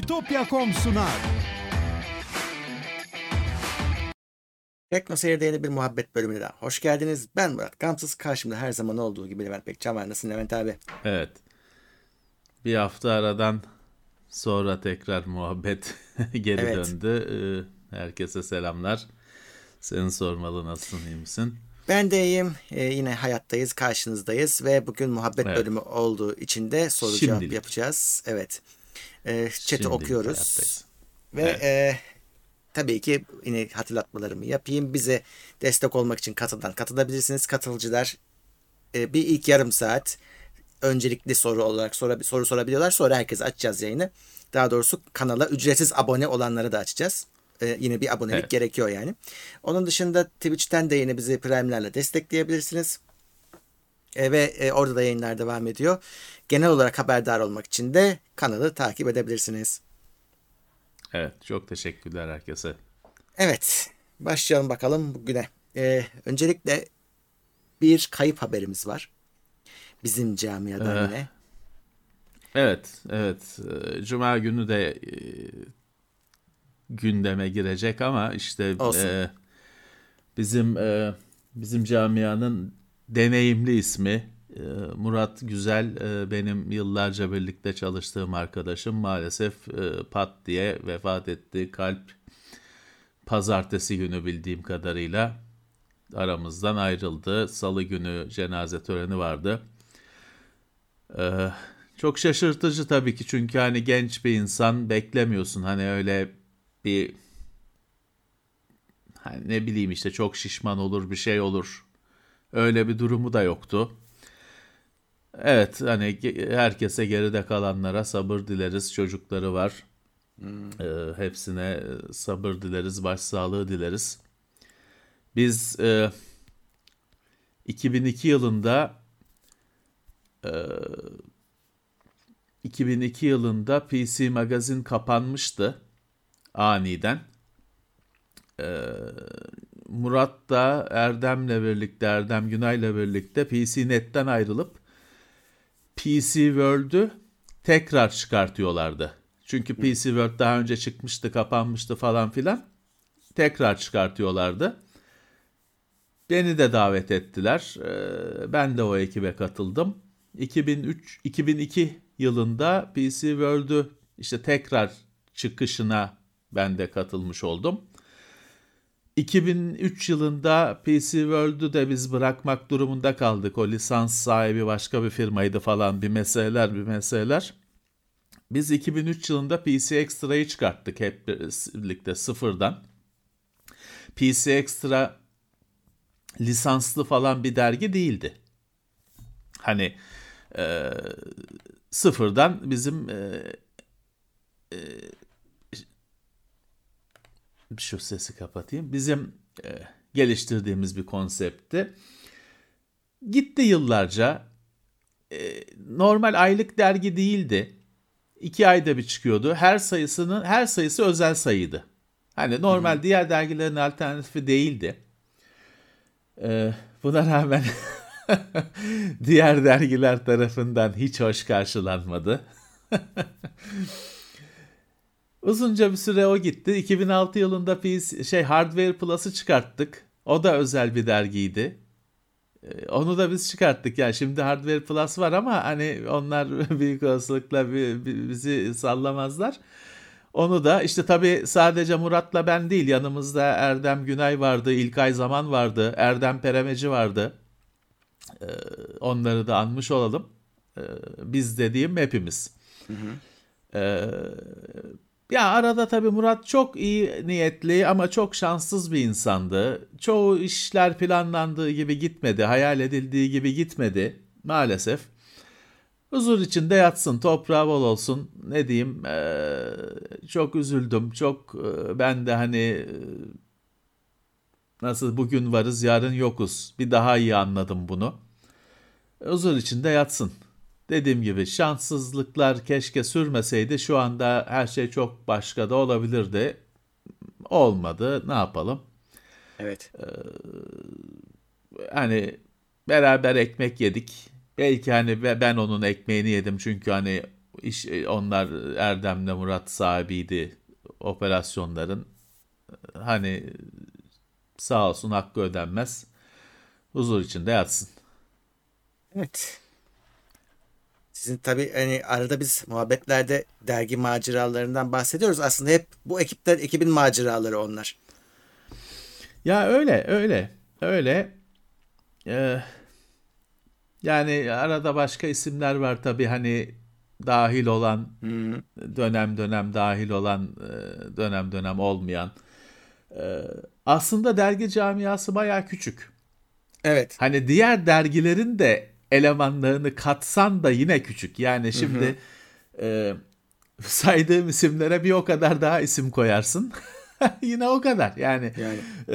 Bitopya.com sunar. Tekno Seyir'de yeni bir muhabbet bölümüne daha hoş geldiniz. Ben Murat Gamsız. Karşımda her zaman olduğu gibi Levent Pekcan var. Nasılsın Levent abi? Evet. Bir hafta aradan sonra tekrar muhabbet geri Evet. döndü. Herkese selamlar. Seni sormalı, nasılsın, iyi misin? Ben de iyiyim. Yine hayattayız, karşınızdayız ve bugün muhabbet Evet. bölümü olduğu için de soru cevap Şimdilik. yapacağız. Evet. Chat'i Şimdilik okuyoruz hayattayız. ve Evet. tabii ki yine hatırlatmalarımı yapayım. Bize destek olmak için katılabilirsiniz. Katılıcılar bir ilk yarım saat öncelikli soru olarak soru sorabiliyorlar. Sonra herkese açacağız yayını. Daha doğrusu kanala ücretsiz abone olanları da açacağız. Yine bir abonelik Evet. gerekiyor yani. Onun dışında Twitch'ten de yine bizi Prime'lerle destekleyebilirsiniz. Ve orada da yayınlar devam ediyor. Genel olarak haberdar olmak için de kanalı takip edebilirsiniz. Evet. Çok teşekkürler herkese. Evet. Başlayalım bakalım bugüne. Öncelikle bir kayıp haberimiz var. Bizim camiadan Ee, yine. evet. Cuma günü de gündeme girecek ama işte Olsun. bizim camianın deneyimli ismi Murat Güzel, benim yıllarca birlikte çalıştığım arkadaşım, maalesef pat diye vefat etti. Kalp pazartesi günü bildiğim kadarıyla aramızdan ayrıldı. Salı günü cenaze töreni vardı. E, Çok şaşırtıcı tabii ki, çünkü hani genç bir insan, beklemiyorsun hani öyle bir, hani ne bileyim işte çok şişman olur, bir şey olur. Öyle bir durumu da yoktu. Evet, hani herkese, geride kalanlara sabır dileriz. Çocukları var. Hepsine sabır dileriz, başsağlığı dileriz. Biz 2002 yılında e, 2002 yılında PC Magazine kapanmıştı aniden. Murat da Erdem Günay'la birlikte PC Net'ten ayrılıp PC World'ü tekrar çıkartıyorlardı. Çünkü PC World daha önce çıkmıştı, kapanmıştı falan filan. Tekrar çıkartıyorlardı. Beni de davet ettiler. Ben de o ekibe katıldım. 2002 yılında PC World'ü işte tekrar çıkışına ben de katılmış oldum. 2003 yılında PC World'ü de biz bırakmak durumunda kaldık. O lisans sahibi başka bir firmaydı falan, bir meseleler. Biz 2003 yılında PC Extra'yı çıkarttık hep birlikte sıfırdan. PC Extra lisanslı falan bir dergi değildi. Hani e, sıfırdan bizim şu sesi kapatayım. Bizim geliştirdiğimiz bir konseptti. Gitti yıllarca. Normal aylık dergi değildi. 2 ayda bir çıkıyordu. Her sayısı özel sayıydı. Hani normal diğer dergilerin alternatifi değildi. Buna rağmen diğer dergiler tarafından hiç hoş karşılanmadı. Uzunca bir süre o gitti. 2006 yılında Hardware Plus'ı çıkarttık. O da özel bir dergiydi. Onu da biz çıkarttık. Yani şimdi Hardware Plus var ama hani onlar büyük olasılıkla bizi sallamazlar. Onu da işte tabii sadece Murat'la ben değil, yanımızda Erdem Günay vardı, İlkay Zaman vardı, Erdem Peremeci vardı. Onları da anmış olalım. Biz dediğim hepimiz. Hı hı. Ee, Ya arada tabii Murat çok iyi niyetli ama çok şanssız bir insandı. Çoğu işler planlandığı gibi gitmedi, hayal edildiği gibi gitmedi maalesef. Huzur içinde yatsın, toprağı bol olsun. Ne diyeyim? Çok üzüldüm. Ben de hani nasıl bugün varız, yarın yokuz. Bir daha iyi anladım bunu. Huzur içinde yatsın. Dediğim gibi şanssızlıklar keşke sürmeseydi. Şu anda her şey çok başka da olabilirdi. Olmadı. Ne yapalım? Evet. Hani beraber ekmek yedik. Belki hani ben onun ekmeğini yedim, çünkü hani Onlar Erdem'le Murat sahibiydi operasyonların. Hani sağ olsun hakkı ödenmez. Huzur içinde yatsın. Evet. Sizin tabii hani arada biz muhabbetlerde dergi maceralarından bahsediyoruz. Aslında hep bu ekibin maceraları onlar. Ya öyle. Ee, Yani arada başka isimler var tabii hani dahil olan Hı. dönem dönem dahil olan dönem dönem olmayan. Aslında dergi camiası bayağı küçük. Evet. Hani diğer dergilerin de elemanlarını katsan da yine küçük. Yani Hı hı. şimdi e, saydığım isimlere bir o kadar daha isim koyarsın. Yine o kadar. Yani Yani e,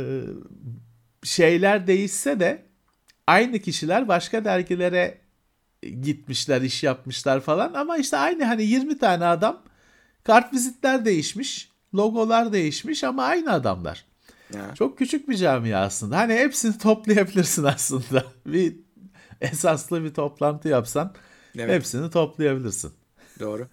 şeyler değişse de aynı kişiler başka dergilere gitmişler, iş yapmışlar falan ama işte aynı hani 20 tane adam, kartvizitler değişmiş, logolar değişmiş ama aynı adamlar. ya, Çok küçük bir camia aslında. Hani hepsini toplayabilirsin aslında. Bir esaslı bir toplantı yapsan evet, hepsini toplayabilirsin. doğru.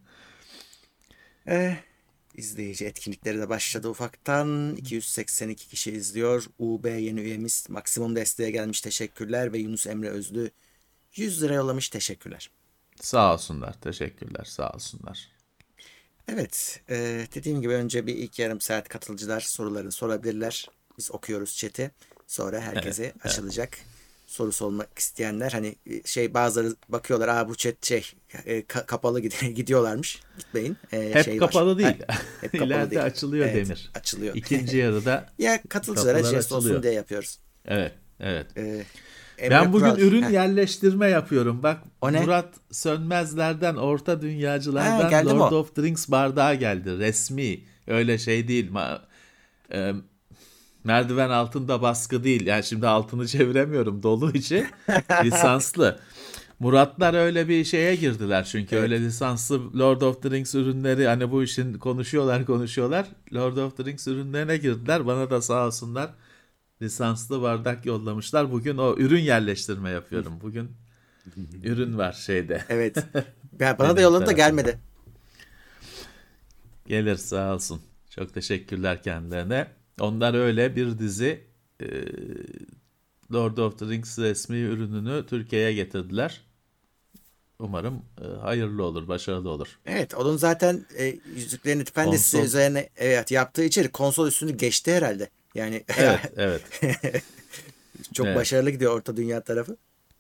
Eh, izleyici etkinlikleri de başladı ufaktan. 282 kişi izliyor. UB yeni üyemiz. Maksimum desteğe gelmiş, teşekkürler. Ve Yunus Emre Özlü 100 lira yollamış, teşekkürler. Sağ olsunlar, teşekkürler, sağ olsunlar. Evet, dediğim gibi önce bir ilk yarım saat katılımcılar sorularını sorabilirler. Biz okuyoruz chat'i. Sonra Evet, herkese evet. açılacak. Sorusu olmak isteyenler hani bazıları bakıyorlar, bu chat kapalı gidiyorlarmış. Gitmeyin. Hep Şey var. kapalı değil. Hep kapalı İleride değil. açılıyor Evet, Demir. açılıyor. İkinci yarıda Ya katılımcılara kapılar jest olsun açılıyor. diye yapıyoruz. Evet, evet. E, Emre Ben bugün Kural. ürün yerleştirme yapıyorum. Bak O ne? Murat Sönmezler'den, Orta Ha, Dünyacılardan geldi mi Lord o? of Drinks bardağı geldi. Resmi. Öyle şey değil. E, Merdiven altında baskı değil. Yani şimdi altını çeviremiyorum dolu içi. Lisanslı. Muratlar öyle bir şeye girdiler çünkü Evet. öyle lisanslı Lord of the Rings ürünleri hani bu işin konuşuyorlar. Lord of the Rings ürünlerine girdiler. Bana da sağ olsunlar lisanslı bardak yollamışlar. Bugün o ürün yerleştirme yapıyorum. Bugün ürün var şeyde Evet. Ya bana da benim yolladı da tarafımda. gelmedi. Gelir sağ olsun. Çok teşekkürler kendilerine. Onlar öyle bir dizi e, Lord of the Rings resmi ürününü Türkiye'ye getirdiler. Umarım hayırlı olur, başarılı olur. Evet, onun zaten Yüzüklerin Efendisi Konsol, üzerine evet yaptığı içerik konsol üstünü geçti herhalde. Yani evet, evet, çok evet. başarılı gidiyor Orta Dünya tarafı.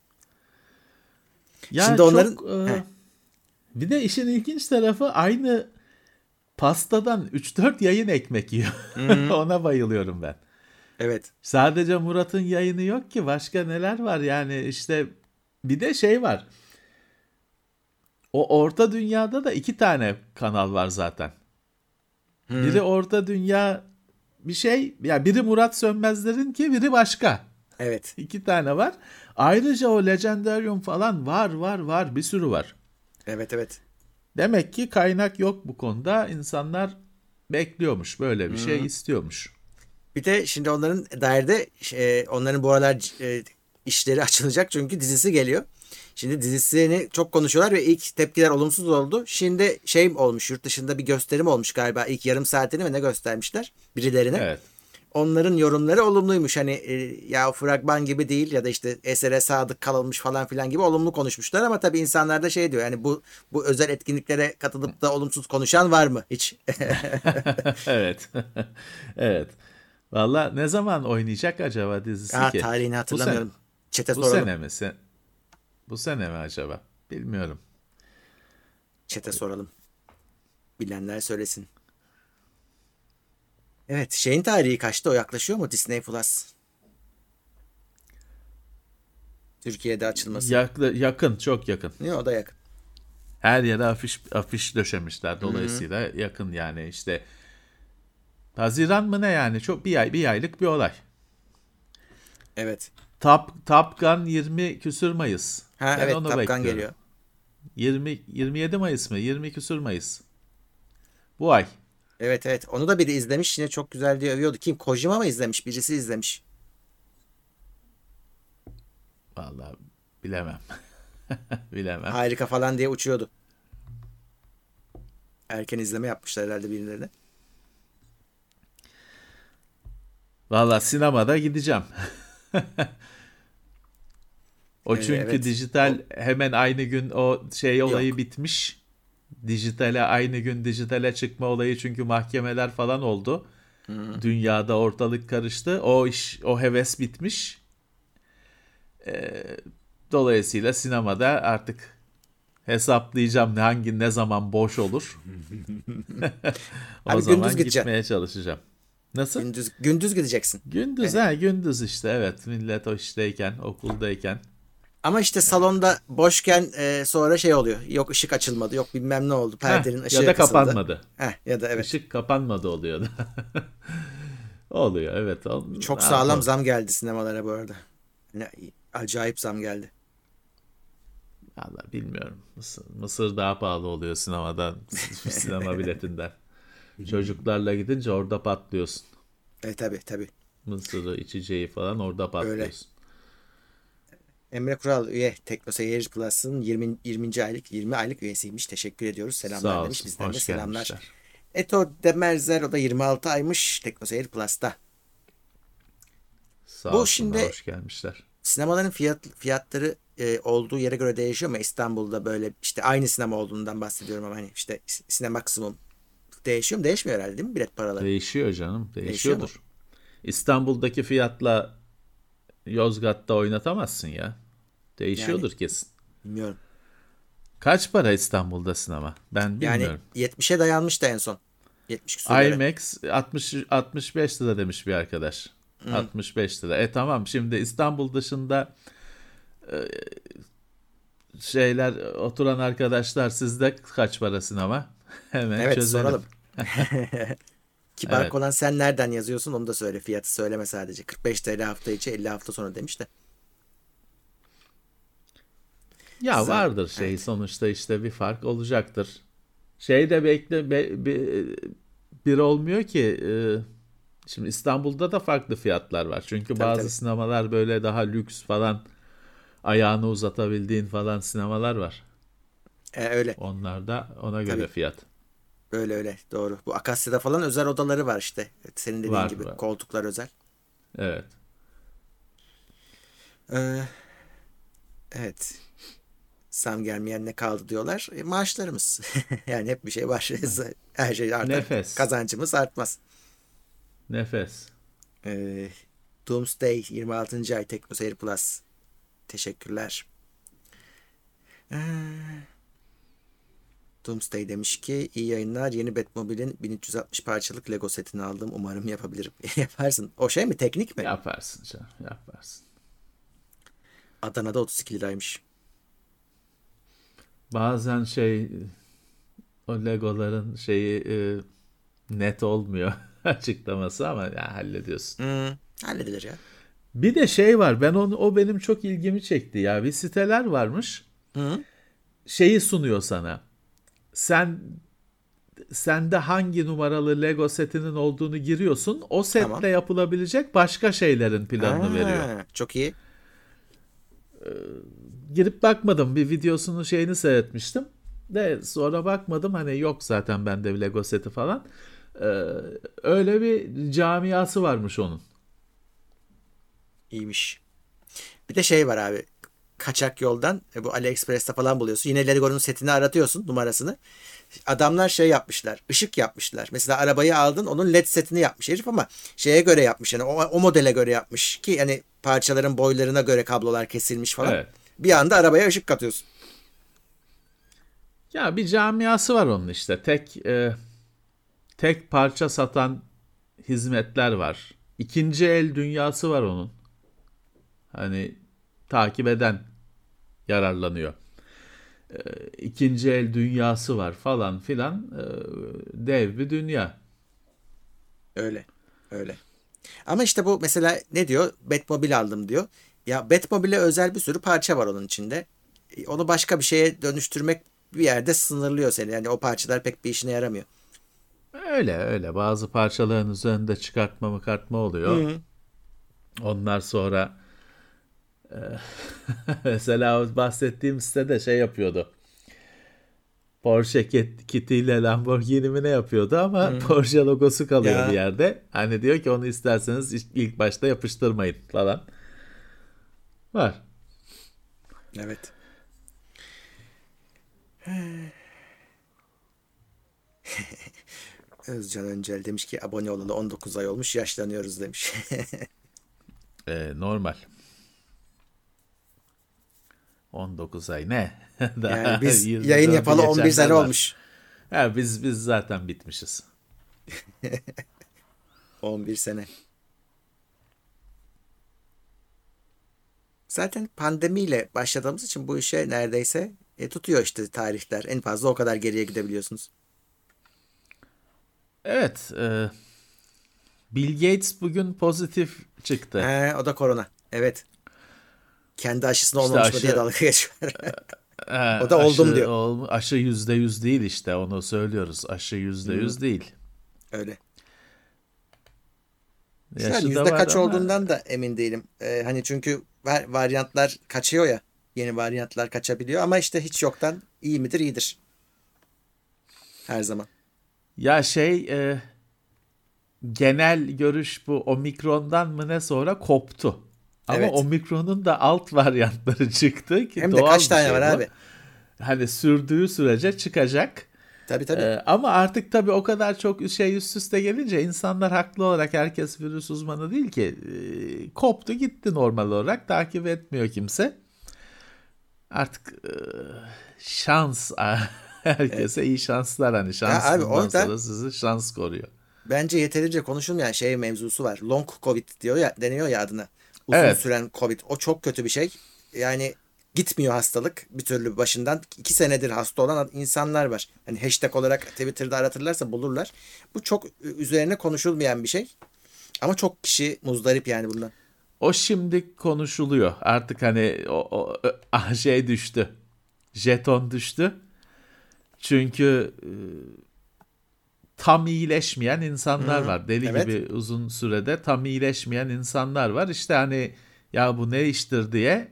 Şimdi Ya onların çok bir de işin ilginç tarafı aynı pastadan 3-4 yayın ekmek yiyor. hı, Ona bayılıyorum ben. evet. Sadece Murat'ın yayını yok ki başka neler var yani işte bir de şey var. O Orta Dünya'da da 2 tane kanal var zaten. Biri Hı, Orta Dünya bir şey ya biri Murat Sönmezler'in ki biri başka. evet. 2 tane var. Ayrıca o Legendarium falan var bir sürü var. Evet, evet. Demek ki kaynak yok bu konuda. İnsanlar bekliyormuş böyle bir şey Hı. istiyormuş. Bir de şimdi onların dairede onların bu aralar işleri açılacak çünkü dizisi geliyor. Şimdi dizisini çok konuşuyorlar ve ilk tepkiler olumsuz oldu. Şimdi şey olmuş, yurt dışında bir gösterim olmuş galiba. İlk yarım saatini mi ne göstermişler birilerine. Evet. Onların yorumları olumluymuş. Hani ya o fragman gibi değil ya da işte esere sadık kalınmış falan filan gibi olumlu konuşmuşlar ama tabii insanlar da şey diyor. Yani bu özel etkinliklere katılıp da olumsuz konuşan var mı hiç? Evet. Evet. Valla ne zaman oynayacak acaba dizisi ki? Tarihini Bu sene. hatırlamıyorum. Çete Bu soralım. sene mi? Bu sene mi acaba? Bilmiyorum. Çete soralım. Bilenler söylesin. Evet, şeyin tarihi kaçtı? O yaklaşıyor mu Disney Plus? Türkiye'de açılması. Yakın, çok yakın. Ne o da yakın. Her yere afiş döşemişler. Hı-hı. Dolayısıyla yakın yani işte Haziran mı ne yani? Çok bir aylık bir olay. Evet. Top Gun 20 küsür Mayıs. Ha Ben evet, onu Top Gun bekliyorum. geliyor. 27 Mayıs mı? 20 küsür Mayıs. Bu ay. Evet, evet. Onu da biri izlemiş. Yine çok güzel diye övüyordu. Kim? Kojima mı izlemiş? Birisi izlemiş. Vallahi bilemem. Bilemem. Harika falan diye uçuyordu. Erken izleme yapmışlar herhalde birilerine. Valla sinemada gideceğim. O çünkü Evet. O dijital hemen aynı gün o şey olayı yok. bitmiş. Dijitale aynı gün dijitale çıkma olayı çünkü mahkemeler falan oldu. Hı. Dünyada ortalık karıştı. O iş, o heves bitmiş. Dolayısıyla sinemada artık hesaplayacağım ne zaman boş olur. O Abi gündüz zaman gideceksin. gitmeye çalışacağım. Nasıl? Gündüz gideceksin. Gündüz Yani ha gündüz işte evet millet o işteyken okuldayken. ama işte salonda boşken sonra şey oluyor. Yok ışık açılmadı. Yok bilmem ne oldu. Ha Perdenin ya ışığı da kısıldı. kapanmadı. Ya da evet. Işık kapanmadı oluyor da. Oluyor evet. Ne Çok sağlam yapalım? zam geldi sinemalara bu arada. Yani acayip zam geldi. Valla bilmiyorum. Mısır daha pahalı oluyor sinemadan, sinema biletinden. Çocuklarla gidince orada patlıyorsun. Tabii tabii. Mısırı, içeceği falan orada Öyle. patlıyorsun. Emre Kural üye Tekno Seyir Plus'ın 20. aylık üyesiymiş. Teşekkür ediyoruz. Selamlar Sağ demiş. olsun. Bizden de Hoş selamlar. gelmişler. Eto Demerzer o da 26 aymış Tekno Seyir Plus'ta. Sağ Bu olsunlar. şimdi Hoş gelmişler. sinemaların fiyatları olduğu yere göre değişiyor ama İstanbul'da böyle işte aynı sinema olduğundan bahsediyorum ama hani işte Sinemaksimum değişiyor mu? Değişmiyor herhalde değil mi bilet paraları? Değişiyor canım. Değişiyor mu? Değişiyordur. İstanbul'daki fiyatla Yozgat'ta oynatamazsın ya. Yani Değişiyordur kesin. bilmiyorum. Kaç para İstanbul'da sinema? Ben Yani bilmiyorum. 70'e dayanmıştı en son. 70 küsurlara. IMAX 65 lira demiş bir arkadaş. Hı. 65 lira. Tamam şimdi İstanbul dışında şeyler oturan arkadaşlar sizde kaç para sinema? Hemen Evet çözelim. soralım. Kibar Evet. olan sen nereden yazıyorsun onu da söyle. Fiyatı söyleme sadece. 45 TL hafta içi 50 hafta sonra demiş de. Ya Zam. vardır şey Evet. sonuçta işte bir fark olacaktır. Şey de bir olmuyor ki şimdi İstanbul'da da farklı fiyatlar var. Çünkü Tabii bazı tabii. sinemalar böyle daha lüks falan ayağını uzatabildiğin falan sinemalar var. Öyle. Onlar da ona göre Tabii. fiyat. Öyle öyle. Doğru. Bu Akasya'da falan özel odaları var işte. Evet, senin dediğin Var gibi. var. Koltuklar özel. Evet. Ee, evet. Zam gelmeyen ne kaldı diyorlar. Maaşlarımız. Yani hep bir şey var. Her şey artar. Nefes. Kazancımız artmaz. Nefes. Ee, Doomsday 26. ay Tekno Seyir Plus. Teşekkürler. Ee, Doomsday demiş ki iyi yayınlar. Yeni Batmobile'in 1360 parçalık Lego setini aldım. Umarım yapabilirim. Yaparsın. O şey mi? Teknik mi? Yaparsın canım. Yaparsın. Adana'da 32 liraymış. Bazen şey o Legoların şeyi net olmuyor açıklaması ama ya hallediyorsun. Halledilir ya. Bir de şey var. O benim çok ilgimi çekti ya. Bir siteler varmış. Hı, Şeyi sunuyor sana. Sende hangi numaralı Lego setinin olduğunu giriyorsun. O tamam. setle yapılabilecek başka şeylerin planını veriyor. Çok iyi. Girip bakmadım. Bir videosunu şeyini seyretmiştim. De sonra bakmadım. Hani yok zaten bende bir Lego seti falan. Ee, Öyle bir camiası varmış onun. İyiymiş. Bir de şey var abi. Kaçak yoldan bu AliExpress'te falan buluyorsun. Yine Lego'nun setini aratıyorsun numarasını. Adamlar şey yapmışlar. Işık yapmışlar. Mesela arabayı aldın onun LED setini yapmış herif ama şeye göre yapmış. Yani o modele göre yapmış ki yani parçaların boylarına göre kablolar kesilmiş falan. Evet. Bir anda arabaya ışık katıyorsun. Ya bir camiası var onun işte. Tek parça satan hizmetler var. İkinci el dünyası var onun. Hani takip eden yararlanıyor. İkinci el dünyası var falan filan. Dev bir dünya. Öyle. Öyle. Ama işte bu mesela ne diyor? Batmobile aldım diyor. Ya Batmobile'e özel bir sürü parça var onun içinde. Onu başka bir şeye dönüştürmek bir yerde sınırlıyor seni. Yani o parçalar pek bir işine yaramıyor. Öyle öyle. Bazı parçaların üzerinde çıkartma oluyor. Hı. Onlar sonra mesela o bahsettiğim sitede şey yapıyordu. Porsche kitiyle Lamborghini mi ne yapıyordu ama Hmm. Porsche logosu kalıyor bir Ya yerde. Hani diyor ki onu isterseniz ilk başta yapıştırmayın falan. Var. evet. Özcan Öncel demiş ki abone olalı 19 ay olmuş, yaşlanıyoruz demiş. Normal. 19 ay ne? Yani Daha biz yayın 24'ü yapalı 11 geçenler sene var. olmuş. Ha, biz zaten bitmişiz. 11 sene. Zaten pandemiyle başladığımız için bu işe neredeyse tutuyor işte tarihler. En fazla o kadar geriye gidebiliyorsunuz. Evet, Bill Gates bugün pozitif çıktı. O da korona. Evet. Kendi aşısını İşte olmamış mı diye aşı dalga geçiyor. e, O da oldum diyor. aşı %100 değil, işte onu söylüyoruz. Aşı yüzde Hmm, yüz değil. öyle. Şu an Yaşı da yüzde var kaç ama olduğundan da emin değilim. Hani çünkü varyantlar kaçıyor ya. Yeni varyantlar kaçabiliyor ama işte hiç yoktan iyi midir iyidir. Her zaman. ya genel görüş bu omikrondan mı ne sonra koptu. Ama Evet. omikronun da alt varyantları çıktı ki Hem de kaç doğal bir tane var şey bu. abi. Hani sürdüğü sürece çıkacak. Tabii tabii. Ama artık tabii o kadar çok şey üst üste gelince insanlar haklı olarak, herkes virüs uzmanı değil ki, koptu gitti, normal olarak takip etmiyor kimse. Artık şans Evet. herkese iyi şanslar, hani Ya şans abi bundan orada sonra sizi şans koruyor. bence yeterince konuşulmayan şey mevzusu var. Long Covid diyor ya, deniyor ya adına. Uzun Evet. süren Covid. O çok kötü bir şey. Yani gitmiyor hastalık bir türlü başından. 2 senedir hasta olan insanlar var. Hani hashtag olarak Twitter'da aratırlarsa bulurlar. Bu çok üzerine konuşulmayan bir şey. Ama çok kişi muzdarip yani bundan. O şimdi konuşuluyor. Artık hani şey düştü. Jeton düştü. Çünkü tam iyileşmeyen insanlar Hı, var. Deli evet. gibi uzun sürede tam iyileşmeyen insanlar var. İşte hani ya bu ne iştir diye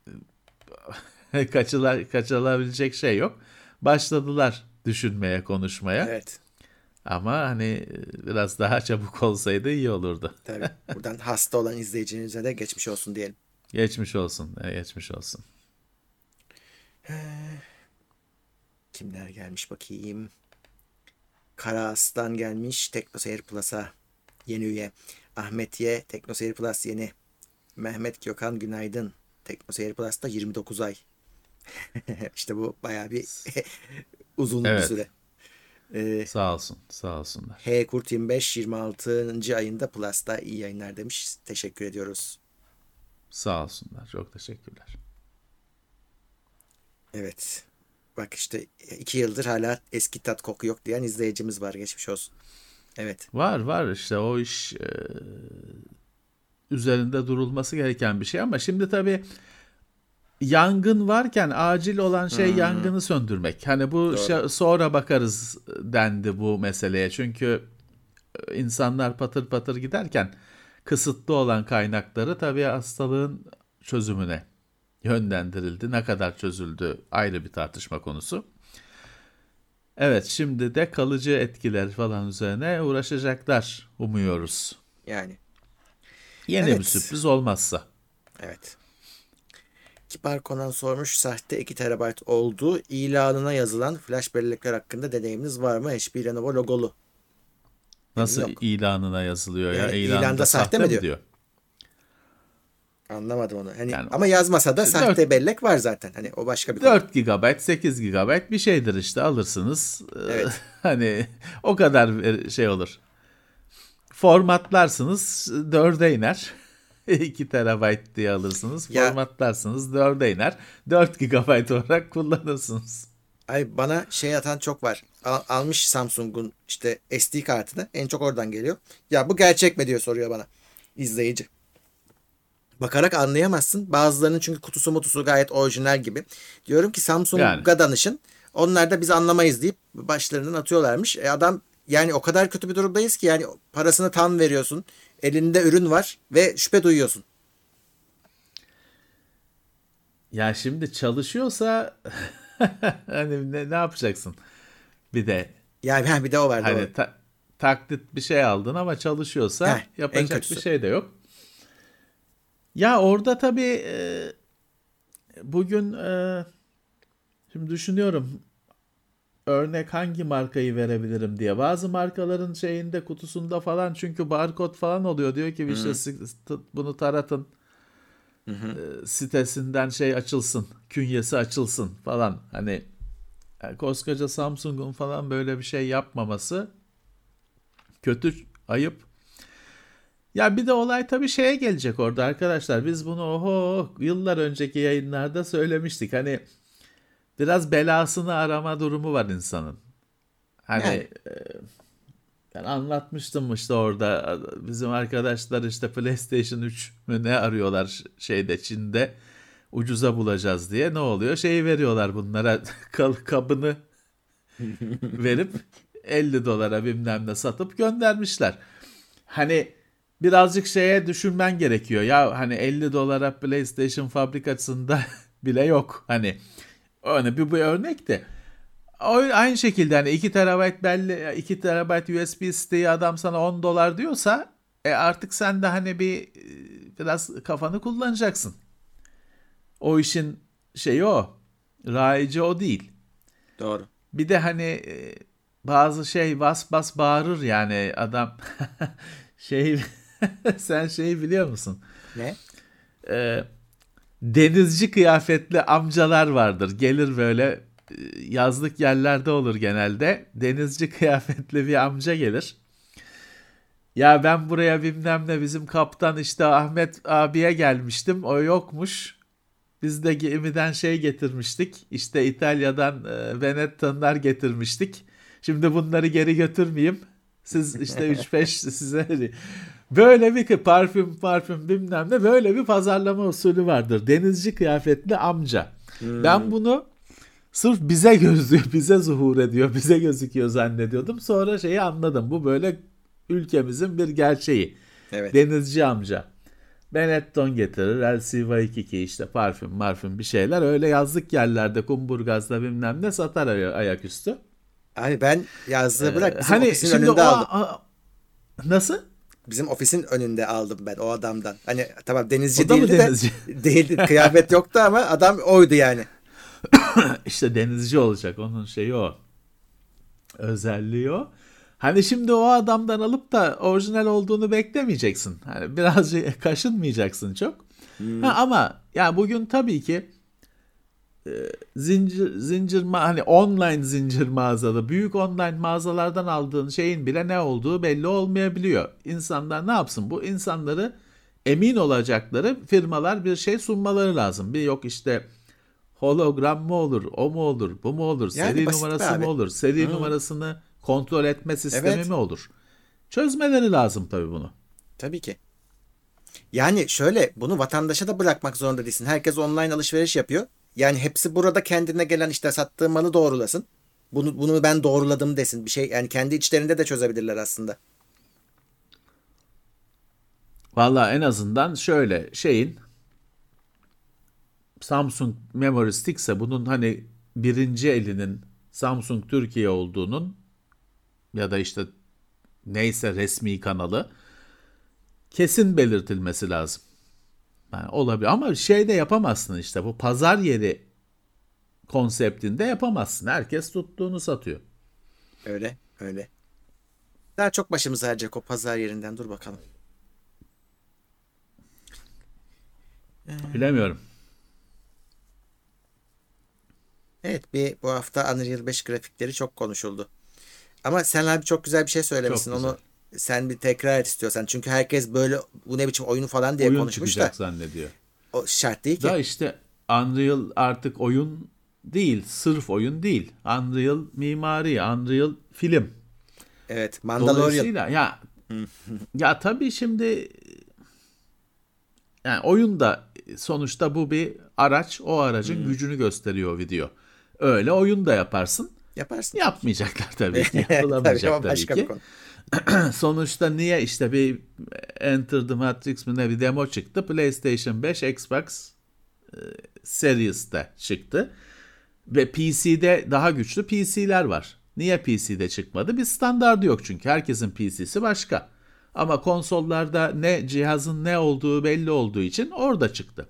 kaçılabilecek şey yok. Başladılar düşünmeye, konuşmaya. Evet. Ama hani biraz daha çabuk olsaydı iyi olurdu. Tabii. Buradan hasta olan izleyicinize de geçmiş olsun diyelim. Geçmiş olsun, geçmiş olsun. Kimler gelmiş bakayım. Kara Aslan gelmiş TeknoSeyir Plus'a yeni üye. Ahmet Y TeknoSeyir Plus yeni. Mehmet Gökhan günaydın. TeknoSeyir Plus'ta 29 ay. İşte bu bayağı bir uzun bir Evet, süre. Ee, sağ olsun, sağ olsunlar. H Kurt 25 26. ayında Plus'ta iyi yayınlar demiş. Teşekkür ediyoruz. Sağ olsunlar, çok teşekkürler. Evet. Bak işte 2 yıldır hala eski tat koku yok diyen izleyicimiz var. Geçmiş olsun. Evet. Var işte o iş üzerinde durulması gereken bir şey, ama şimdi tabii yangın varken acil olan şey Hmm, yangını söndürmek. Hani bu doğru. sonra bakarız dendi bu meseleye. Çünkü insanlar patır patır giderken kısıtlı olan kaynakları tabii hastalığın çözümüne yönlendirildi. Ne kadar çözüldü ayrı bir tartışma konusu. Evet, şimdi de kalıcı etkiler falan üzerine uğraşacaklar umuyoruz. Yani. Yeni bir Evet. sürpriz olmazsa. Evet. Kibar Konan sormuş. Sahte 2 TB olduğu ilanına yazılan flash bellekler hakkında deneyiminiz var mı? HP Lenovo logolu. Benim Nasıl yok. ilanına yazılıyor ya? Yani İlanında ilanda sahte sahte mi mi diyor? diyor? Anlamadım onu. Hani Yani ama yazmasa da dört sahte bellek var zaten. Hani o başka bir konu. 4 GB, 8 GB bir şeydir işte, alırsınız. Evet. Hani o kadar şey olur. Formatlarsınız 4'e iner. 2 TB diye alırsınız. Ya Formatlarsınız 4'e iner. 4 GB olarak kullanırsınız. ay bana şey atan çok var. Almış Samsung'un işte SD kartını. En çok oradan geliyor. Ya bu gerçek mi diyor soruyor bana izleyici. Bakarak anlayamazsın. Bazılarının çünkü kutusu mutusu gayet orijinal gibi. Diyorum ki Yani Samsung'a danışın. Onlar da biz anlamayız deyip başlarından atıyorlarmış. Adam yani o kadar kötü bir durumdayız ki yani parasını tam veriyorsun. Elinde ürün var ve şüphe duyuyorsun. ya şimdi çalışıyorsa Hani ne yapacaksın? Bir de Yani bir de o var, doğru. hani taklit bir şey aldın ama çalışıyorsa Heh, en yapacak bir kötüsü. şey de yok. Ya orada tabii bugün şimdi düşünüyorum örnek hangi markayı verebilirim diye. Bazı markaların şeyinde kutusunda falan çünkü barkod falan oluyor. Diyor ki Hı işte hı. bunu taratın Hı hı. sitesinden şey açılsın, künyesi açılsın falan. Hani yani koskoca Samsung'un falan böyle bir şey yapmaması kötü, ayıp. Ya bir de olay tabii şeye gelecek orada arkadaşlar. Biz bunu oho yıllar önceki yayınlarda söylemiştik. Hani biraz belasını arama durumu var insanın. Yani Hani ben anlatmıştım işte orada bizim arkadaşlar işte PlayStation 3 mü ne arıyorlar şeyde Çin'de ucuza bulacağız diye. Ne oluyor? Şeyi veriyorlar bunlara kabını verip 50 dolara bilmem ne satıp göndermişler. Hani birazcık şeye düşünmen gerekiyor. Ya hani 50 dolara PlayStation fabrikasında bile yok. Hani bir örnek de. Aynı şekilde hani 2 terabayt belli 2 terabayt USB siteyi adam sana 10 dolar diyorsa artık sen de hani biraz kafanı kullanacaksın. O işin şeyi o. Rayici o değil. doğru. Bir de hani bazı şey bas bas bağırır yani adam şey sen şeyi biliyor musun? Ne? E, Denizci kıyafetli amcalar vardır. Gelir böyle yazlık yerlerde olur genelde. Denizci kıyafetli bir amca gelir. Ya ben buraya bilmem ne bizim kaptan işte Ahmet abiye gelmiştim. O yokmuş. Biz de gemiden şey getirmiştik. İşte İtalya'dan Venettalılar getirmiştik. Şimdi bunları geri götürmeyeyim. Siz işte 3-5 size böyle bir parfüm bilmem ne böyle bir pazarlama usulü vardır. Denizci kıyafetli amca. Ben Hmm, bunu sırf bize gözlüyor, bize zuhur ediyor, bize gözüküyor zannediyordum. Sonra şeyi anladım. Bu böyle ülkemizin bir gerçeği. evet. Denizci amca. Benetton getirir, LC2 işte parfüm bir şeyler. Öyle yazlık yerlerde kumburgazda bilmem ne satar ayaküstü. Abi ben yazlığı bırak, bizim Hani ofisin şimdi önünde o aldım. nasıl? Bizim ofisin önünde aldım ben o adamdan. Hani tamam, denizci O da mı değildi de denizci? değildi, kıyafet yoktu ama adam oydu yani. İşte denizci olacak onun şeyi o. Özelliği o. Hani şimdi o adamdan alıp da orijinal olduğunu beklemeyeceksin. Hani birazcık kaşınmayacaksın çok. Hmm, Ama ya bugün tabii ki hani online zincir mağazalı büyük online mağazalardan aldığın şeyin bile ne olduğu belli olmayabiliyor. İnsanlar ne yapsın? Bu insanları emin olacakları firmalar bir şey sunmaları lazım. Bir yok işte hologram mı olur, o mu olur, bu mu olur, yani seri basit be numarası mı abi. olur, seri Hmm, numarasını kontrol etme sistemi evet, mi olur? Çözmeleri lazım tabii bunu. tabii ki. Yani şöyle, bunu vatandaşa da bırakmak zorunda değilsin. Herkes online alışveriş yapıyor. Yani hepsi burada kendine gelen işte sattığı malı doğrulasın. Bunu ben doğruladım desin. Bir şey yani kendi içlerinde de çözebilirler aslında. Valla en azından şöyle Samsung Memory Stick ise bunun hani birinci elinin Samsung Türkiye olduğunun ya da işte neyse resmi kanalı kesin belirtilmesi lazım. Yani olabilir ama şey de yapamazsın işte bu pazar yeri konseptinde yapamazsın. Herkes tuttuğunu satıyor. Öyle, öyle. Daha çok başımıza harcayacak o pazar yerinden. Dur bakalım. Bilemiyorum. Evet, bu hafta Unreal 5 grafikleri çok konuşuldu. Ama sen abi çok güzel bir şey söylemişsin. Çok güzel. Onu sen bir tekrar et istiyorsan. Çünkü herkes böyle bu ne biçim oyunu falan diye Oyun konuşmuş da çıkacak zannediyor. o şart değil ki. Da işte Unreal artık oyun değil, sırf oyun değil. Unreal mimari, Unreal film. Evet, Mandalorian. Dolayısıyla ya tabii şimdi yani oyunda sonuçta bu bir araç. O aracın Hmm, gücünü gösteriyor video. Öyle oyun da yaparsın. yaparsın tabii ki. Yapmayacaklar tabii ki. Tabii, Yapılamayacak o tabii başka bir ki. konu. Sonuçta niye işte bir Enter the Matrix mi ne bir demo çıktı. PlayStation 5, Xbox Series'te çıktı. Ve PC'de daha güçlü PC'ler var. Niye PC'de çıkmadı? Bir standardı yok çünkü. Herkesin PC'si başka. Ama konsollarda ne cihazın ne olduğu belli olduğu için orada çıktı.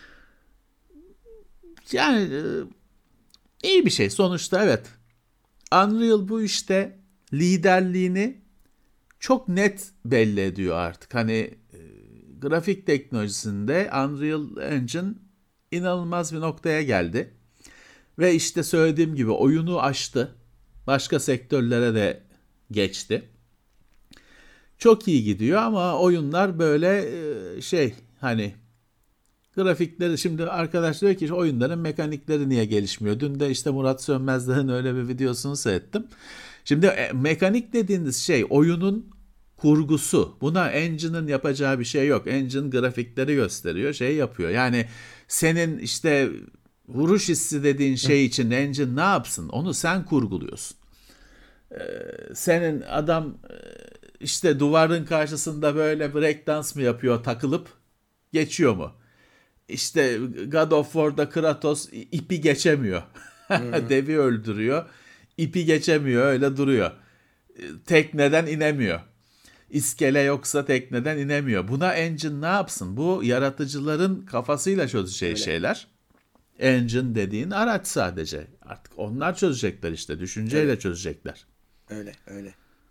Yani iyi bir şey. Sonuçta evet. Unreal bu işte liderliğini çok net belli ediyor artık. Hani grafik teknolojisinde Unreal Engine inanılmaz bir noktaya geldi. Ve işte söylediğim gibi oyunu aştı. Başka sektörlere de geçti. Çok iyi gidiyor ama oyunlar böyle hani grafikleri, şimdi arkadaş diyor ki oyunların mekanikleri niye gelişmiyor? Dün de işte Murat Sönmez'den öyle bir videosunu seyrettim. Şimdi mekanik dediğiniz şey oyunun kurgusu. Buna engine'ın yapacağı bir şey yok. Engine grafikleri gösteriyor, yapıyor. Yani senin işte vuruş hissi dediğin şey için engine ne yapsın? Onu sen kurguluyorsun. Senin adam işte duvarın karşısında böyle breakdance mı yapıyor, takılıp geçiyor mu? İşte God of War'da Kratos ipi geçemiyor. Devi öldürüyor. İpi geçemiyor, öyle duruyor. Tekneden inemiyor. İskele yoksa tekneden inemiyor. Buna engine ne yapsın? Bu yaratıcıların kafasıyla çözeceği şeyler. Engine dediğin araç sadece. Artık onlar çözecekler işte. Düşünceyle çözecekler. Öyle.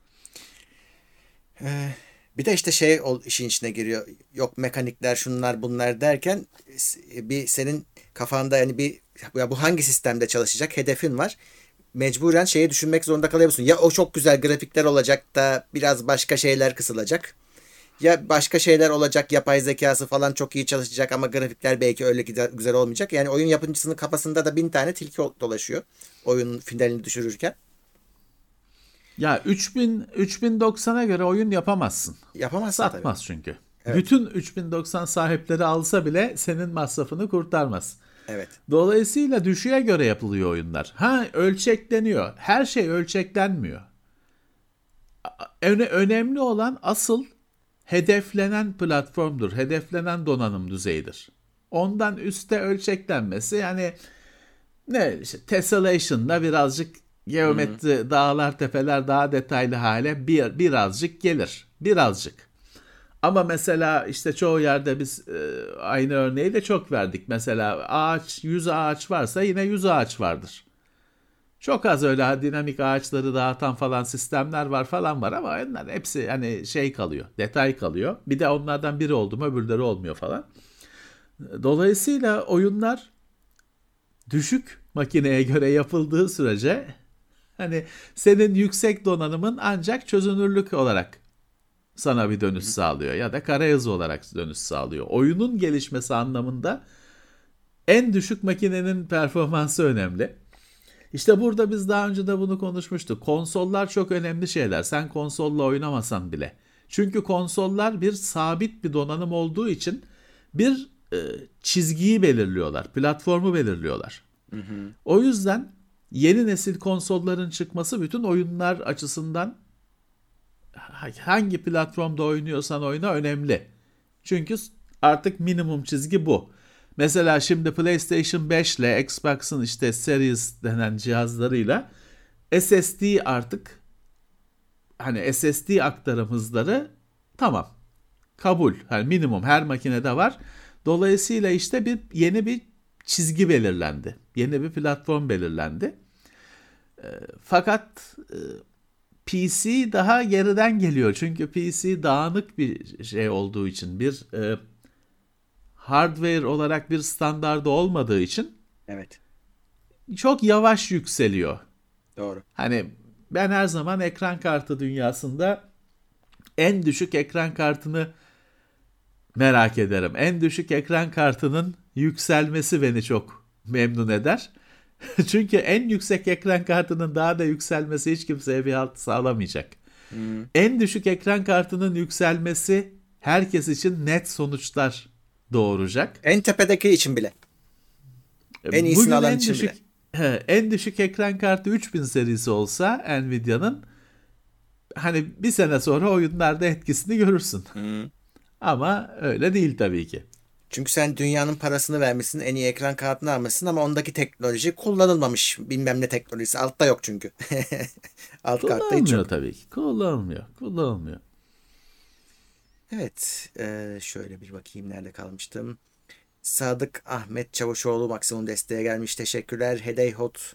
Bir de işte işin içine giriyor. Yok mekanikler şunlar bunlar derken bir senin kafanda yani bu hangi sistemde çalışacak hedefin var. Mecburen düşünmek zorunda kalıyorsun. Ya o çok güzel grafikler olacak da biraz başka şeyler kısılacak. Ya başka şeyler olacak, yapay zekası falan çok iyi çalışacak ama grafikler belki öyle güzel olmayacak. Yani oyun yapımcısının kafasında da 1000 tane tilki dolaşıyor. Oyunun finalini düşürürken. Ya 3090'a göre oyun yapamazsın. Yapamazsın Satmaz tabii. çünkü. Evet. Bütün 3090 sahipleri alsa bile senin masrafını kurtarmaz. Evet. Dolayısıyla düşüğe göre yapılıyor oyunlar. Ölçekleniyor. Her şey ölçeklenmiyor. Önemli olan asıl hedeflenen platformdur. Hedeflenen donanım düzeyidir. Ondan üstte ölçeklenmesi yani işte tessellation'da birazcık geometri, dağlar, tepeler daha detaylı hale birazcık gelir. Birazcık. Ama mesela işte çoğu yerde biz aynı örneği de çok verdik. Mesela 100 ağaç varsa yine 100 ağaç vardır. Çok az öyle dinamik ağaçları dağıtan falan sistemler var ama onlar hepsi hani kalıyor, detay kalıyor. Bir de onlardan biri oldu mu öbürleri olmuyor falan. Dolayısıyla oyunlar düşük makineye göre yapıldığı sürece hani senin yüksek donanımın ancak çözünürlük olarak sana bir dönüş sağlıyor ya da kare hızı olarak dönüş sağlıyor. Oyunun gelişmesi anlamında en düşük makinenin performansı önemli. İşte burada biz daha önce de bunu konuşmuştuk. Konsollar çok önemli şeyler. Sen konsolla oynamasan bile. Çünkü konsollar bir sabit bir donanım olduğu için bir çizgiyi belirliyorlar. Platformu belirliyorlar. O yüzden yeni nesil konsolların çıkması bütün oyunlar açısından hangi platformda oynuyorsan oyna önemli. Çünkü artık minimum çizgi bu. Mesela şimdi PlayStation 5 ile Xbox'ın işte Series denen cihazlarıyla SSD artık hani SSD aktarım hızları tamam. Kabul. Yani minimum her makinede var. Dolayısıyla işte yeni bir çizgi belirlendi. Yeni bir platform belirlendi. Fakat PC daha geriden geliyor. Çünkü PC dağınık bir şey olduğu için bir hardware olarak bir standardı olmadığı için Evet. çok yavaş yükseliyor. Doğru. Hani ben her zaman ekran kartı dünyasında en düşük ekran kartını merak ederim. En düşük ekran kartının yükselmesi beni çok memnun eder. Çünkü en yüksek ekran kartının daha da yükselmesi hiç kimseye bir halt sağlamayacak. En düşük ekran kartının yükselmesi herkes için net sonuçlar doğuracak. En tepedeki için bile. En iyisini Bugün alan için bile. en düşük ekran kartı 3000 serisi olsa Nvidia'nın hani bir sene sonra oyunlarda etkisini görürsün. Ama öyle değil tabii ki. Çünkü sen dünyanın parasını vermişsin, en iyi ekran kartını almışsın ama ondaki teknoloji kullanılmamış. Bilmem ne teknolojisi. Altta yok çünkü. Alt kartta hiç Kullanılmıyor yok. tabii ki. Kullanılmıyor. Kullanılmıyor. Evet. Şöyle bir bakayım nerede kalmıştım. Sadık Ahmet Çavuşoğlu maksimum desteğe gelmiş. Teşekkürler. Hedeyhot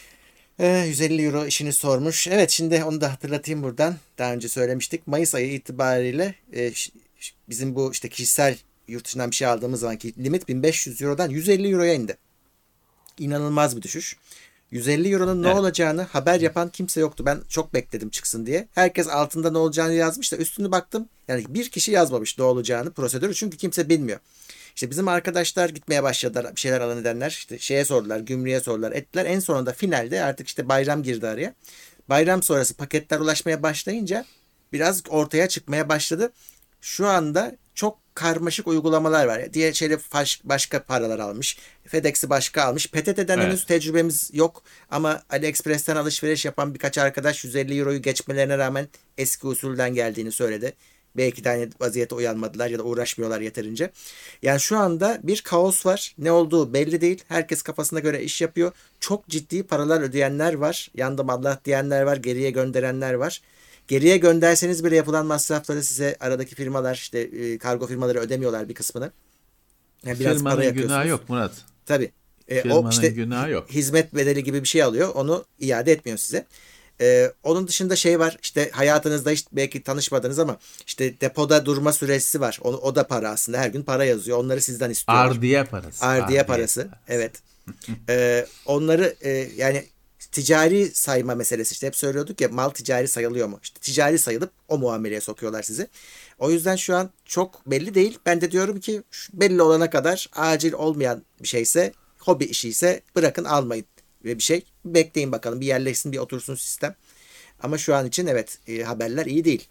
150 euro işini sormuş. Evet, şimdi onu da hatırlatayım buradan. Daha önce söylemiştik. Mayıs ayı itibariyle bizim bu işte kişisel yurt dışından bir şey aldığımız zamanki limit 1500 eurodan 150 euroya indi. İnanılmaz bir düşüş. 150 euronun ne Evet. olacağını haber yapan kimse yoktu. Ben çok bekledim çıksın diye. Herkes altında ne olacağını yazmış da üstünü baktım. Yani bir kişi yazmamış ne olacağını, prosedürü, çünkü kimse bilmiyor. İşte bizim arkadaşlar gitmeye başladılar, bir şeyler alan edenler işte şeye sordular, gümrüğe sordular, ettiler. En sonunda finalde artık işte bayram girdi araya. Bayram sonrası paketler ulaşmaya başlayınca biraz ortaya çıkmaya başladı. Şu anda çok karmaşık uygulamalar var. Diğer şeyle başka paralar almış. FedEx'i başka almış. PTT'den Evet. henüz tecrübemiz yok. Ama AliExpress'ten alışveriş yapan birkaç arkadaş 150 euroyu geçmelerine rağmen eski usulden geldiğini söyledi. Belki de hani vaziyete uyanmadılar ya da uğraşmıyorlar yeterince. Yani şu anda bir kaos var. Ne olduğu belli değil. Herkes kafasına göre iş yapıyor. Çok ciddi paralar ödeyenler var. Yandım Allah diyenler var. Geriye gönderenler var. Geriye gönderseniz bile yapılan masrafları size aradaki firmalar, işte kargo firmaları ödemiyorlar bir kısmını. Yani biraz para Firmanın günahı yakıyorsunuz. yok Murat. Tabii. O Firmanın işte günahı yok. hizmet bedeli gibi bir şey alıyor. Onu iade etmiyor size. Onun dışında şey var. İşte hayatınızda hiç belki tanışmadınız ama işte depoda durma süresi var. O da para aslında. Her gün para yazıyor. Onları sizden istiyorlar. Ardiye parası. Ardiye Ardiye parası. parası. Evet. Onları yani ticari sayma meselesi, işte hep söylüyorduk ya, mal ticari sayılıyor mu? İşte ticari sayılıp o muameleye sokuyorlar sizi. O yüzden şu an çok belli değil. Ben de diyorum ki belli olana kadar, acil olmayan bir şeyse, hobi işi ise bırakın, almayın ve bir şey. Bekleyin bakalım, bir yerleşsin, bir otursun sistem. Ama şu an için evet, haberler iyi değil.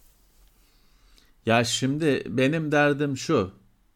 Ya şimdi benim derdim şu.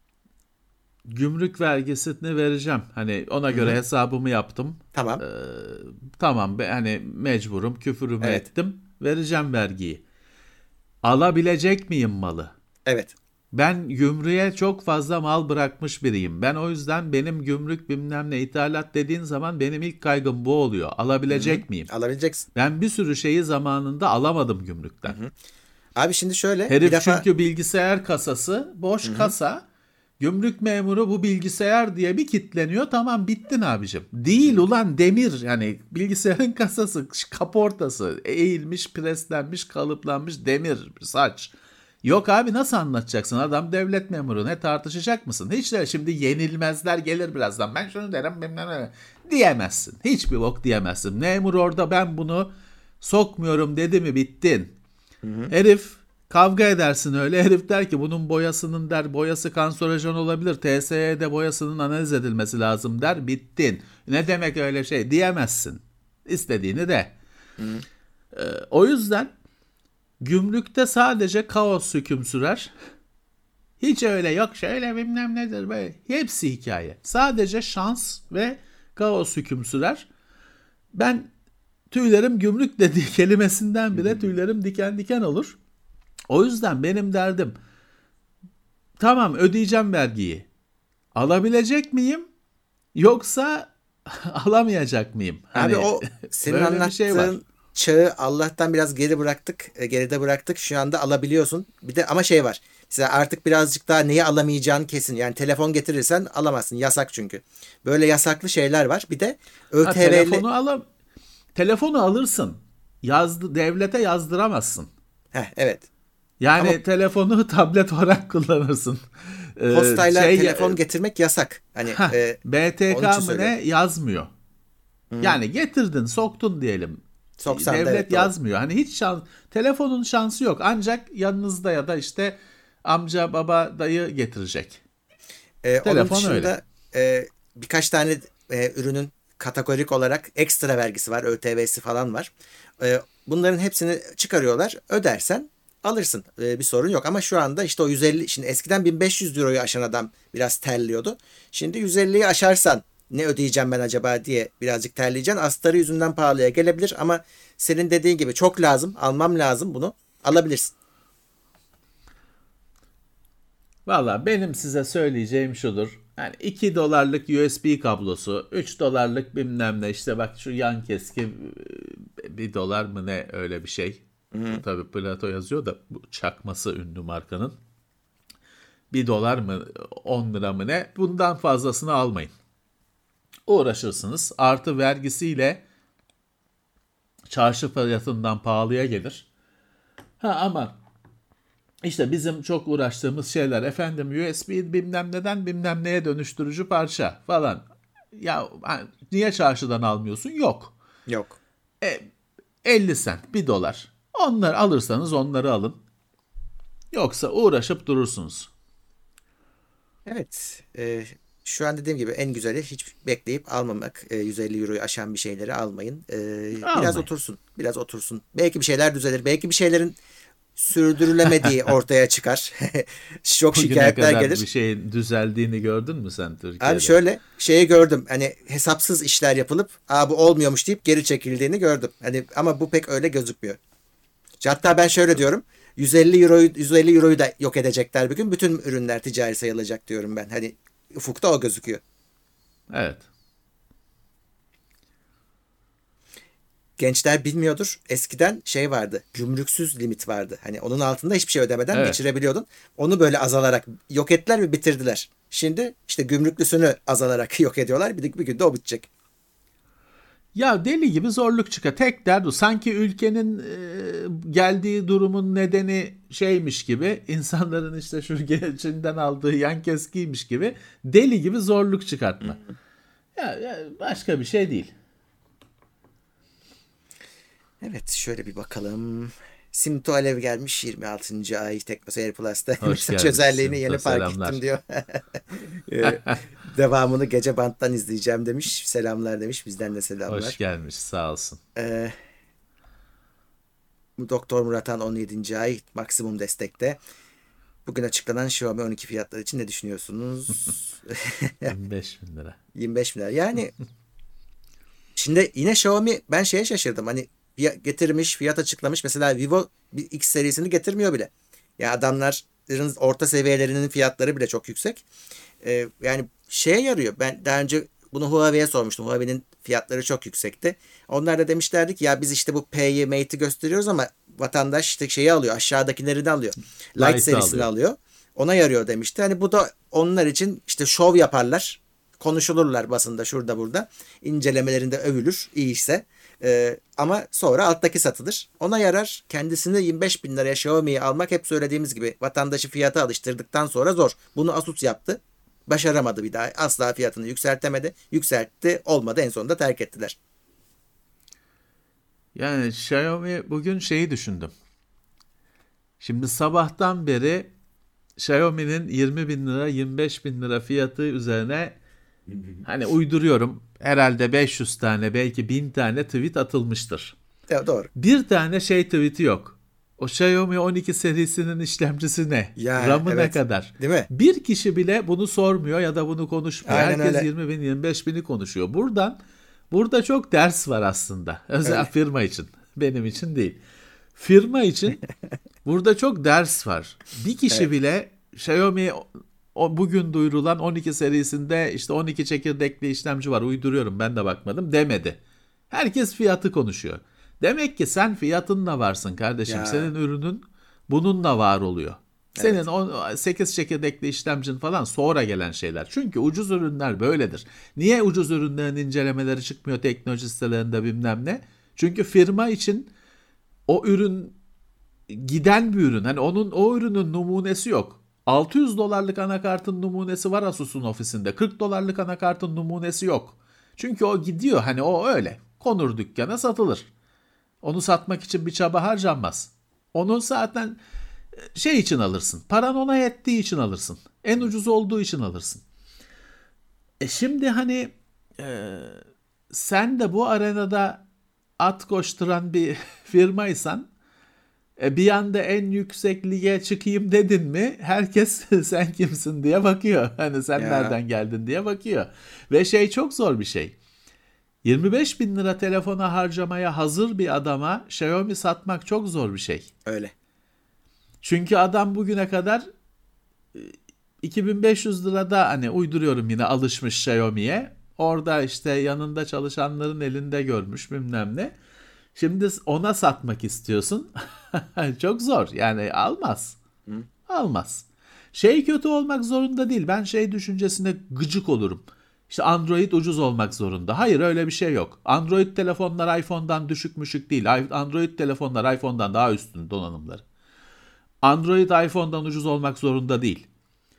Gümrük vergisini vereceğim. Hani ona Hı göre hı. hesabımı yaptım. Tamam. Ee, tamam hani mecburum, küfürümü Evet. ettim. Vereceğim vergiyi. Alabilecek miyim malı? Evet. Ben gümrüğe çok fazla mal bırakmış biriyim. Ben o yüzden benim gümrük bilmem ne ithalat dediğin zaman benim ilk kaygım bu oluyor. Hı hı. Alabilecek miyim? Alabileceksin. Ben bir sürü şeyi zamanında alamadım Hı gümrükten. hı. Abi şimdi şöyle bir Herif defa. çünkü bilgisayar kasası, Hı boş hı. kasa. Gümrük memuru bu bilgisayar diye bir kitleniyor. Tamam bittin abicim. Hı Değil hı. ulan demir yani bilgisayarın kasası, kaportası, eğilmiş, preslenmiş, kalıplanmış demir, saç. Yok abi nasıl anlatacaksın? Adam devlet memuru, ne tartışacak mısın? Hiç de şimdi yenilmezler gelir birazdan. Ben şunu derim bilmem ne diyemezsin. Hiçbir bok diyemezsin. Memur orada ben bunu sokmuyorum dedi mi bittin. Hı hı. Herif kavga edersin öyle. Herif der ki bunun boyasının der boyası kanserojen olabilir. TSE'de boyasının analiz edilmesi lazım der. Bittin. Ne demek öyle şey diyemezsin. İstediğini de. Hı hı. O yüzden gümrükte sadece kaos hüküm sürer. Hiç öyle yok şöyle bilmem nedir böyle. Hepsi hikaye. Sadece şans ve kaos hüküm sürer. Ben tüylerim gümrük dediği kelimesinden bile tüylerim diken diken olur. O yüzden benim derdim tamam ödeyeceğim vergiyi. Alabilecek miyim yoksa alamayacak mıyım? Abi Hani o senin böyle bir şey var. anlattığın çağı Allah'tan biraz geride bıraktık. Şu anda alabiliyorsun. Bir de ama şey var. Mesela artık birazcık daha neyi alamayacağın kesin. Yani telefon getirirsen alamazsın. Yasak çünkü. Böyle yasaklı şeyler var. Bir de Ha ÖTV'li. telefonu alırsın. Devlete yazdıramazsın. Evet. Ama Yani telefonu tablet olarak kullanırsın. postayla telefon getirmek yasak. Hani onun için BTK mı söylüyorum. ne yazmıyor. Hı hı. Yani getirdin, soktun diyelim. Soksan da evet, Devlet doğru. yazmıyor. Hani hiç telefonun şansı yok. Ancak yanınızda ya da işte amca, baba, dayı getirecek. Onun Telefon öyle. dışında birkaç tane ürünün kategorik olarak ekstra vergisi var. ÖTV'si falan var. Bunların hepsini çıkarıyorlar. Ödersen alırsın. Bir sorun yok. Ama şu anda işte o 150, şimdi eskiden 1500 euroyu aşan adam biraz terliyordu. Şimdi 150'yi aşarsan ne ödeyeceğim ben acaba diye birazcık terleyeceksin. Astarı yüzünden pahalıya gelebilir ama senin dediğin gibi çok lazım, almam lazım, bunu alabilirsin. Valla benim size söyleyeceğim şudur. Yani 2 dolarlık USB kablosu, 3 dolarlık bilmem ne, işte bak şu yan keski 1 dolar mı ne, öyle bir şey. Bu tabii Plato yazıyor da bu çakması ünlü markanın. 1 dolar mı 10 lira mı ne, bundan fazlasını almayın. Uğraşırsınız, artı vergisiyle çarşı fiyatından pahalıya gelir. Ha ama işte bizim çok uğraştığımız şeyler, efendim USB bilmem neden bilmem neye dönüştürücü parça falan. Ya niye çarşıdan almıyorsun? Yok. Yok. 50 sent, 1 dolar. Onları alırsanız onları alın. Yoksa uğraşıp durursunuz. Evet. Şu an dediğim gibi en güzeli hiç bekleyip almamak. 150 euroyu aşan bir şeyleri almayın. Biraz Almayın. otursun. Biraz otursun. Belki bir şeyler düzelir. Belki bir şeylerin sürdürülemediği ortaya çıkar. Çok Bugüne şikayetler kadar bir gelir. şeyin düzeldiğini gördün mü sen Abi Türkiye'de? şöyle şeyi gördüm. Hani hesapsız işler yapılıp bu olmuyormuş deyip geri çekildiğini gördüm. Hani ama bu pek öyle gözükmüyor. Hatta ben şöyle diyorum. 150 euroyu da yok edecekler bir gün. Bütün ürünler ticari sayılacak diyorum ben. Hani ufukta o gözüküyor. Evet. Gençler bilmiyordur. Eskiden şey vardı. Gümrüksüz limit vardı. Hani onun altında hiçbir şey ödemeden Evet. geçirebiliyordun. Onu böyle azalarak yok ettiler ve bitirdiler. Şimdi işte gümrüklüsünü azalarak yok ediyorlar. Bir günde o bitecek. Ya deli gibi zorluk çıkar. Tek derdi o. Sanki ülkenin geldiği durumun nedeni şeymiş gibi, insanların işte şu geçinden aldığı yan keskiymiş gibi deli gibi zorluk çıkartma. Ya başka bir şey değil. Evet şöyle bir bakalım. Simto Alev gelmiş 26. ay TeknoSeyir Plus'ta. Hoş Mesaj gelmiş özelliğini Simto, yeni fark ettim selamlar. diyor. Ee, Devamını gece banttan izleyeceğim demiş. Selamlar demiş. Bizden de Hoş selamlar. gelmiş, sağ olsun. Ee, Doktor Muratan 17. ay maksimum destekte. Bugün açıklanan Xiaomi 12 fiyatları için ne düşünüyorsunuz? 25 bin lira. 25 milyar. Yani şimdi yine Xiaomi ben şeye şaşırdım. Hani getirmiş, fiyat açıklamış. Mesela Vivo bir X serisini getirmiyor bile. Ya adamların orta seviyelerinin fiyatları bile çok yüksek. Yani şeye yarıyor. Ben daha önce bunu Huawei'ye sormuştum. Huawei'nin fiyatları çok yüksekti. Onlar da demişlerdi ki ya biz işte bu P'yi, Mate'i gösteriyoruz ama vatandaş işte şeyi alıyor. Aşağıdakileri de alıyor. Lite Light'ı serisini alıyor. alıyor. Ona yarıyor demişti. Hani bu da onlar için işte şov yaparlar. Konuşulurlar basında şurada burada. İncelemelerinde övülür iyi ise. Ama sonra alttaki satılır. Ona yarar. Kendisini 25 bin liraya Xiaomi'yi almak hep söylediğimiz gibi vatandaşı fiyata alıştırdıktan sonra zor. Bunu Asus yaptı. Başaramadı bir daha. Asla fiyatını yükseltemedi. Yükseltti. Olmadı. En sonunda terk ettiler. Yani Xiaomi, bugün şeyi düşündüm. Şimdi sabahtan beri Xiaomi'nin 20 bin lira 25 bin lira fiyatı üzerine, hani uyduruyorum, herhalde 500 tane belki 1000 tane tweet atılmıştır. Doğru. Bir tane şey tweet'i yok. O Xiaomi 12 serisinin işlemcisi ne? Ya RAM'ı ne evet. kadar? Değil mi? Bir kişi bile bunu sormuyor ya da bunu konuşmuyor. Aynen Herkes öyle. 20 bin 25 bini konuşuyor. Burada çok ders var aslında. Özel Öyle. firma için. Benim için değil. Firma için burada çok ders var. Bir kişi Evet. bile Xiaomi bugün duyurulan 12 serisinde işte 12 çekirdekli işlemci var, uyduruyorum, ben de bakmadım demedi. Herkes fiyatı konuşuyor. Demek ki sen fiyatınla varsın kardeşim. Ya Senin ürünün bununla var oluyor. Senin evet. 8 çekirdekli işlemcin falan sonra gelen şeyler. Çünkü ucuz ürünler böyledir. Niye ucuz ürünlerin incelemeleri çıkmıyor teknoloji sitelerinde bilmem ne? Çünkü firma için o ürün giden bir ürün. Hani o ürünün numunesi yok. 600 dolarlık anakartın numunesi var Asus'un ofisinde. 40 dolarlık anakartın numunesi yok. Çünkü o gidiyor, hani o öyle. Konur dükkana, satılır. Onu satmak için bir çaba harcanmaz. Onu zaten şey için alırsın. Paran ona yettiği için alırsın. En ucuz olduğu için alırsın. Şimdi hani e, sen de bu arenada at koşturan bir firmaysan, bir anda en yüksek lige çıkayım dedin mi herkes sen kimsin diye bakıyor. Hani sen Ya nereden geldin diye bakıyor. Ve şey çok zor bir şey. 25 bin lira telefona harcamaya hazır bir adama Xiaomi satmak çok zor bir şey. öyle. Çünkü adam bugüne kadar 2500 lirada hani uyduruyorum yine alışmış Xiaomi'ye. Orada işte yanında çalışanların elinde görmüş bilmem ne. Şimdi ona satmak istiyorsun. Çok zor. Yani almaz. Hı. Almaz. Şey kötü olmak zorunda değil. Ben şey düşüncesine gıcık olurum. İşte Android ucuz olmak zorunda. Hayır öyle bir şey yok. Android telefonlar iPhone'dan düşük müşük değil. Android telefonlar iPhone'dan daha üstün donanımları. Android iPhone'dan ucuz olmak zorunda değil.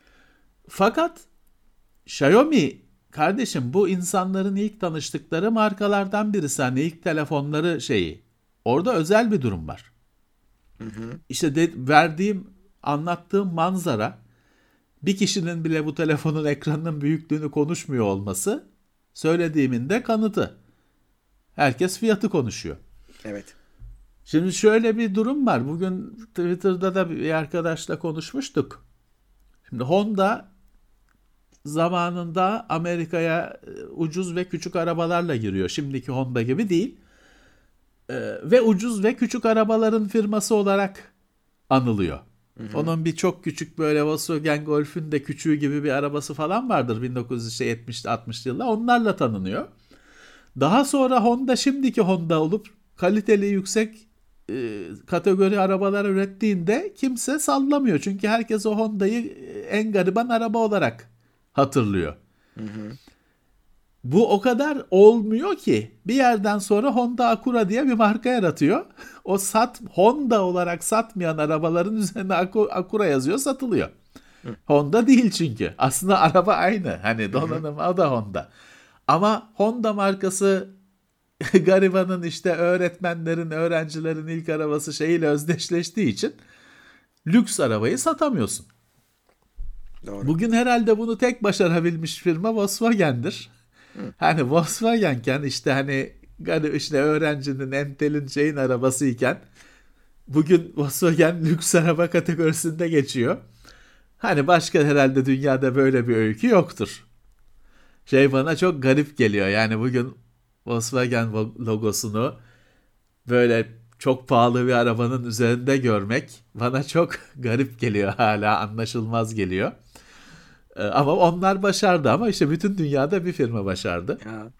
Fakat Xiaomi kardeşim bu insanların ilk tanıştıkları markalardan birisi. Hani ilk telefonları şeyi. Orada özel bir durum var. Hı hı. İşte anlattığım manzara bir kişinin bile bu telefonun ekranının büyüklüğünü konuşmuyor olması söylediğimin de kanıtı. Herkes fiyatı konuşuyor. Evet. Şimdi şöyle bir durum var. Bugün Twitter'da da bir arkadaşla konuşmuştuk. Şimdi Honda zamanında Amerika'ya ucuz ve küçük arabalarla giriyor. Şimdiki Honda gibi değil. Ve ucuz ve küçük arabaların firması olarak anılıyor. Hı hı. Onun bir çok küçük böyle Volkswagen Golf'ün de küçüğü gibi bir arabası falan vardır 1970'li 60'lı yıllar. Onlarla tanınıyor. Daha sonra Honda şimdiki Honda olup kaliteli yüksek kategori arabalar ürettiğinde kimse sallamıyor. Çünkü herkes o Honda'yı en gariban araba olarak hatırlıyor. Hı hı. Bu o kadar olmuyor ki bir yerden sonra Honda Acura diye bir marka yaratıyor. O Honda olarak satmayan arabaların üzerine Acura yazıyor, satılıyor. Hı Honda değil çünkü. Aslında araba aynı. Hani hı. donanım o da Honda. Ama Honda markası garibanın işte öğretmenlerin, öğrencilerin ilk arabası şeyiyle özdeşleştiği için lüks arabayı satamıyorsun. Doğru. Bugün herhalde bunu tek başarabilmiş firma Volkswagen'dir. Hı. Hani Volkswagen'ken işte hani işte öğrencinin entelin şeyin arabasıyken bugün Volkswagen lüks araba kategorisinde geçiyor. Hani başka herhalde dünyada böyle bir öykü yoktur. Şey bana çok garip geliyor. Yani bugün Volkswagen logosunu böyle çok pahalı bir arabanın üzerinde görmek bana çok garip geliyor, hala anlaşılmaz geliyor. Ama onlar başardı, ama işte bütün dünyada bir firma başardı. Ya.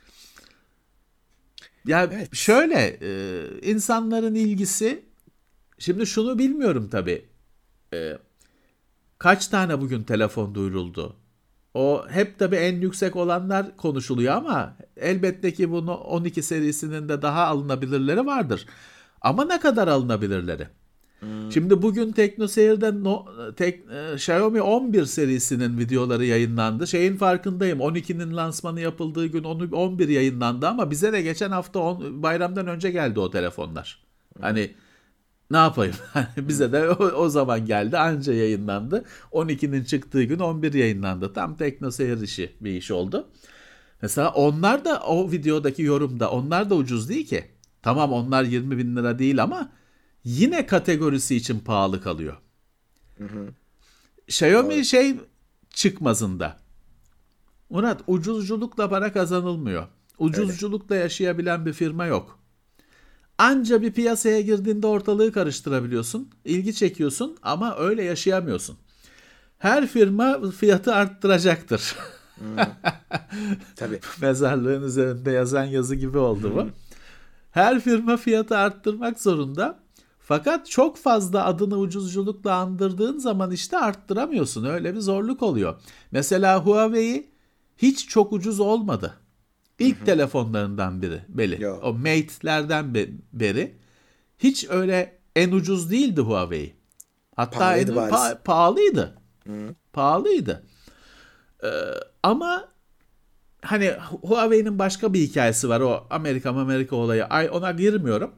Ya Evet. şöyle insanların ilgisi, şimdi şunu bilmiyorum tabii. E, Kaç tane bugün telefon duyuruldu? O hep tabii en yüksek olanlar konuşuluyor ama elbette ki bunu 12 serisinin de daha alınabilirleri vardır. Ama ne kadar alınabilirleri? Hı. Şimdi bugün TeknoSeyir'de Xiaomi 11 serisinin videoları yayınlandı. Şeyin farkındayım. 12'nin lansmanı yapıldığı gün 11 yayınlandı ama bize de geçen hafta bayramdan önce geldi o telefonlar. Hani ne yapayım? Hı. Bize de o zaman geldi, anca yayınlandı. 12'nin çıktığı gün 11 yayınlandı. Tam TeknoSeyir işi bir iş oldu. Mesela onlar da o videodaki yorumda, onlar da ucuz değil ki. Tamam, onlar 20 bin lira değil ama yine kategorisi için pahalı kalıyor. Hı hı. Xiaomi Doğru. şey çıkmazında. Murat, ucuzculukla para kazanılmıyor. Öyle. Ucuzculukla yaşayabilen bir firma yok. Anca bir piyasaya girdiğinde ortalığı karıştırabiliyorsun, ilgi çekiyorsun ama öyle yaşayamıyorsun. Her firma fiyatı arttıracaktır. Hı. Tabii. Mezarlığın üzerinde yazan yazı gibi Hı oldu bu. hı. Her firma fiyatı arttırmak zorunda. Fakat çok fazla adını ucuzculukla andırdığın zaman işte arttıramıyorsun. Öyle bir zorluk oluyor. Mesela Huawei hiç çok ucuz olmadı. Hı İlk hı. telefonlarından beri. Yo. O Mate'lerden beri hiç öyle en ucuz değildi Huawei. Hatta Pahalıydı bariz. pahalıydı. Hı. Pahalıydı. Ama hani Huawei'nin başka bir hikayesi var. O Amerika olayı. Ona girmiyorum.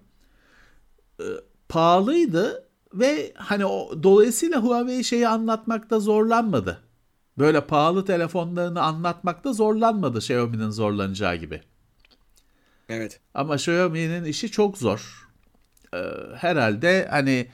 Pahalıydı ve hani dolayısıyla Huawei şeyi anlatmakta zorlanmadı. Böyle pahalı telefonlarını anlatmakta zorlanmadı Xiaomi'nin zorlanacağı gibi. Evet. Ama Xiaomi'nin işi çok zor. Herhalde hani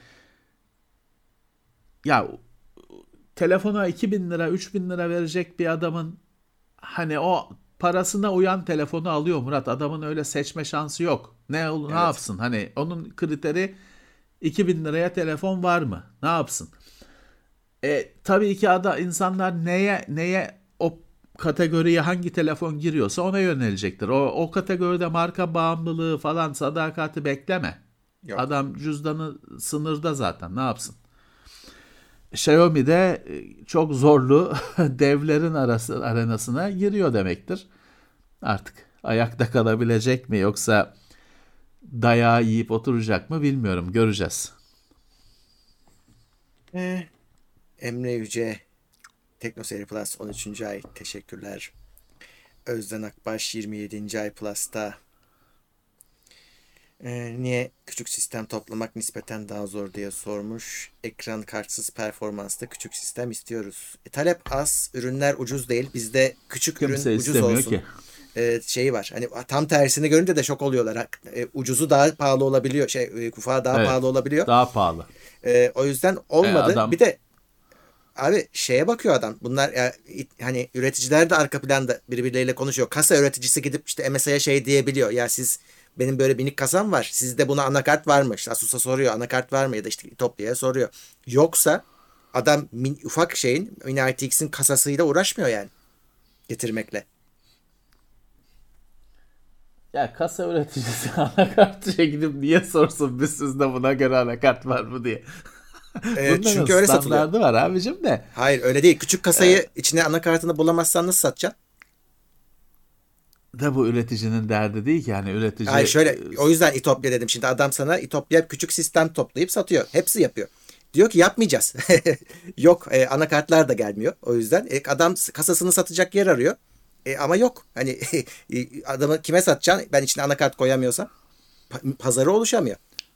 ya telefona 2.000 lira 3.000 lira verecek bir adamın hani o parasına uyan telefonu alıyor Murat. Adamın öyle seçme şansı yok. Ne Evet. yapsın? Hani onun kriteri 2.000 liraya telefon var mı? Ne yapsın? Tabii ki insanlar neye o kategoriye hangi telefon giriyorsa ona yönelecektir. O kategoride marka bağımlılığı falan sadakati bekleme. Yok. Adam cüzdanı sınırda zaten ne yapsın? Xiaomi de çok zorlu devlerin arenasına giriyor demektir. Artık ayakta kalabilecek mi yoksa dayağı yiyip oturacak mı bilmiyorum. Göreceğiz. Emre Yüce Teknoseyir Plus 13. ay teşekkürler. Özden Akbaş 27. ay Plus'ta. Niye küçük sistem toplamak nispeten daha zor diye sormuş. Ekran kartsız performanslı küçük sistem istiyoruz. Talep az, ürünler ucuz değil. Bizde küçük Kimse ürün ucuz istemiyor olsun. ki. Şeyi var. Hani tam tersini görünce de şok oluyorlar. Ucuzu daha pahalı olabiliyor. Kufağı daha Evet, pahalı olabiliyor. daha pahalı. O yüzden olmadı. Adam Bir de abi şeye bakıyor adam. Bunlar hani üreticiler de arka planda birbirleriyle konuşuyor. Kasa üreticisi gidip işte MSI'ye şey diyebiliyor. Ya siz benim böyle minik kasam var. Sizde buna anakart var mı? İşte Asus'a soruyor. Anakart var mı? Ya da işte Topliya'ya soruyor. Yoksa adam ufak şeyin Mini ITX'in kasasıyla uğraşmıyor yani. Getirmekle. ya kasa üreticisi anakartıya gidip niye sorsun biz sizde buna göre anakart var mı diye. Bunların Çünkü öyle satılıyor. standardı var abicim de. Hayır öyle değil. Küçük kasayı içine anakartını bulamazsan nasıl satacaksın? Bu üreticinin derdi değil ki yani üretici. Hayır şöyle o yüzden İtopya dedim. Şimdi adam sana İtopya küçük sistem toplayıp satıyor. Hepsi yapıyor. Diyor ki yapmayacağız. Yok anakartlar da gelmiyor. O yüzden adam kasasını satacak yer arıyor. Ama yok. Hani adamı kime satacaksın? Ben içine anakart koyamıyorsam pazarı oluşamıyor.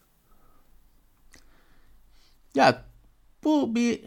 Ya bu bir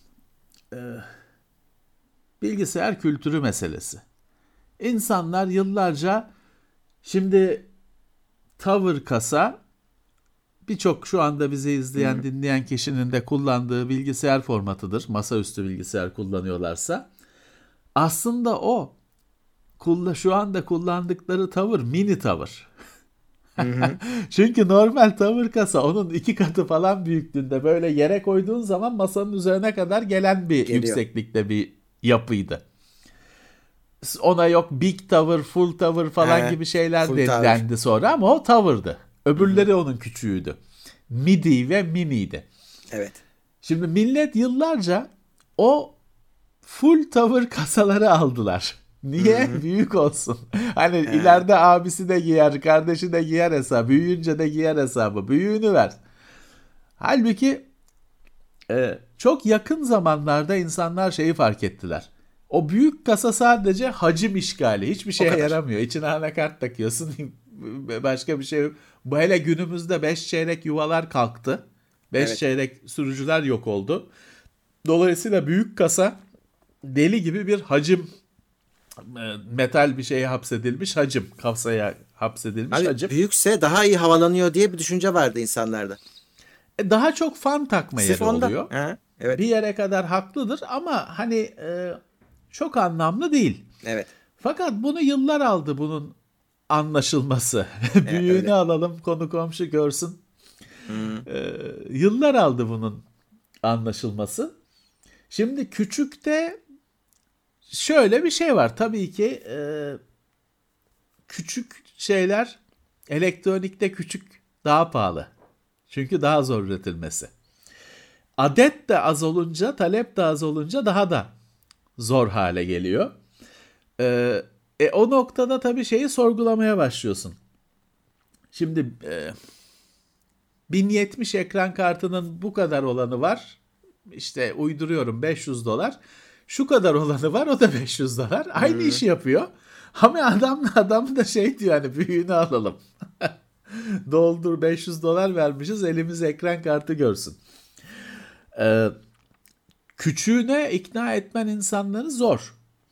bilgisayar kültürü meselesi. İnsanlar yıllarca şimdi Tower kasa birçok şu anda bizi izleyen, dinleyen kişinin de kullandığı bilgisayar formatıdır. Masaüstü bilgisayar kullanıyorlarsa. Aslında şu anda kullandıkları tavır mini tavır. Çünkü normal tavır kasa onun 2 katı falan büyüklüğünde böyle yere koyduğun zaman masanın üzerine kadar gelen bir Geliyor. yükseklikte bir yapıydı. Ona yok big tower, full tower falan gibi şeyler full dendi sonra ama o tower'dı. Öbürleri onun küçüğüydü. Midi ve mini'ydi. Evet. Şimdi millet yıllarca o full tower kasaları aldılar. Niye? Büyük olsun. Hani ileride abisi de giyer, kardeşi de giyer hesabı, büyüyünce de giyer hesabı. Büyüğünü ver. Halbuki çok yakın zamanlarda insanlar şeyi fark ettiler. O büyük kasa sadece hacim işgali. Hiçbir şeye yaramıyor. İçine anakart takıyorsun. Başka bir şey yok. Bu hele günümüzde 5 çeyrek yuvalar kalktı. 5 çeyrek sürücüler yok oldu. Dolayısıyla büyük kasa deli gibi bir hacim, metal bir şeye hapsedilmiş hacim. Kasaya hapsedilmiş hacim. Büyükse daha iyi havalanıyor diye bir düşünce vardı insanlarda. Daha çok fan takma yeri oluyor. Evet. Bir yere kadar haklıdır ama hani çok anlamlı değil. Evet. Fakat bunu yıllar aldı bunun anlaşılması. Büyüğünü öyle. alalım, konu komşu görsün. Yıllar aldı bunun anlaşılması. Şimdi küçükte şöyle bir şey var. Tabii ki küçük şeyler elektronikte küçük daha pahalı. Çünkü daha zor üretilmesi. Adet de az olunca, talep de az olunca daha da zor hale geliyor. O noktada tabii şeyi sorgulamaya başlıyorsun. Şimdi 1070 ekran kartının bu kadar olanı var. İşte uyduruyorum $500. Şu kadar olanı var, o da $500. Aynı işi yapıyor. Ama adam da şey diyor hani büyüğünü alalım. Doldur $500 vermişiz elimiz ekran kartı görsün. Küçüğüne ikna etmen insanları zor.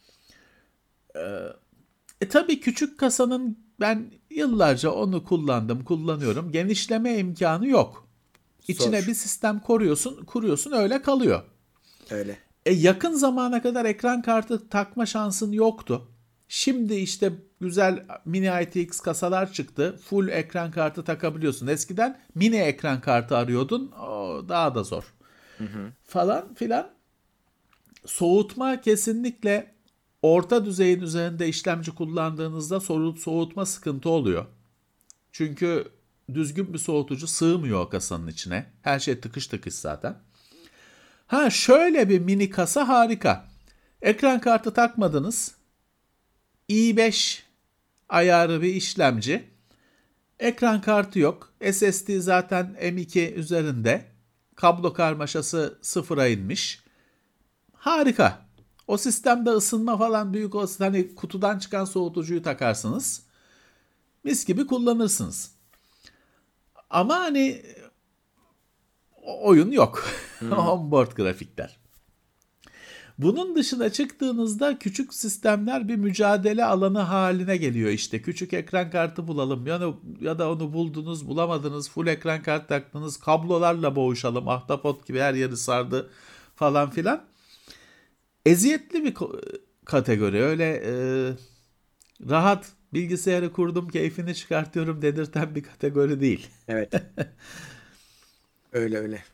Tabii küçük kasanın ben yıllarca onu kullanıyorum. Genişleme imkanı yok. İçine bir sistem kuruyorsun öyle kalıyor. Öyle. Yakın zamana kadar ekran kartı takma şansın yoktu. Şimdi işte güzel mini ITX kasalar çıktı. Full ekran kartı takabiliyorsun. Eskiden mini ekran kartı arıyordun. O daha da zor. Falan filan. soğutma kesinlikle orta düzeyin üzerinde işlemci kullandığınızda soğutma sıkıntı oluyor. Çünkü düzgün bir soğutucu sığmıyor o kasanın içine. Her şey tıkış tıkış zaten. Ha, şöyle bir mini kasa harika. Ekran kartı takmadınız. i5 ayarı bir işlemci. Ekran kartı yok. SSD zaten M2 üzerinde. Kablo karmaşası sıfıra inmiş. Harika. O sistemde ısınma falan büyük olsun. Hani kutudan çıkan soğutucuyu takarsınız. Mis gibi kullanırsınız. Ama hani oyun yok. Onboard grafikler. Bunun dışına çıktığınızda küçük sistemler bir mücadele alanı haline geliyor işte. Küçük ekran kartı bulalım ya da onu buldunuz bulamadınız, full ekran kart taktınız, kablolarla boğuşalım, ahtapot gibi her yeri sardı falan filan. Eziyetli bir kategori, öyle rahat bilgisayarı kurdum keyfini çıkartıyorum dedirten bir kategori değil. Evet. Öyle öyle.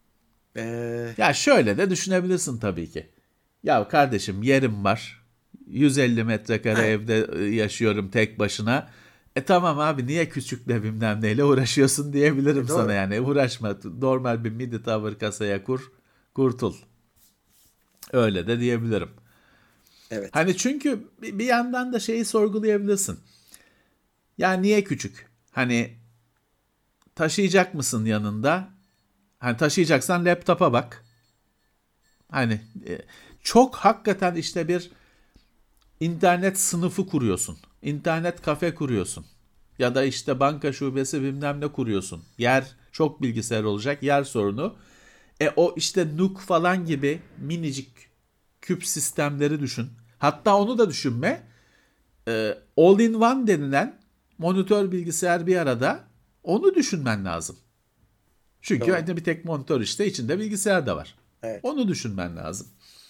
Ee, Ya şöyle de düşünebilirsin tabii ki. Ya kardeşim yerim var. 150 metrekare ha, evde yaşıyorum tek başına. Tamam abi, niye küçükle bilmem neyle uğraşıyorsun diyebilirim sana doğru. yani. Uğraşma, normal bir midi tower kasaya kur, kurtul. Öyle de diyebilirim. Evet. Hani çünkü bir yandan da şeyi sorgulayabilirsin. Ya niye küçük? Hani taşıyacak mısın yanında? Hani taşıyacaksan laptopa bak. Hani çok hakikaten işte bir İnternet sınıfı kuruyorsun. İnternet kafe kuruyorsun. Ya da işte banka şubesi bilmem ne kuruyorsun. Yer, çok bilgisayar olacak, yer sorunu. O işte NUC falan gibi minicik küp sistemleri düşün. Hatta onu da düşünme. All in one denilen monitör bilgisayar bir arada, onu düşünmen lazım. Çünkü Doğru. hani bir tek monitör, işte içinde bilgisayar da var. Evet. Onu düşünmen lazım.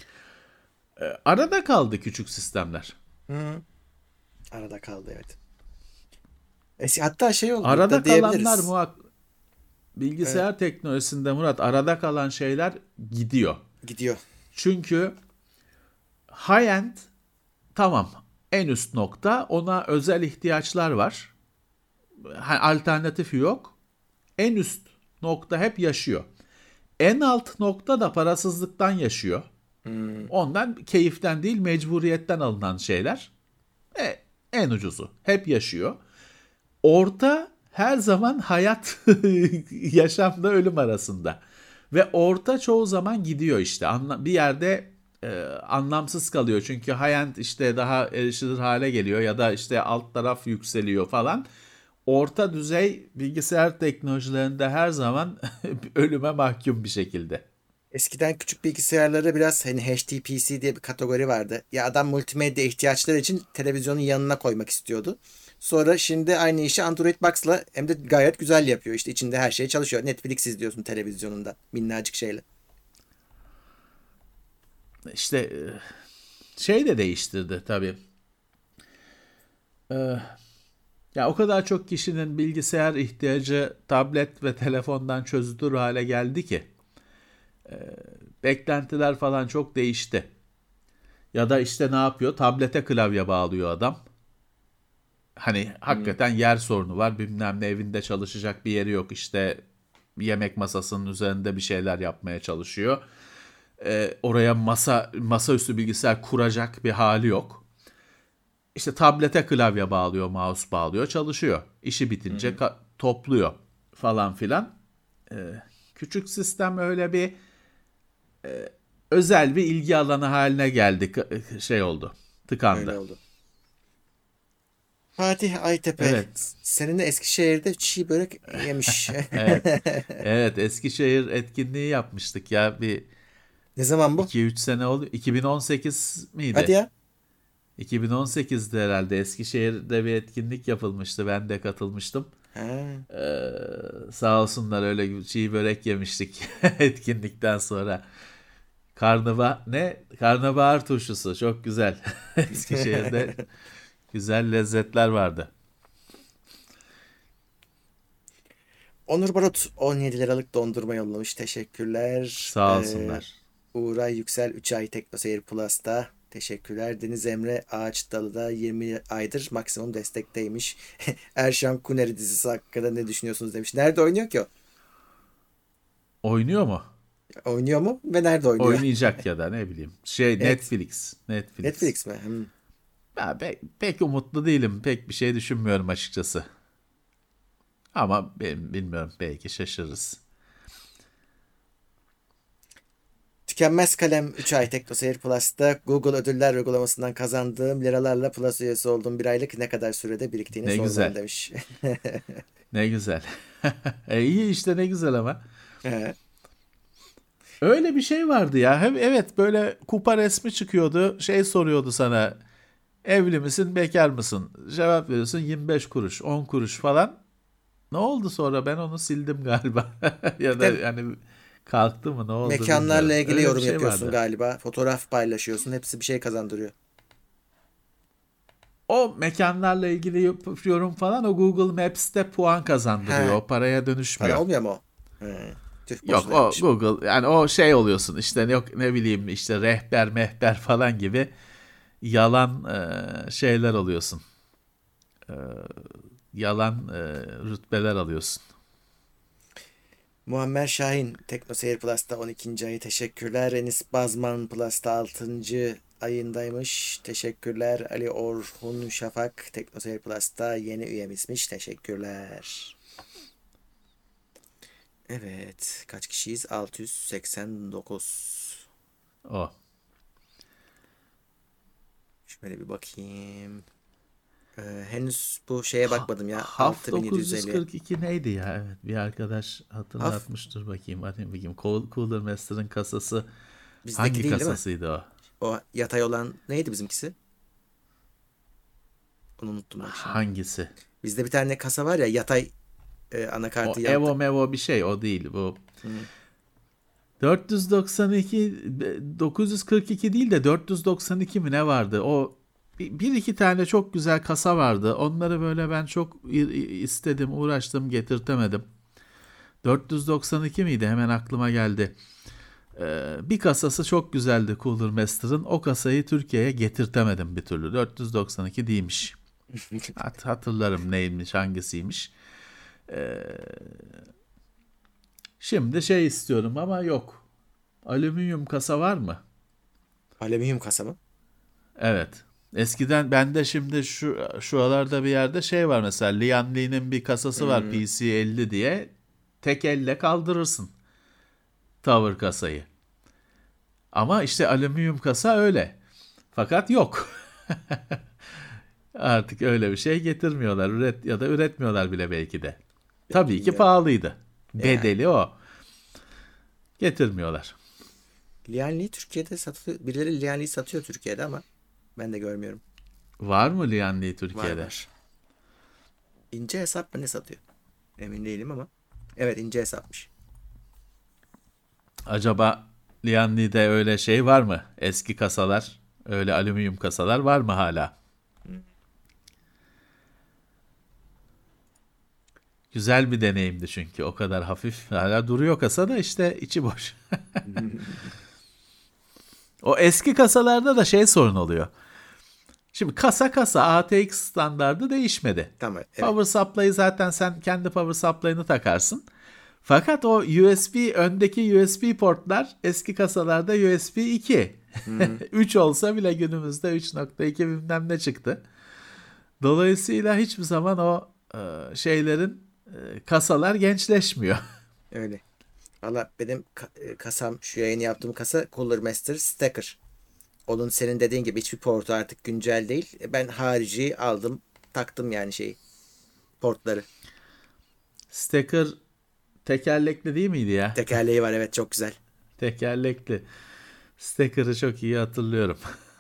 Arada kaldı küçük sistemler. Hı. Arada kaldı, evet. Hatta şey oldu Arada da kalanlar diyebiliriz. Evet, bilgisayar teknolojisinde Murat, arada kalan şeyler gidiyor. gidiyor. Çünkü high-end tamam, en üst nokta, ona özel ihtiyaçlar var. Alternatifi yok. En üst nokta hep yaşıyor. En alt nokta da parasızlıktan yaşıyor. Hmm, Ondan keyiften değil mecburiyetten alınan şeyler. En ucuzu hep yaşıyor. Orta her zaman hayat yaşamla ölüm arasında. Ve orta çoğu zaman gidiyor işte. Bir yerde anlamsız kalıyor. Çünkü high-end işte daha erişilir hale geliyor ya da işte alt taraf yükseliyor falan. Orta düzey bilgisayar teknolojilerinde her zaman ölüme mahkum bir şekilde. eskiden küçük bilgisayarlara biraz hani HTPC diye bir kategori vardı. Ya adam multimedya ihtiyaçları için televizyonun yanına koymak istiyordu. Sonra şimdi aynı işi Android Box'la hem de gayet güzel yapıyor. İşte içinde her şey çalışıyor. Netflix izliyorsun televizyonunda minnacık şeyle. İşte şey de değiştirdi tabii. E, Ya o kadar çok kişinin bilgisayar ihtiyacı tablet ve telefondan çözülür hale geldi ki beklentiler falan çok değişti. Ya da işte ne yapıyor? Tablete klavye bağlıyor adam. Hani Hmm. hakikaten yer sorunu var. Bilmem ne, evinde çalışacak bir yeri yok. İşte yemek masasının üzerinde bir şeyler yapmaya çalışıyor. Oraya masaüstü bilgisayar kuracak bir hali yok. İşte tablete klavye bağlıyor, mouse bağlıyor, çalışıyor. İşi Hı bitince hı. topluyor falan filan. Küçük sistem öyle bir özel bir ilgi alanı haline geldi. Şey oldu, Öyle tıkandı. oldu. Fatih Aytepe Evet, seninle Eskişehir'de çiğ börek yemiş. evet, evet. Eskişehir etkinliği yapmıştık ya, bir Ne zaman bu? 2-3 sene oldu. 2018 Hadi miydi? ya. 2018'de herhalde Eskişehir'de bir etkinlik yapılmıştı. Ben de katılmıştım. Ha. Sağ olsunlar, öyle çiğ börek yemiştik etkinlikten sonra. Karnabahar turşusu çok güzel. Eskişehir'de güzel lezzetler vardı. Onur Barut 17 liralık dondurma yollamış. Teşekkürler. Sağ olsunlar. Uğray Yüksel 3 ay TeknoSeyir Plus'ta. Teşekkürler. Deniz Emre Ağaçdalı'da 20 aydır maksimum destekteymiş. Erşan Kuneri dizisi hakkında ne düşünüyorsunuz demiş. Nerede oynuyor ki o? Oynuyor mu? Oynuyor mu ve nerede oynuyor? Oynayacak ya da ne bileyim. Evet. Netflix. Netflix mi? Ya pek umutlu değilim. Pek bir şey düşünmüyorum açıkçası. Ama bilmiyorum. Belki şaşırırız. Tükenmez Kalem 3 ay TeknoSeyir Plus'ta Google ödüller uygulamasından kazandığım liralarla Plus üyesi olduğum bir aylık ne kadar sürede biriktiğini Ne sormalı güzel. demiş. Ne güzel. İyi işte, ne güzel ama. He. Öyle bir şey vardı ya. Evet, böyle kupa resmi çıkıyordu. Şey soruyordu sana. Evli misin, bekar mısın? Cevap veriyorsun 25 kuruş, 10 kuruş falan. Ne oldu sonra? Ben onu sildim galiba. Ya Bir da de yani kalktı mı, ne oldu mekanlarla bilmiyorum. ilgili Öyle bir yorum şey yapıyorsun vardı. galiba. Fotoğraf paylaşıyorsun. Hepsi bir şey kazandırıyor. O mekanlarla ilgili yapıyorum falan, o Google Maps'te puan kazandırıyor. He. O paraya Para dönüşmüyor. olmuyor mu o? He. Tüh, Yok, boşuna o yapmışım. Google, yani o şey oluyorsun işte, yok ne bileyim işte rehber mehber falan gibi yalan şeyler oluyorsun. Yalan rütbeler alıyorsun. Muammer Şahin TeknoSeyir Plus'ta 12. ayı teşekkürler. Enis Bazman Plus'ta 6. ayındaymış. Teşekkürler. Ali Orhun Şafak TeknoSeyir Plus'ta yeni üyemizmiş. Teşekkürler. Evet. Kaç kişiyiz? 689. O. Şöyle bir bakayım. Henüz bu şeye bakmadım ya. Haf 6750. 942 neydi ya? Evet, bir arkadaş Haf hatırlatmıştır, bakayım. Hadi bakayım. Cooler Master'ın kasası bizdeki hangi değil mi? kasasıydı o? O yatay olan neydi bizimkisi? Onu unuttum bak şimdi. Hangisi? Bizde bir tane kasa var ya, yatay anakartı O yan. Evo Mevo bir şey, o değil bu. Hı. 492 942 değil de 492 mi ne vardı? O bir iki tane çok güzel kasa vardı. Onları böyle ben çok istedim, uğraştım, getirtemedim. 492 miydi? Hemen aklıma geldi. Bir kasası çok güzeldi Cooler Master'ın. O kasayı Türkiye'ye getirtemedim bir türlü. 492 değilmiş. Hatırlarım neymiş, hangisiymiş. Ee, Şimdi şey istiyorum ama yok. Alüminyum kasa var mı? Alüminyum kasa mı? Evet. Eskiden bende, şimdi şu aralarda bir yerde şey var mesela, Lian Li'nin bir kasası var, Hmm. PC50 diye. Tek elle kaldırırsın tower kasayı. Ama işte alüminyum kasa öyle. Fakat yok. Artık öyle bir şey getirmiyorlar. Ya da üretmiyorlar bile belki de. Tabii ki Bilmiyorum. pahalıydı. Yani. Bedeli o. Getirmiyorlar. Lianli Türkiye'de satılıyor. Birileri Lianli'yi satıyor Türkiye'de ama ben de görmüyorum. Var mı Lianli Var Türkiye'de? var. İnce hesap mı ne satıyor? Emin değilim ama. Evet, ince hesapmış. Acaba Lianli'de öyle şey var mı? Eski kasalar, öyle alüminyum kasalar var mı hala? Güzel bir deneyimdi çünkü, o kadar hafif. Hala duruyor kasa da işte içi boş. O eski kasalarda da şey sorun oluyor. Şimdi kasa ATX standardı değişmedi. Tamam, evet. Power supply'ı zaten sen kendi power supply'ını takarsın. Fakat o USB, öndeki USB portlar eski kasalarda USB 2. Hı hı. 3 olsa bile günümüzde 3.2 bilmem ne çıktı. Dolayısıyla hiçbir zaman o şeylerin, kasalar gençleşmiyor. Öyle. Valla benim kasam, şu yayını yaptığım kasa Cooler Master Stacker. Onun senin dediğin gibi hiçbir portu artık güncel değil. Ben harici aldım, taktım yani şeyi, portları. Stacker tekerlekli değil miydi ya? Tekerleği var, evet, çok güzel. Tekerlekli. Stacker'ı çok iyi hatırlıyorum.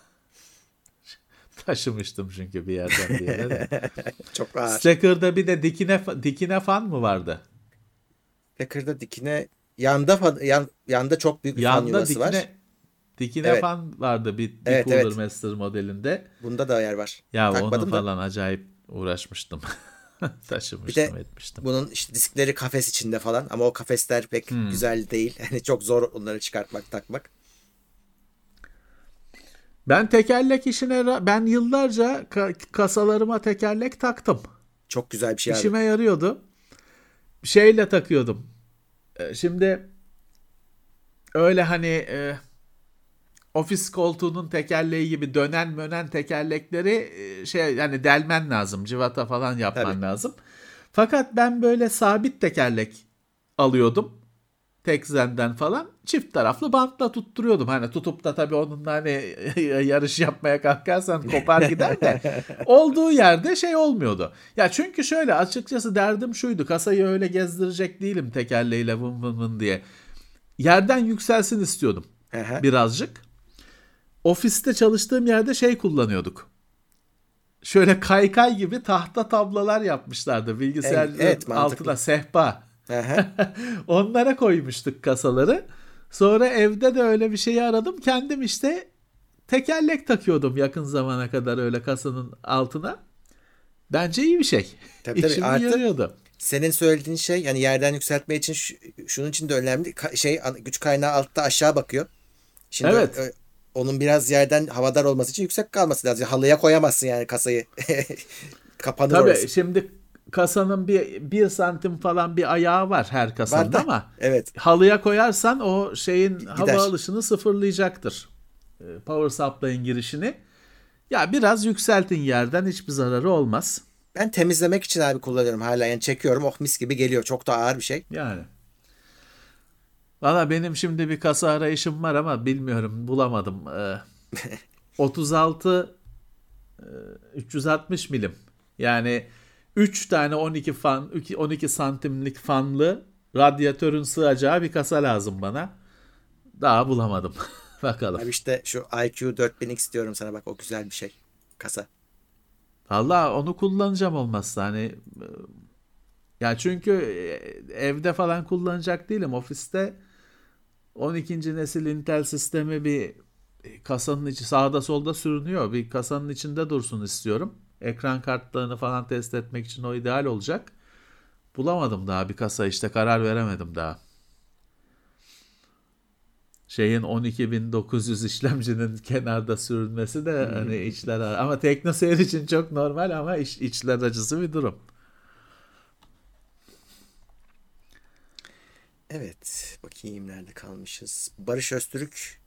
Taşımıştım çünkü bir yerden bir yere de. Çok ağır. Stacker'da bir de dikine fan mı vardı? Stacker'da dikine yanda çok büyük bir fan Yanda yuvası var. dikine Evet. fan vardı bir Evet, Cooler evet. Master modelinde. Bunda da yer var. Ya onu Takmadım da. falan acayip uğraşmıştım. Bir de Taşımıştım, etmiştim. bunun işte diskleri kafes içinde falan, ama o kafesler pek Hmm. güzel değil. Hani çok zor onları çıkartmak, takmak. Ben tekerlek ben yıllarca kasalarıma tekerlek taktım. Çok güzel bir şey abi. İşime yarıyordu. Şeyle takıyordum. Şimdi öyle hani ofis koltuğunun tekerleği gibi dönen tekerlekleri yani delmen lazım. Cıvata falan yapman Tabii. lazım. Fakat ben böyle sabit tekerlek alıyordum. Tekzen'den falan çift taraflı bantla tutturuyordum. Hani tutup da tabii onunla hani yarış yapmaya kalkarsan kopar gider de olduğu yerde şey olmuyordu. Ya çünkü şöyle açıkçası derdim şuydu. Kasayı öyle gezdirecek değilim tekerleğiyle vın vın vın diye. Yerden yükselsin istiyordum Aha. birazcık. Ofiste çalıştığım yerde şey kullanıyorduk. Şöyle kaykay gibi tahta tablalar yapmışlardı bilgisayarın Evet, mantıklı. altına sehpa. Aha. Onlara koymuştuk kasaları. Sonra evde de öyle bir şeyi aradım. Kendim işte tekerlek takıyordum yakın zamana kadar öyle kasanın altına. Bence iyi bir şey. Tabii, İşimi artı yarıyordu. senin söylediğin şey, yani yerden yükseltme için şunun için de önemli. Güç kaynağı altta aşağı bakıyor. Şimdi Evet. onun biraz yerden havadar olması için yüksek kalması lazım. Halıya koyamazsın yani kasayı. Kapanır Tabii orası. şimdi kasanın bir santim falan bir ayağı var her Var kasanın da. ama Evet. halıya koyarsan o şeyin hava Gider. alışını sıfırlayacaktır. Power supply'ın girişini. Ya biraz yükseltin yerden hiçbir zararı olmaz. Ben temizlemek için abi kullanıyorum hala. Yani çekiyorum. Oh, mis gibi geliyor. Çok da ağır bir şey. Yani. Valla benim şimdi bir kasa arayışım var ama bilmiyorum bulamadım. 36 360 milim. Yani 3 tane 12 santimlik fanlı radyatörün sığacağı bir kasa lazım bana. Daha bulamadım. Bakalım. Abi işte şu IQ 4000X diyorum sana, bak o güzel bir şey. Kasa. Valla onu kullanacağım olmazsa hani ya çünkü evde falan kullanacak değilim. Ofiste 12. nesil Intel sistemi bir kasanın içi sağda solda sürünüyor. Bir kasanın içinde dursun istiyorum. Ekran kartlarını falan test etmek için o ideal olacak. Bulamadım daha bir kasa işte karar veremedim daha. Şeyin 12900 işlemcinin kenarda sürünmesi de hani içler ama TeknoSeyir için çok normal ama içler acısı bir durum. Evet. Bakayım nerede kalmışız. Barış Öztürk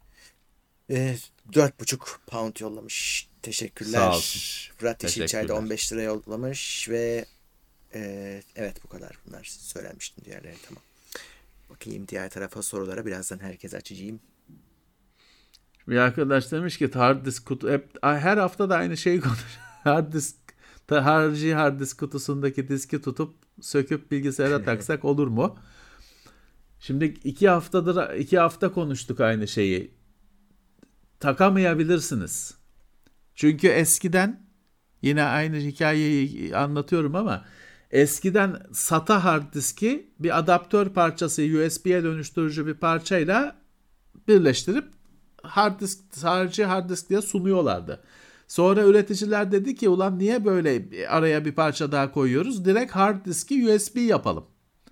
4,5 pound yollamış. Sağ Teşekkürler. olsun. Fırat Yeşilçay da Teşekkürler. 15 lira yollamış ve evet, bu kadar. Bunlar söylenmiştim, diğerleri tamam. Bakayım diğer tarafa, sorulara birazdan herkese açacağım. Bir arkadaş demiş ki hard disk kutu hep her hafta da aynı şeyi konuşuyor. Hard disk harici hard disk kutusundaki diski tutup söküp bilgisayara taksak olur mu? Şimdi 2 hafta konuştuk aynı şeyi. Takamayabilirsiniz. Çünkü eskiden yine aynı hikayeyi anlatıyorum ama eskiden SATA hard diski bir adaptör parçası USB'ye dönüştürücü bir parçayla birleştirip harici hard disk diye sunuyorlardı. Sonra üreticiler dedi ki ulan niye böyle araya bir parça daha koyuyoruz? Direkt hard diski USB yapalım.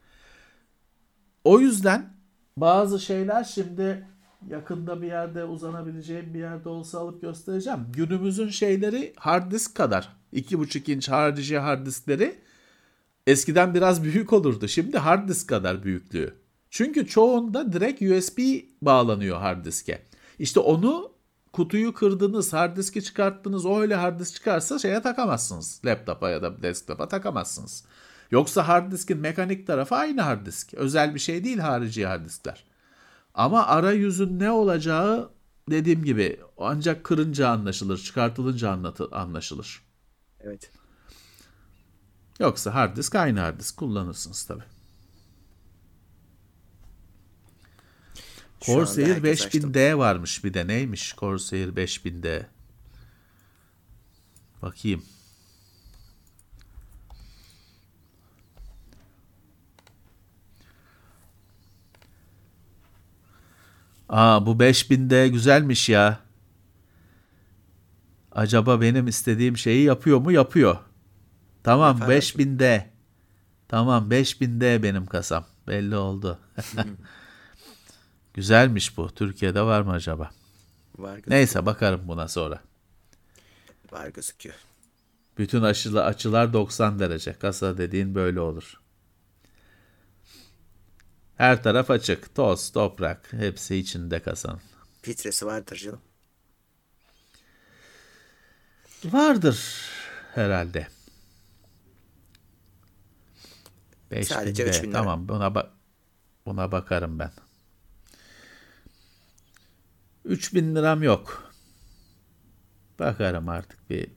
O yüzden bazı şeyler şimdi yakında bir yerde uzanabileceğim bir yerde olsa alıp göstereceğim. Günümüzün şeyleri hard disk kadar. 2,5 inç harici hard diskleri eskiden biraz büyük olurdu. Şimdi hard disk kadar büyüklüğü. Çünkü çoğunda direkt USB bağlanıyor hard diske. İşte onu kutuyu kırdınız, hard diski çıkarttınız, o öyle hard disk çıkarsa şeye takamazsınız. Laptopa ya da desktop'a takamazsınız. Yoksa hard diskin mekanik tarafı aynı hard disk. Özel bir şey değil harici hard diskler. Ama arayüzün ne olacağı dediğim gibi ancak kırınca anlaşılır, çıkartılınca anlaşılır. Evet. Yoksa hard disk aynı hard disk kullanırsınız tabii. Şu anda Corsair herkes açtım. 5000D varmış bir de neymiş Corsair 5000D? Bakayım. Aa bu 5000D güzelmiş ya. Acaba benim istediğim şeyi yapıyor mu? Yapıyor. Tamam Yapar bakayım. 5000D. Tamam 5000D benim kasam. Belli oldu. Güzelmiş bu. Türkiye'de var mı acaba? Var gözüküyor. Neyse bakarım buna sonra. Var gözüküyor. Bütün açılar 90 derece. Kasa dediğin böyle olur. Her taraf açık. Toz, toprak hepsi içinde kasanın. Filtresi vardır canım. Vardır herhalde. Sadece 5000 3.000 lira. Tamam buna bakarım ben. 3000 liram yok. Bakarım artık bir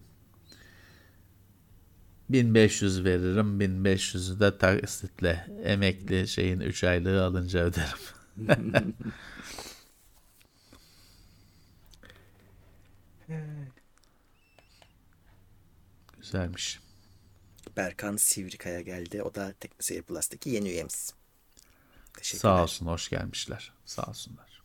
1500 veririm. 1500'ü de taksitle emekli şeyin 3 aylığı alınca öderim. Güzelmiş. Berkan Sivrikaya geldi. O da Teknoseyir Plus'taki yeni üyemiz. Teşekkürler. Sağ olsun, hoş gelmişler. Sağ olsunlar.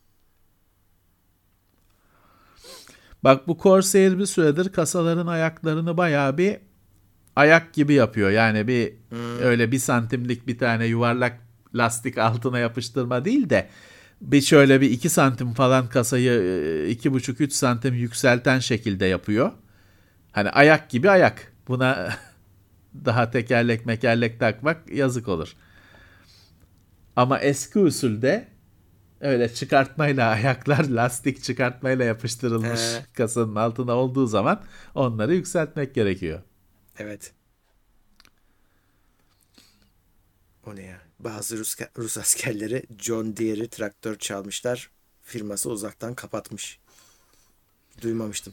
Bak bu Corsair bir süredir kasaların ayaklarını bayağı bir ayak gibi yapıyor. Yani bir öyle 1 santimlik bir tane yuvarlak lastik altına yapıştırma değil de bir şöyle bir 2 santim falan kasayı 2,5-3 santim yükselten şekilde yapıyor. Hani ayak gibi ayak. Buna daha tekerlek takmak yazık olur. Ama eski usulde öyle çıkartmayla ayaklar lastik çıkartmayla yapıştırılmış kasanın altına olduğu zaman onları yükseltmek gerekiyor. Evet. O ne ya? Bazı Rus askerleri John Deere'ı traktör çalmışlar. Firması uzaktan kapatmış. Duymamıştım.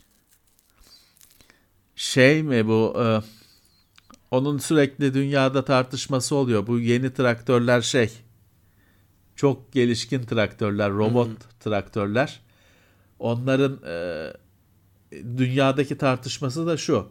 Şey mi bu? Onun sürekli dünyada tartışması oluyor. Bu yeni traktörler çok gelişkin traktörler, robot traktörler. Onların dünyadaki tartışması da şu.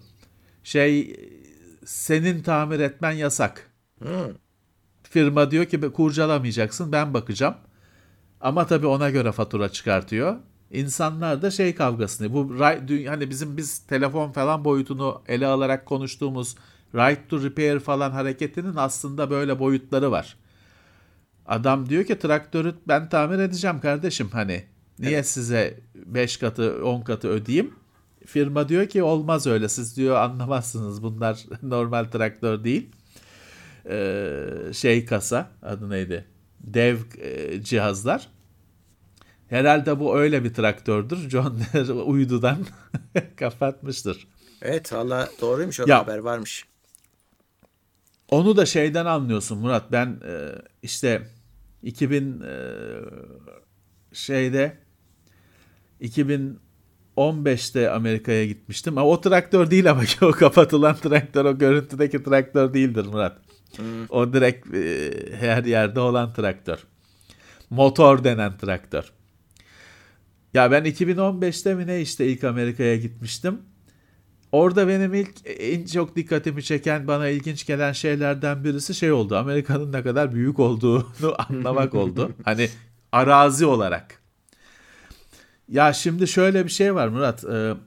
Senin tamir etmen yasak. Firma diyor ki kurcalamayacaksın, ben bakacağım. Ama tabii ona göre fatura çıkartıyor. İnsanlar da kavgasını. Bu hani biz telefon falan boyutunu ele alarak konuştuğumuz right to repair falan hareketinin aslında böyle boyutları var. Adam diyor ki traktörü ben tamir edeceğim kardeşim, hani niye size 5 katı 10 katı ödeyeyim? Firma diyor ki olmaz öyle, siz diyor anlamazsınız, bunlar normal traktör değil. Kasa adı neydi? Dev cihazlar. Herhalde bu öyle bir traktördür. John Deere uydudan kapatmıştır. Evet valla doğruymuş, o haber varmış. Onu da şeyden anlıyorsun Murat. Ben işte 2015'te Amerika'ya gitmiştim. O traktör değil ama o kapatılan traktör, o görüntüdeki traktör değildir Murat. O direkt her yerde olan traktör. Motor denen traktör. Ya ben 2015'te mi ne ilk Amerika'ya gitmiştim. Orada benim en çok dikkatimi çeken, bana ilginç gelen şeylerden birisi oldu. Amerika'nın ne kadar büyük olduğunu anlamak oldu. Hani arazi olarak. Ya şimdi şöyle bir şey var Murat.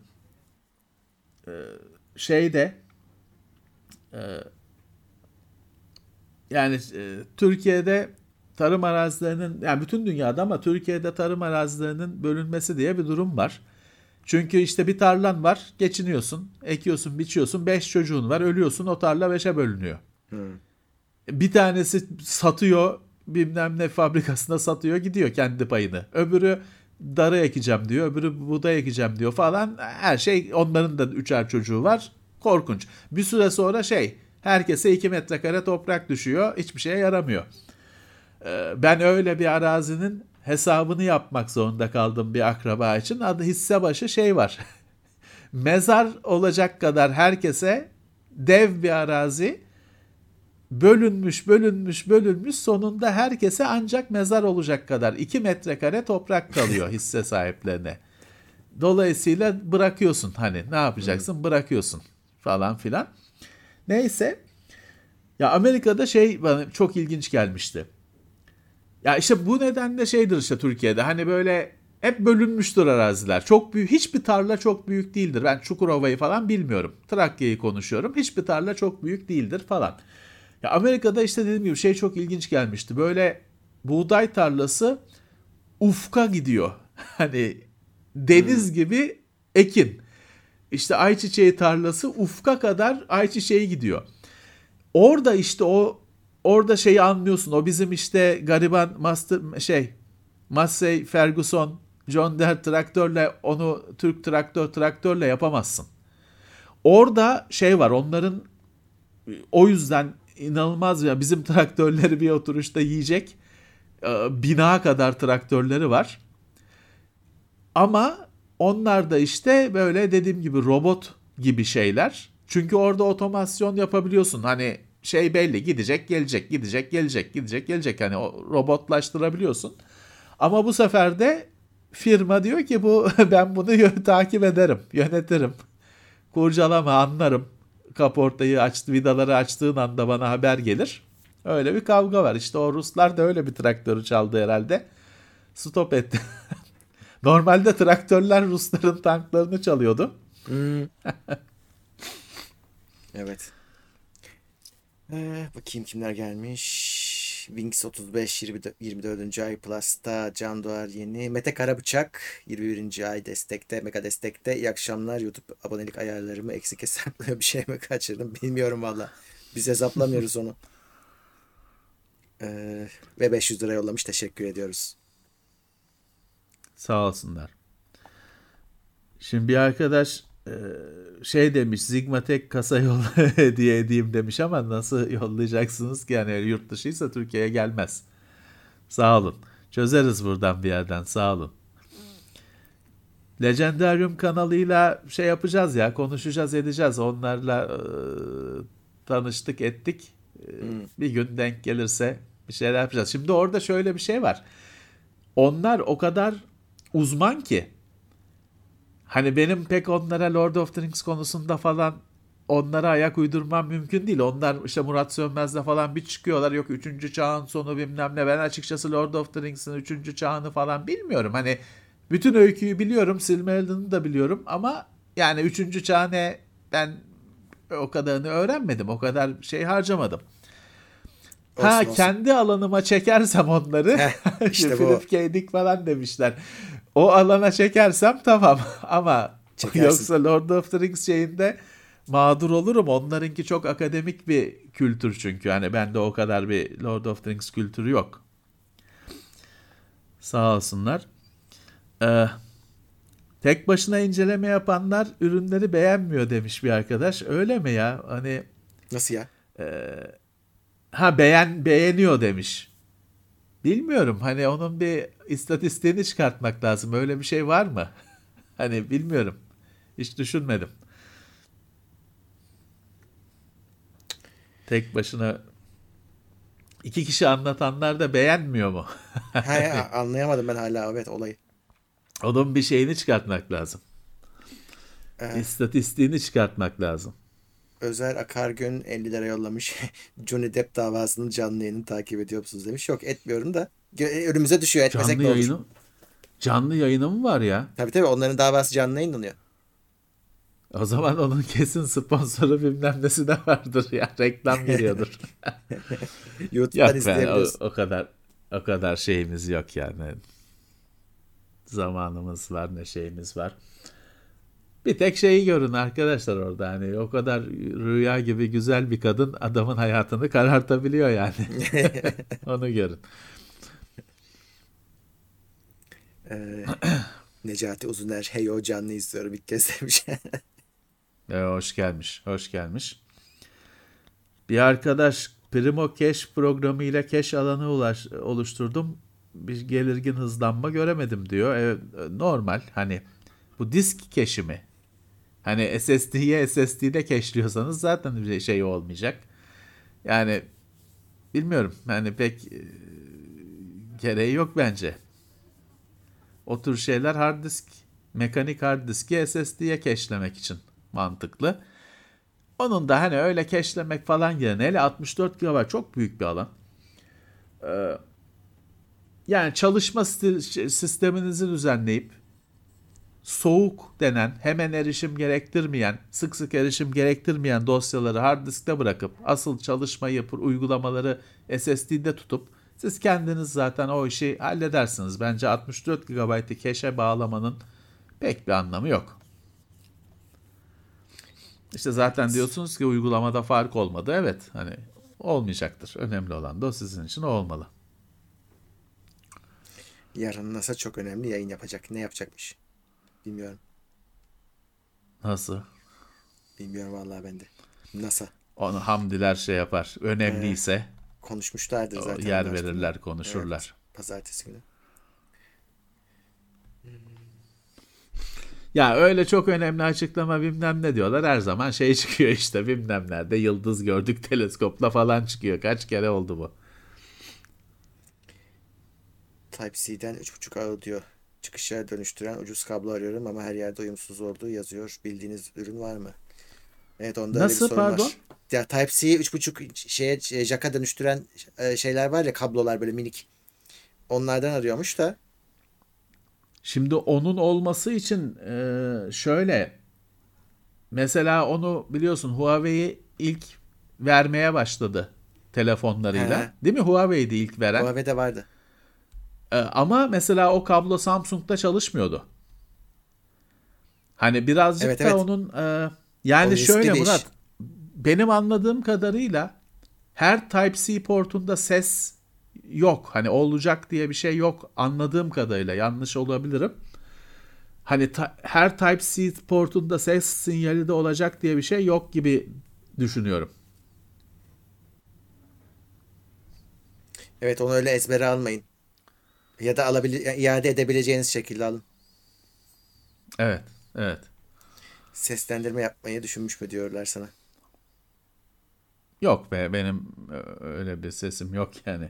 Yani Türkiye'de tarım arazilerinin, yani bütün dünyada ama Türkiye'de tarım arazilerinin bölünmesi diye bir durum var. Çünkü işte bir tarlan var, geçiniyorsun, ekiyorsun, biçiyorsun, 5 çocuğun var, ölüyorsun, o tarla 5'e bölünüyor. Bir tanesi satıyor, bilmem ne fabrikasına satıyor, gidiyor kendi payını. Öbürü darı ekeceğim diyor, öbürü buğday ekeceğim diyor falan. Her şey, onların da 3'er çocuğu var. Korkunç. Bir süre sonra herkese 2 metrekare toprak düşüyor, hiçbir şeye yaramıyor. Ben öyle bir arazinin hesabını yapmak zorunda kaldım bir akraba için. Adı hisse başı var. Mezar olacak kadar herkese dev bir arazi, bölünmüş, sonunda herkese ancak mezar olacak kadar 2 metrekare toprak kalıyor hisse sahiplerine. Dolayısıyla bırakıyorsun, hani ne yapacaksın, bırakıyorsun falan filan. Neyse ya, Amerika'da bana çok ilginç gelmişti. Ya işte bu nedenle işte Türkiye'de hani böyle hep bölünmüştür araziler. Çok büyük, hiçbir tarla çok büyük değildir. Ben Çukurova'yı falan bilmiyorum. Trakya'yı konuşuyorum. Hiçbir tarla çok büyük değildir falan. Ya Amerika'da işte dediğim gibi çok ilginç gelmişti. Böyle buğday tarlası ufka gidiyor. Hani deniz gibi ekin. İşte ayçiçeği tarlası ufka kadar ayçiçeği gidiyor. Orada işte orada şeyi anlıyorsun. O bizim işte gariban Massey Ferguson John Deere traktörle onu Türk traktörle yapamazsın. Orada şey var, onların o yüzden inanılmaz ya, bizim traktörleri bir oturuşta yiyecek bina kadar traktörleri var. Ama onlar da işte böyle dediğim gibi robot gibi şeyler. Çünkü orada otomasyon yapabiliyorsun. Hani şey belli, gidecek gelecek, gidecek gelecek, gidecek gelecek. Hani o robotlaştırabiliyorsun. Ama bu sefer de firma diyor ki ben bunu takip ederim, yönetirim. Kurcalama, anlarım. Kaportayı vidaları açtığın anda bana haber gelir. Öyle bir kavga var. İşte o Ruslar da öyle bir traktörü çaldı herhalde. Stop etti. Normalde traktörler Rusların tanklarını çalıyordu. Evet. Bakayım kimler gelmiş. Wings 35 24. ay Plus'ta Can Doğar yeni. Mete Karabıçak 21. ay destekte, mega destekte. İyi akşamlar. YouTube abonelik ayarlarımı eksik hesaplıyor. Bir şey mi kaçırdım bilmiyorum valla. Biz hesaplamıyoruz onu. Ve 500 lira yollamış. Teşekkür ediyoruz. Sağ olsunlar. Şimdi bir arkadaş şey demiş, Zigmatek kasa hediye edeyim demiş ama nasıl yollayacaksınız ki, yani yurt dışıysa Türkiye'ye gelmez. Sağ olun. Çözeriz buradan bir yerden, sağ olun. Legendarium kanalıyla şey yapacağız ya, konuşacağız edeceğiz. Onlarla tanıştık ettik. Bir gün denk gelirse bir şeyler yapacağız. Şimdi orada şöyle bir şey var. Onlar o kadar uzman ki, hani benim pek onlara Lord of the Rings konusunda falan onlara ayak uydurmam mümkün değil. Onlar işte Murat Sönmez'le falan bir çıkıyorlar. Yok 3. çağın sonu bilmem ne. Ben açıkçası Lord of the Rings'in 3. çağını falan bilmiyorum. Hani bütün öyküyü biliyorum. Silmarillion'u da biliyorum. Ama yani 3. çağ ne, ben o kadarını öğrenmedim. O kadar şey harcamadım. Olsun. Kendi alanıma çekersem onları işte Philip K. Dick falan demişler. O alana çekersem tamam ama çekersin. Yoksa Lord of the Rings şeyinde mağdur olurum. Onlarınki çok akademik bir kültür çünkü. Yani bende o kadar bir Lord of the Rings kültürü yok. Sağ olsunlar. Tek başına inceleme yapanlar ürünleri beğenmiyor demiş bir arkadaş. Öyle mi ya? Hani nasıl ya? Beğeniyor demiş. Bilmiyorum. Hani onun bir istatistiğini çıkartmak lazım. Öyle bir şey var mı? Hani bilmiyorum. Hiç düşünmedim. Tek başına 2 kişi anlatanlar da beğenmiyor mu? Anlayamadım ben hala evet olayı. Onun bir şeyini çıkartmak lazım. İstatistiğini çıkartmak lazım. Özer Akargün 50 lira yollamış. Johnny Depp davasının canlı yayını takip ediyor musunuz demiş. Yok etmiyorum da önümüze düşüyor, etmesek ne olur. Canlı yayını mı var ya? Tabii onların davası canlı yayınlanıyor. O zaman onun kesin sponsoru bilmem nesi de vardır ya. Reklam geliyordur. YouTube'dan izleyebiliyorsun. O kadar şeyimiz yok yani. Zamanımız var, ne şeyimiz var. Bir tek şeyi görün arkadaşlar orada, hani o kadar rüya gibi güzel bir kadın adamın hayatını karartabiliyor yani. Onu görün. Necati Uzuner heyo canlı izliyorum ilk kez demiş. Hoş gelmiş. Bir arkadaş Primo Cache programı ile cache alanı oluşturdum. Bir gelirgin hızlanma göremedim diyor. Normal, hani bu disk cache'i mi? Hani SSD'de cache'liyorsanız zaten bir şey olmayacak. Yani bilmiyorum. Yani pek gereği yok bence. O tür şeyler mekanik hard diski SSD'ye cache'lemek için mantıklı. Onun da hani öyle cache'lemek falan yerine, hele 64 GB çok büyük bir alan. Yani çalışma sisteminizi düzenleyip soğuk denen, hemen erişim gerektirmeyen, sık sık erişim gerektirmeyen dosyaları hard diskte bırakıp asıl çalışmayı uygulamaları SSD'de tutup siz kendiniz zaten o işi halledersiniz. Bence 64 GB'ı cache'e bağlamanın pek bir anlamı yok. İşte zaten diyorsunuz ki uygulamada fark olmadı. Evet, hani olmayacaktır. Önemli olan da o, sizin için o olmalı. Yarın NASA çok önemli yayın yapacak. Ne yapacakmış? Bilmiyorum. Nasıl? Bilmiyorum vallahi ben de. NASA. Onu Hamdiler şey yapar. Ee, Önemliyse konuşmuşlardır zaten yer onlar üstünde. verirler, Evet. konuşurlar. Pazartesi günü. Ya öyle çok önemli açıklama bilmem ne diyorlar. Her zaman şey çıkıyor işte, bilmem nerede yıldız gördük teleskopla falan çıkıyor. Kaç kere oldu bu? Type-C'den 3.5 audio çıkışa dönüştüren ucuz kablo arıyorum ama her yerde uyumsuz olduğu yazıyor. Bildiğiniz ürün var mı? Evet, onda öyle bir Nasıl, sorun pardon? var. Ya Type-C'yi 3.5 jack'a dönüştüren şeyler var ya, kablolar böyle minik. Onlardan arıyormuş da. Şimdi onun olması için şöyle, mesela onu biliyorsun, Huawei ilk vermeye başladı He, telefonlarıyla. Değil mi? Huawei'di ilk veren. Huawei'de vardı. Ama mesela o kablo Samsung'da çalışmıyordu. Hani Evet, birazcık da evet. onun O yani riskli şöyle bir iş. Murat, benim anladığım kadarıyla her Type-C portunda ses yok. Hani olacak diye bir şey yok anladığım kadarıyla. Yanlış olabilirim. Hani her Type-C portunda ses sinyali de olacak diye bir şey yok gibi düşünüyorum. Evet, onu öyle ezbere almayın. Ya da iade edebileceğiniz şekilde alın. Evet, evet. Seslendirme yapmayı düşünmüş mü diyorlar sana. Yok be, benim öyle bir sesim yok yani.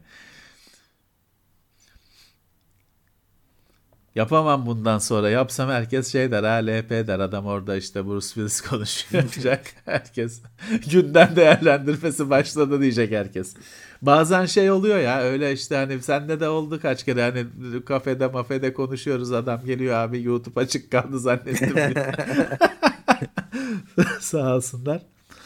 Yapamam bundan sonra. Yapsam herkes şey der, ha LP der. Adam orada işte Bruce Willis konuşacak. Herkes günden değerlendirmesi başladı diyecek herkes. Bazen şey oluyor ya, öyle işte, hani sende de oldu kaç kere, hani kafede mafede konuşuyoruz, adam geliyor, abi YouTube açık kaldı zannettim diye. Sağ olsunlar.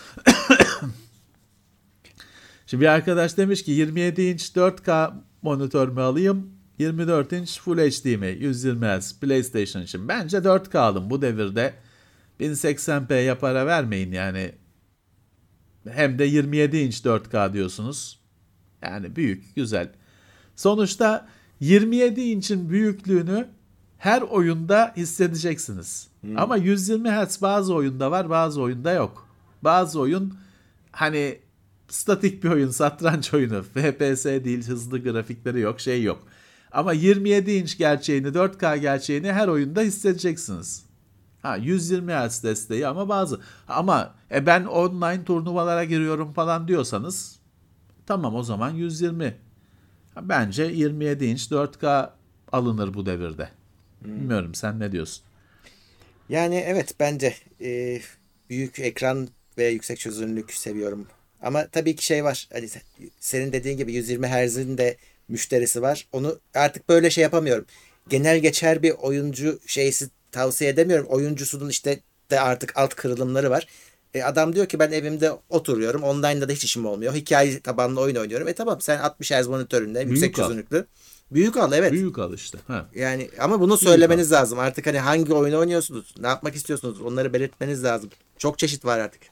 Şimdi bir arkadaş demiş ki 27 inç 4K monitör mü alayım? 24 inç Full HD mi? 120 Hz PlayStation için. Bence 4K alın bu devirde. 1080p'ye para vermeyin yani. Hem de 27 inç 4K diyorsunuz. Yani büyük, güzel. Sonuçta 27 inçin büyüklüğünü her oyunda hissedeceksiniz. Hmm. Ama 120 Hz bazı oyunda var, bazı oyunda yok. Bazı oyun hani statik bir oyun, satranç oyunu, FPS değil, hızlı grafikleri yok, şey yok. Ama 27 inç gerçeğini, 4K gerçeğini her oyunda hissedeceksiniz. Ha, 120 Hz desteği ama ama ben online turnuvalara giriyorum falan diyorsanız tamam, o zaman 120. Bence 27 inç 4K alınır bu devirde. Hmm. Bilmiyorum, sen ne diyorsun? Yani evet, ben de büyük ekran ve yüksek çözünürlük seviyorum. Ama tabii ki şey var. Hani senin dediğin gibi 120 Hz'in de müşterisi var. Onu artık böyle şey yapamıyorum. Genel geçer bir oyuncu şeysi tavsiye edemiyorum. Oyuncusunun işte de artık alt kırılımları var. Adam diyor ki ben evimde oturuyorum. Online'da da hiç işim olmuyor. Hikaye tabanlı oyun oynuyorum. Tamam, sen 60 Hz monitöründe yüksek Büyük al. çözünürlüklü. Büyük al, evet. Büyük al işte. Ha, Yani ama bunu büyük al. söylemeniz lazım. Artık hani hangi oyunu oynuyorsunuz? Ne yapmak istiyorsunuz? Onları belirtmeniz lazım. Çok çeşit var artık.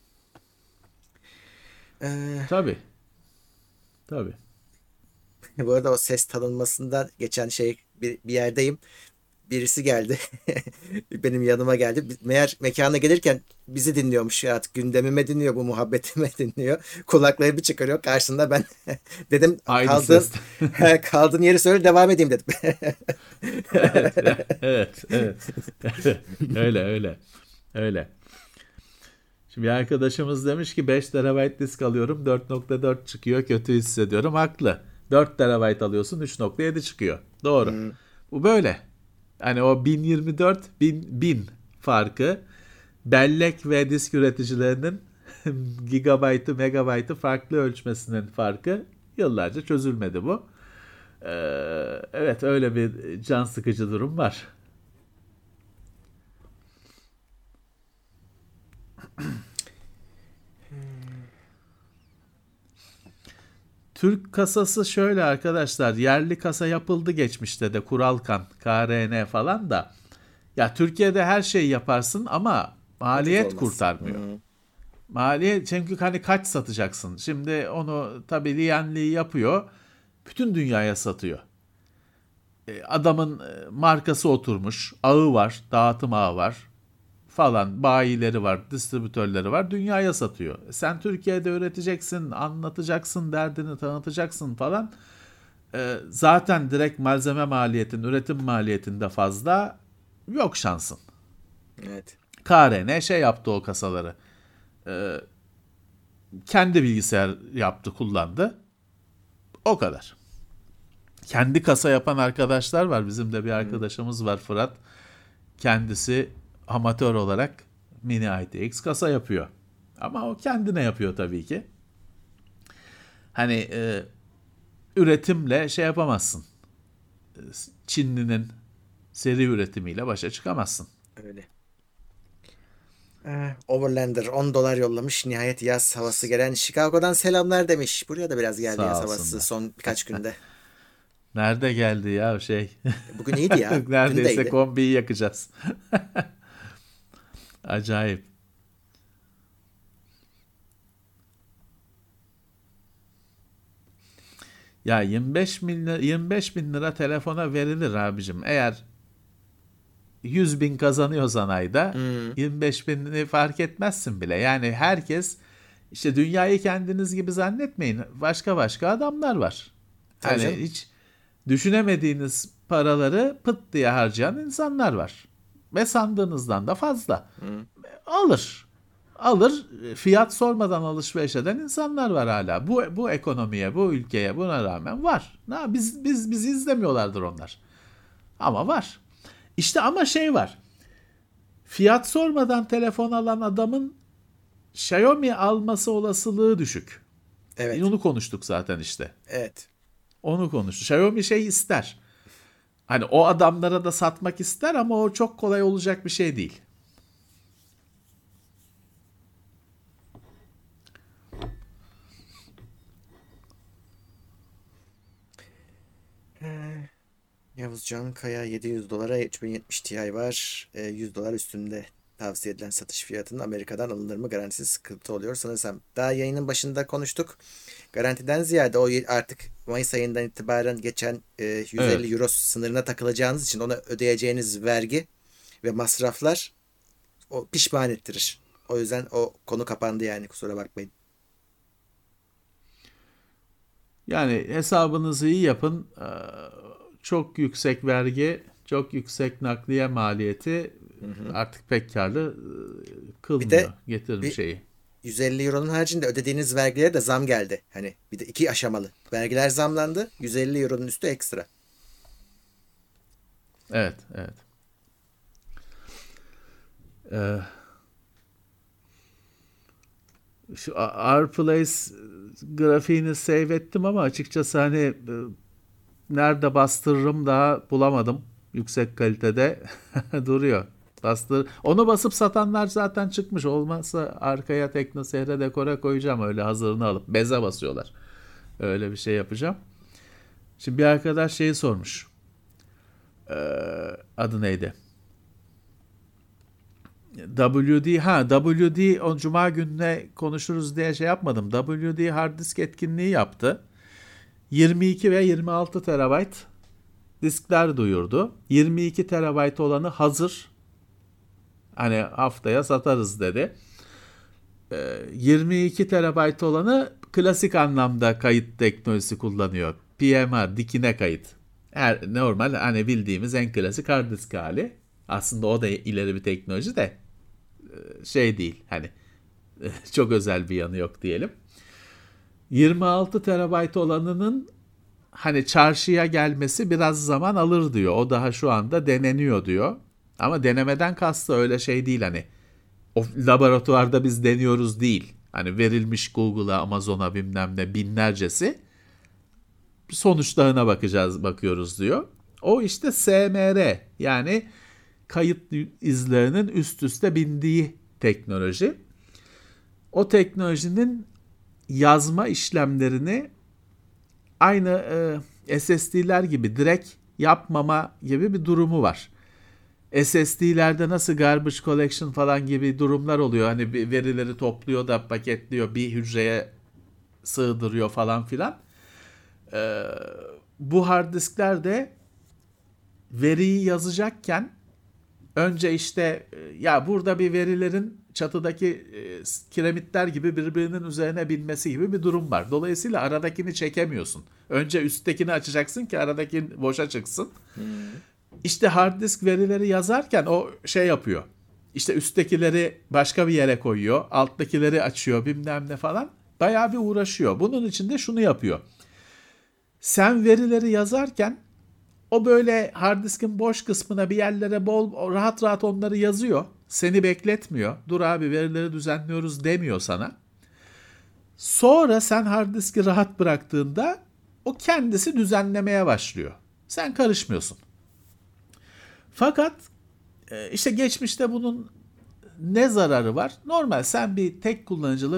Ee, Tabii. Tabii. bu arada o ses tanınmasından geçen şey bir yerdeyim. Birisi geldi. Benim yanıma geldi. Meğer mekana gelirken bizi dinliyormuş. Artık gündemime dinliyor, bu muhabbetime dinliyor. Kulaklarını bir çıkarıyor. Karşısında ben dedim Aynı seste. kaldığın yeri söyle, devam edeyim dedim. Evet. Evet. Evet. Öyle öyle. Öyle. Şimdi bir arkadaşımız demiş ki 5 TB disk alıyorum, 4.4 çıkıyor, kötü hissediyorum. Haklı. 4 TB alıyorsun, 3.7 çıkıyor. Doğru. Hmm. Bu böyle. Hani o 1024 1000 farkı, bellek ve disk üreticilerinin gigabaytı megabaytı farklı ölçmesinin farkı, yıllarca çözülmedi bu. Evet, öyle bir can sıkıcı durum var. Türk kasası şöyle arkadaşlar, yerli kasa yapıldı geçmişte de, Kuralkan, KRN falan da Ya Türkiye'de her şeyi yaparsın ama Ucuz maliyet olmaz. kurtarmıyor. Maliyet, çünkü hani kaç satacaksın? Şimdi onu tabii Lian Li yapıyor. Bütün dünyaya satıyor. Adamın markası oturmuş. Ağı var. Dağıtım ağı var. Falan. Bayileri var. Distribütörleri var. Dünyaya satıyor. Sen Türkiye'de üreteceksin. Anlatacaksın. Derdini tanıtacaksın falan. Zaten direkt malzeme maliyetin, üretim maliyetinde fazla. Yok şansın. Evet. KRN şey yaptı o kasaları. Kendi bilgisayar yaptı, kullandı. O kadar. Kendi kasa yapan arkadaşlar var. Bizim de bir arkadaşımız var, Fırat. Kendisi amatör olarak Mini ITX kasa yapıyor. Ama o kendine yapıyor tabii ki. Hani üretimle şey yapamazsın. Çinli'nin seri üretimiyle başa çıkamazsın. Öyle. Overlander $10 yollamış. Nihayet yaz havası gelen Chicago'dan selamlar demiş. Buraya da biraz geldi Sağ yaz havası olsunlar. son birkaç günde. Nerede geldi ya şey? Bugün iyiydi ya. Dün de Neredeyse iyiydi. kombiyi yakacağız. Acayip. Ya 25 bin lira telefona verilir abicim. Eğer 100 bin kazanıyorsan ayda Hmm, 25 binini fark etmezsin bile. Yani herkes, işte dünyayı kendiniz gibi zannetmeyin. Başka başka adamlar var. tabii Hani canım. hiç düşünemediğiniz paraları pıt diye harcayan insanlar var. Ve sandığınızdan da fazla. Hmm, Alır. Alır. Fiyat sormadan alışveriş eden insanlar var hala. Bu ekonomiye, bu ülkeye buna rağmen var. Bizi izlemiyorlardır onlar. Ama var. İşte ama şey var. Fiyat sormadan telefon alan adamın Xiaomi alması olasılığı düşük. evet. Onu konuştuk zaten işte. Evet. Onu konuştuk. Xiaomi şey ister. Hani o adamlara da satmak ister ama o çok kolay olacak bir şey değil. Yavuzcan Kaya $700 3070 Ti var. $100 üstünde tavsiye edilen satış fiyatının Amerika'dan alınır mı? Garantisi sıkıntı oluyor sanırsam. Daha yayının başında konuştuk. Garantiden ziyade artık Mayıs ayından itibaren geçen Evet. 150 euro sınırına takılacağınız için ona ödeyeceğiniz vergi ve masraflar o pişman ettirir. O yüzden o konu kapandı yani, kusura bakmayın. Yani hesabınızı iyi yapın. Çok yüksek vergi, çok yüksek nakliye maliyeti Hı hı. artık pek karlı Bir kılmıyor. de Getirim bir şeyi. 150 euronun haricinde ödediğiniz vergilere de zam geldi. Hani bir de iki aşamalı. Vergiler zamlandı. 150 euronun üstü ekstra. Evet, evet. Ee, Şu R-Place grafiğini save ettim ama açıkçası hani nerede bastırırım daha bulamadım. Yüksek kalitede duruyor. Onu basıp satanlar zaten çıkmış. Olmazsa arkaya TeknoSeyre dekora koyacağım, öyle hazırını alıp beze basıyorlar. Öyle bir şey yapacağım. Şimdi bir arkadaş şeyi sormuş. Adı neydi? WD o cuma gününe konuşuruz diye şey yapmadım. WD hard disk etkinliği yaptı. 22 ve 26 terabayt diskler duyurdu. 22 terabayt olanı hazır. Hani haftaya satarız dedi. 22 terabayt olanı klasik anlamda kayıt teknolojisi kullanıyor. PMR, dikine kayıt. Normal hani bildiğimiz en klasik hard disk hali. Aslında o da ileri bir teknoloji de şey değil. Hani çok özel bir yanı yok diyelim. 26 terabayt olanının hani çarşıya gelmesi biraz zaman alır diyor. O daha şu anda deneniyor diyor. Ama denemeden kastı öyle şey değil, hani o laboratuvarda biz deniyoruz değil. Hani verilmiş Google'a, Amazon'a bilmem ne binlercesi, sonuçlarına bakıyoruz diyor. O işte SMR, yani kayıt izlerinin üst üste bindiği teknoloji. O teknolojinin yazma işlemlerini aynı SSD'ler gibi direkt yapmama gibi bir durumu var. SSD'lerde nasıl garbage collection falan gibi durumlar oluyor. Hani bir verileri topluyor da paketliyor, bir hücreye sığdırıyor falan filan. Ee, Bu hard diskler de veriyi yazacakken önce işte ya burada bir verilerin çatıdaki kiremitler gibi birbirinin üzerine binmesi gibi bir durum var. Dolayısıyla aradakini çekemiyorsun. Önce üsttekini açacaksın ki aradaki boşa çıksın. İşte hard disk verileri yazarken o şey yapıyor. İşte üsttekileri başka bir yere koyuyor. Alttakileri açıyor bilmem ne falan. Bayağı bir uğraşıyor. Bunun için de şunu yapıyor. Sen verileri yazarken o böyle hard diskin boş kısmına bir yerlere rahat rahat onları yazıyor. Seni bekletmiyor. Dur abi verileri düzenliyoruz demiyor sana. Sonra sen hard diski rahat bıraktığında o kendisi düzenlemeye başlıyor. Sen karışmıyorsun. Fakat işte geçmişte bunun ne zararı var? Normal sen bir tek kullanıcılı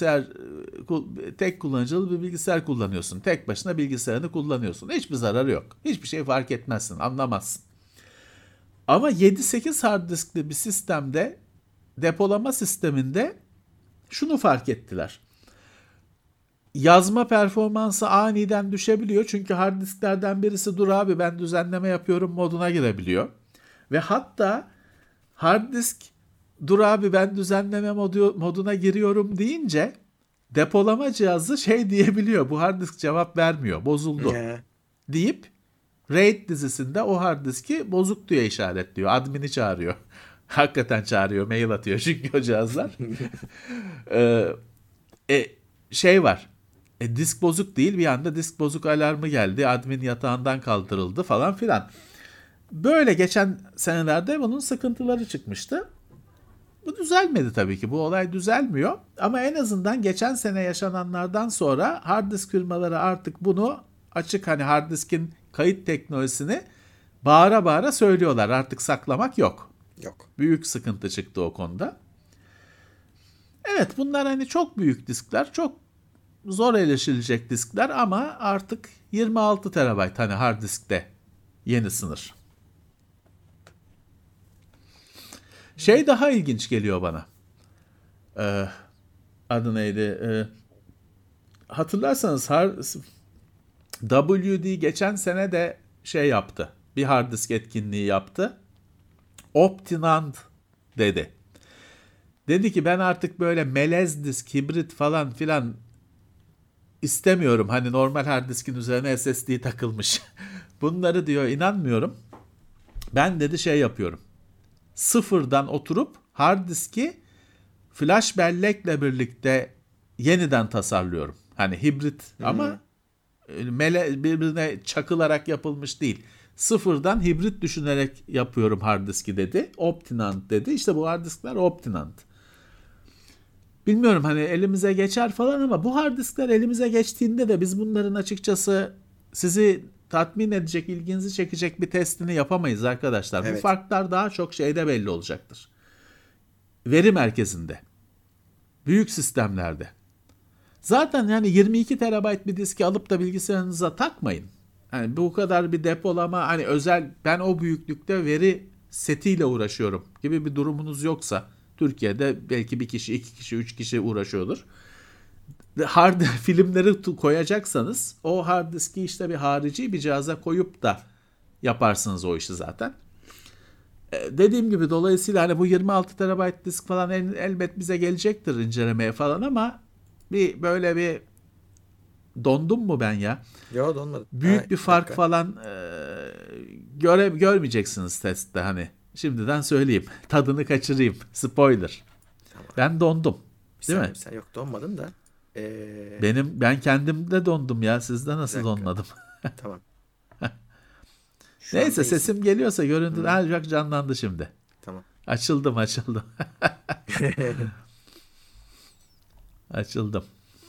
bir bilgisayar kullanıyorsun. Tek başına bilgisayarını kullanıyorsun. Hiçbir zararı yok. Hiçbir şey fark etmezsin, anlamazsın. Ama 7-8 hard diskli bir sistemde, depolama sisteminde şunu fark ettiler. Yazma performansı aniden düşebiliyor. Çünkü hard disklerden birisi dur abi ben düzenleme yapıyorum moduna girebiliyor. Ve hatta hard disk dur abi ben düzenleme moduna giriyorum deyince depolama cihazı şey diyebiliyor. Bu hard disk cevap vermiyor. Bozuldu. Deyip RAID dizisinde o hard diski bozuk diye işaretliyor. Admin'i çağırıyor. Hakikaten çağırıyor. Mail atıyor çünkü o cihazlar. Şey var. Disk bozuk değil. Bir anda disk bozuk alarmı geldi. Admin yatağından kaldırıldı falan filan. Böyle geçen senelerde bunun sıkıntıları çıkmıştı. Bu düzelmedi tabii ki. Bu olay düzelmiyor. Ama en azından geçen sene yaşananlardan sonra hard disk firmaları artık bunu açık hani hard diskin kayıt teknolojisini bağıra bağıra söylüyorlar. Artık saklamak yok. Yok. Büyük sıkıntı çıktı o konuda. Evet bunlar hani çok büyük diskler, çok zor erişilecek diskler ama artık 26 terabayt hani hard diskte yeni sınır. Şey daha ilginç geliyor bana. Adı neydi? Hatırlarsanız WD geçen sene de şey yaptı. Bir hard disk etkinliği yaptı. Optinand dedi. Dedi ki ben artık böyle melez disk, hibrit falan filan istemiyorum. Hani normal hard diskin üzerine SSD takılmış. Bunları diyor inanmıyorum. Ben dedi şey yapıyorum. Sıfırdan oturup hard diski flash bellekle birlikte yeniden tasarlıyorum. Hani hibrit ama birbirine çakılarak yapılmış değil. Sıfırdan hibrit düşünerek yapıyorum hard diski dedi. Optinand dedi. İşte bu hard diskler Optinand. Bilmiyorum hani elimize geçer falan ama bu hard diskler elimize geçtiğinde de biz bunların açıkçası sizi tatmin edecek, ilginizi çekecek bir testini yapamayız arkadaşlar. Evet. Bu farklar daha çok şeyde belli olacaktır. Veri merkezinde. Büyük sistemlerde. Zaten yani 22 terabayt bir diski alıp da bilgisayarınıza takmayın. Yani bu kadar bir depolama hani özel ben o büyüklükte veri setiyle uğraşıyorum gibi bir durumunuz yoksa Türkiye'de belki bir kişi, 2 kişi, 3 kişi uğraşıyordur. Hard filmleri koyacaksanız o hard diski işte bir harici bir cihaza koyup da yaparsınız o işi zaten. Dediğim gibi dolayısıyla hani bu 26 terabayt disk falan elbet bize gelecektir incelemeye falan ama bir böyle bir dondum mu ben ya? Yok donmadım. Büyük bir fark falan görmeyeceksiniz testte hani. Şimdiden söyleyeyim. Tadını kaçırayım. Spoiler. Tamam. Ben dondum. Değil mi? Sen yok donmadın da. Ben kendimde dondum ya. Sizde nasıl donmadım? Tamam. Neyse sesim geliyorsa görüntü ancak canlandı şimdi. Tamam. Açıldım. Açıldım.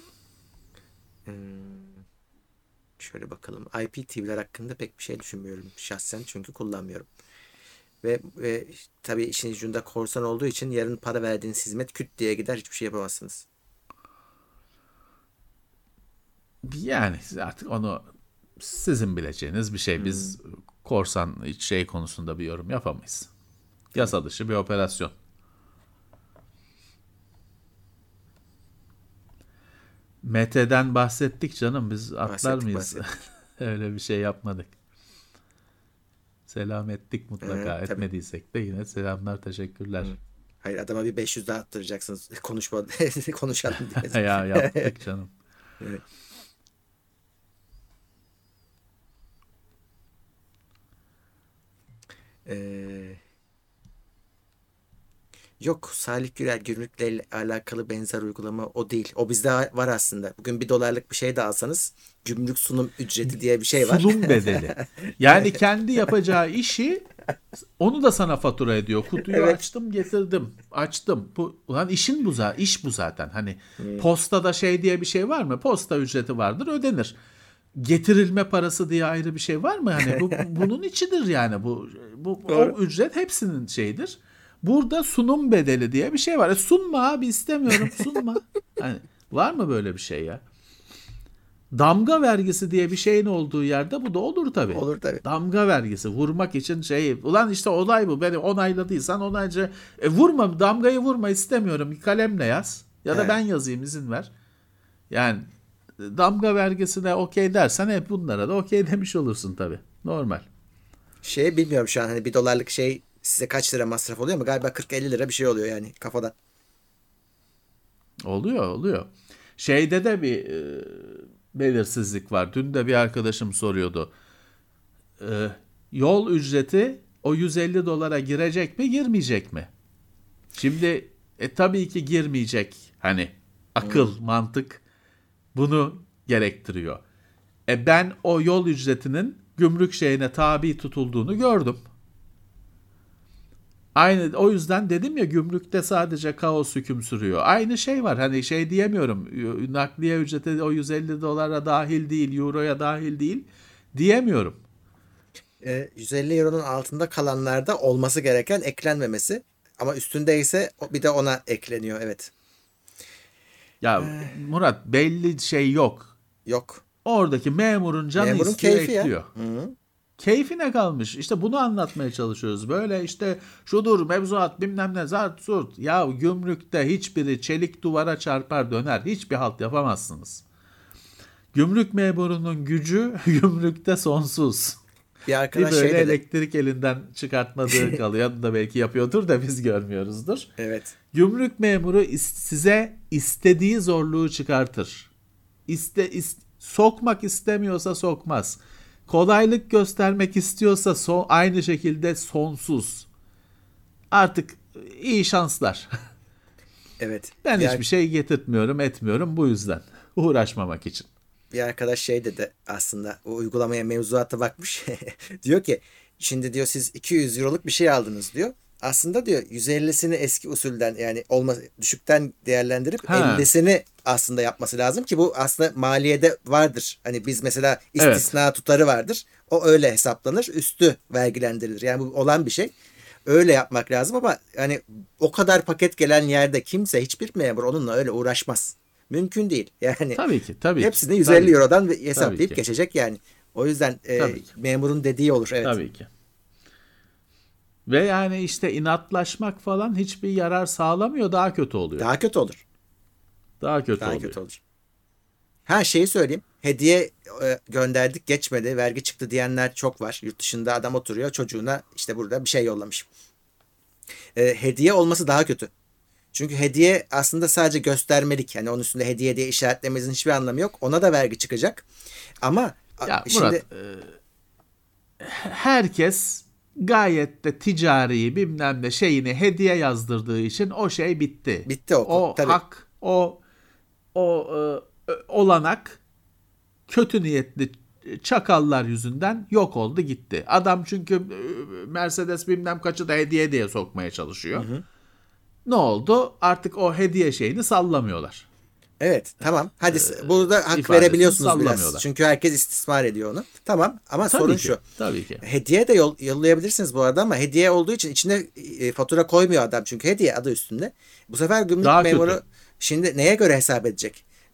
Şöyle bakalım. IPTV'ler hakkında pek bir şey düşünmüyorum şahsen çünkü kullanmıyorum. Ve tabii işin ucunda korsan olduğu için yarın para verdiğiniz hizmet küt diye gider hiçbir şey yapamazsınız. Yani artık onu sizin bileceğiniz bir şey. Biz korsan şey konusunda bir yorum yapamayız. Yasa dışı bir operasyon. Mete'den bahsettik canım. Biz atlar Bahsettik mıyız? bahsettik. Öyle bir şey yapmadık. Selam ettik mutlaka. Tabii. Etmediysek de yine selamlar, teşekkürler. Hı. Hayır, adama bir 500 daha attıracaksınız. Konuşma konuşalım Ya diye. yaptık canım. Evet. Ee, Yok, Salih Gürel gümrükle alakalı benzer uygulama o değil. O bizde var aslında. Bugün 1 dolarlık bir şey de alsanız gümrük sunum ücreti diye bir şey var. Sunum bedeli. Yani kendi yapacağı işi onu da sana fatura ediyor. Kutuyu Evet. açtım, getirdim. Açtım. Ulan işin bu zaten. İş bu zaten. Hani Hmm. postada şey diye bir şey var mı? Posta ücreti vardır, ödenir. Getirilme parası diye ayrı bir şey var mı? Hani bu bunun içidir yani. Bu Doğru. o ücret hepsinin şeyidir. Burada sunum bedeli diye bir şey var. Sunma abi, istemiyorum, sunma. Hani var mı böyle bir şey ya? Damga vergisi diye bir şeyin olduğu yerde bu da olur tabii. Olur tabii. Damga vergisi vurmak için şey. Ulan işte olay bu. Beni onayladıysan onaycı. Vurma, damgayı vurma, istemiyorum. Bir kalemle yaz. Ya da He. ben yazayım, izin ver. Yani damga vergisine okey dersen hep bunlara da okey demiş olursun tabii. Normal. Şey, bilmiyorum şu an, hani 1 dolarlık şey size kaç lira masraf oluyor mu? Galiba 40-50 lira bir şey oluyor yani kafadan. Oluyor. Şeyde de bir belirsizlik var. Dün de bir arkadaşım soruyordu. E, Yol ücreti o 150 dolara girecek mi, girmeyecek mi? Şimdi tabii ki girmeyecek. Hani akıl, mantık bunu gerektiriyor. Ben o yol ücretinin gümrük şeyine tabi tutulduğunu gördüm. Aynı o yüzden dedim ya, gümrükte sadece kaos hüküm sürüyor. Aynı şey var. Hani şey diyemiyorum. Nakliye ücreti o 150 dolara dahil değil, euroya dahil değil diyemiyorum. 150 euronun altında kalanlarda olması gereken eklenmemesi. Ama üstündeyse bir de ona ekleniyor. Evet. Ya Murat, belli şey yok. Yok. Oradaki memurun canı Memurun istiyor, keyfi ya. ekliyor. Hı. Keyfine kalmış. İşte bunu anlatmaya çalışıyoruz. Böyle işte şudur mevzuat bilmem ne zart surt. Ya gümrükte hiçbiri çelik duvara çarpar döner. Hiçbir halt yapamazsınız. Gümrük memurunun gücü gümrükte sonsuz. Bir Bir arkadaş böyle şey dedi. elektrik elinden çıkartmadığı kalıyor da belki yapıyordur da biz görmüyoruzdur. Evet. Gümrük memuru size istediği zorluğu çıkartır. Sokmak istemiyorsa sokmaz. Kolaylık göstermek istiyorsa aynı şekilde sonsuz. Artık iyi şanslar. Evet. Ben Bir, hiçbir şey getirtmiyorum, etmiyorum bu yüzden. Uğraşmamak için. bir arkadaş şey dedi aslında. O uygulamaya, mevzuata bakmış. Diyor ki şimdi diyor siz 200 euroluk bir şey aldınız diyor. Aslında diyor 150'sini eski usulden, yani düşükten değerlendirip Ha, 50'sini aslında yapması lazım ki bu aslında maliyede vardır. Hani biz mesela evet. istisna tutarı vardır. O öyle hesaplanır. Üstü vergilendirilir. Yani bu olan bir şey. Öyle yapmak lazım ama hani o kadar paket gelen yerde kimse, hiçbir memur onunla öyle uğraşmaz. Mümkün değil. Yani Tabii ki, tabii ki. hepsini Tabii 150 ki. eurodan Tabii hesaplayıp ki. geçecek yani. O yüzden Tabii ki. memurun dediği olur. Evet. Tabii ki. Ve yani işte inatlaşmak falan hiçbir yarar sağlamıyor, daha kötü oluyor. Daha kötü olur. Daha kötü Daha oluyor. kötü olur. Ha, şeyi söyleyeyim. Hediye gönderdik, geçmedi. Vergi çıktı diyenler çok var. Yurt dışında adam oturuyor, çocuğuna işte burada bir şey yollamış. Hediye olması daha kötü. Çünkü hediye aslında sadece göstermelik. Yani onun üstünde hediye diye işaretlememizin hiçbir anlamı yok. Ona da vergi çıkacak. Ama Ya şimdi Murat, herkes gayet de ticari bilmem ne şeyini hediye yazdırdığı için o şey bitti. bitti o. O Tabii. hak, o olanak kötü niyetli çakallar yüzünden yok oldu gitti. Adam çünkü Mercedes bilmem kaçı da hediye diye sokmaya çalışıyor. Hı hı. Ne oldu? Artık o hediye şeyini sallamıyorlar. Evet, tamam. Hadi burada hak İfadesini verebiliyorsunuz biraz. sallamıyorlar. Çünkü herkes istismar ediyor onu. Tamam, ama sorun Tabii ki, şu. tabii ki. Hediye de yollayabilirsiniz bu arada ama hediye olduğu için içine fatura koymuyor adam. Çünkü hediye adı üstünde. Bu sefer gümrük Daha memuru kötü. şimdi neye göre hesap edecek?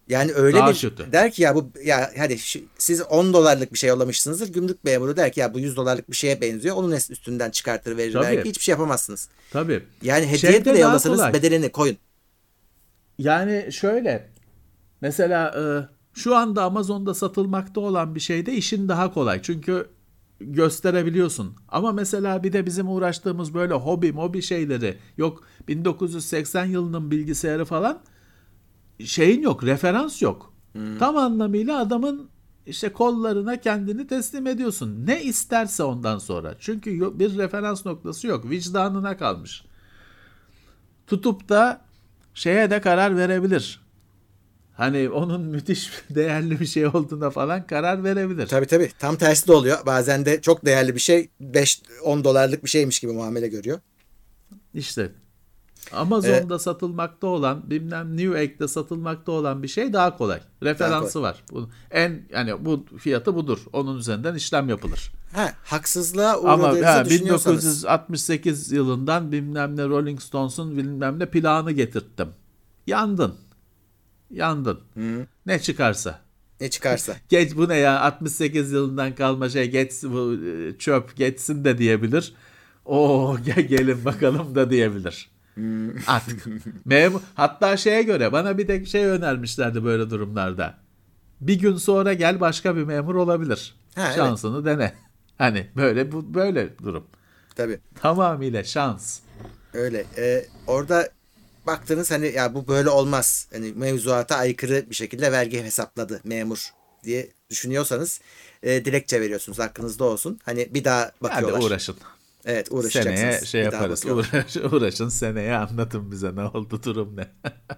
Yani öyle Daha bir kötü. der ki ya bu ya hadi siz 10 dolarlık bir şey yollamışsınızdır. Gümrük memuru der ki ya bu 100 dolarlık bir şeye benziyor. Onun üstünden çıkartır verir vergi. Tabii, Hiçbir şey yapamazsınız. tabii. Yani hediye bile Şeyde daha yollasanız kolay. bedelini koyun. Yani şöyle, mesela şu anda Amazon'da satılmakta olan bir şeyde işin daha kolay. Çünkü gösterebiliyorsun. Ama mesela bir de bizim uğraştığımız böyle hobi şeyleri yok, 1980 yılının bilgisayarı falan, şeyin yok, referans yok. Hmm. Tam anlamıyla adamın işte kollarına kendini teslim ediyorsun. Ne isterse ondan sonra. Çünkü bir referans noktası yok. Vicdanına kalmış. Tutup da şeye de karar verebilir. Hani onun müthiş değerli bir şey olduğuna falan karar verebilir. Tabii tabii. Tam tersi de oluyor. Bazen de çok değerli bir şey 5-10 dolarlık bir şeymiş gibi muamele görüyor. İşte Ee, Amazon'da satılmakta olan, bilmem Newegg'de satılmakta olan bir şey daha kolay. daha kolay. Referansı var. Yani bu fiyatı budur. Onun üzerinden işlem yapılır. Haksızlığa Ama uğradığınızı düşünüyorsanız 1968 yılından bilmem ne Rolling Stones'un bilmem ne plağını getirttim. Yandın. Yandın. Ne çıkarsa. ne çıkarsa. Geç, bu ne ya, 68 yılından kalma şey, geç bu, çöp geçsin de diyebilir. Gelin bakalım da diyebilir. Artık. Hatta şeye göre bana bir de şey önermişlerdi böyle durumlarda. Bir gün sonra gel, başka bir memur olabilir. Ha evet. Şansını dene. Hani böyle durum. Tabii. Tamamıyla şans. Öyle. Orada baktınız hani ya bu böyle olmaz. Hani mevzuata aykırı bir şekilde vergi hesapladı memur diye düşünüyorsanız dilekçe veriyorsunuz. Hakkınızda olsun. Hani bir daha Hadi bakıyorlar. uğraşın. Evet Seneye uğraşacaksınız. şey Bir daha yaparız. bakıyorlar. Uğraşın, seneye anlatın bize ne oldu, durum ne.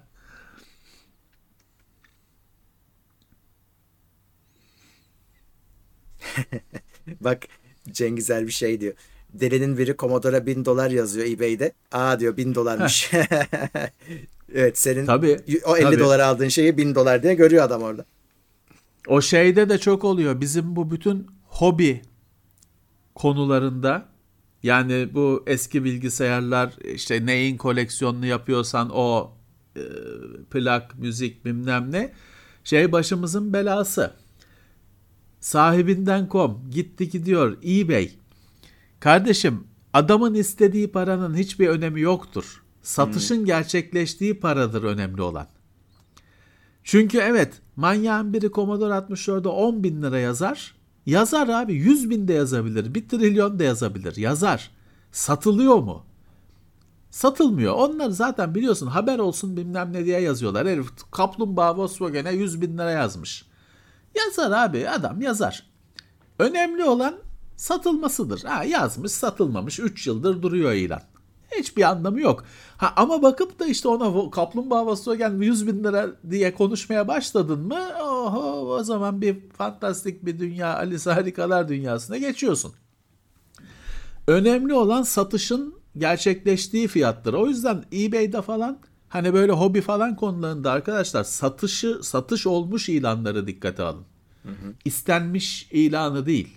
Bak Cengizer bir şey diyor. Delinin biri Commodore'a 1000 dolar yazıyor eBay'de. Aa diyor 1000 dolarmış. Evet senin Tabii, o 50 tabii. dolara aldığın şeyi 1000 dolar diye görüyor adam orada. O şeyde de çok oluyor. Bizim bu bütün hobi konularında, yani bu eski bilgisayarlar, işte neyin koleksiyonunu yapıyorsan o, e, plak, müzik bilmem ne, şey başımızın belası. Sahibinden.com gitti gidiyor, eBay. Kardeşim, adamın istediği paranın hiçbir önemi yoktur. Hmm. Satışın gerçekleştiği paradır önemli olan. Çünkü evet, manyağın biri Commodore 64'de 10 bin lira yazar. Yazar abi, 100 bin de yazabilir, 1 trilyon da yazabilir. Yazar. Satılıyor mu? Satılmıyor. Onlar zaten biliyorsun, haber olsun bilmem ne diye yazıyorlar. Herif Kaplumbağa Volkswagen'e 100 bin lira yazmış. Yazar abi, adam yazar. Önemli olan satılmasıdır. Yazmış, satılmamış, 3 yıldır duruyor ilan. Hiçbir anlamı yok. Ama bakıp da işte ona kaplumbağa Volkswagen 100 bin lira diye konuşmaya başladın mı, oho, o zaman bir fantastik bir dünya, Alice Harikalar dünyasına geçiyorsun. Önemli olan satışın gerçekleştiği fiyattır. O yüzden eBay'de falan, hani böyle hobi falan konularında arkadaşlar, satış olmuş ilanları dikkate alın. Hı hı. İstenmiş ilanı değil.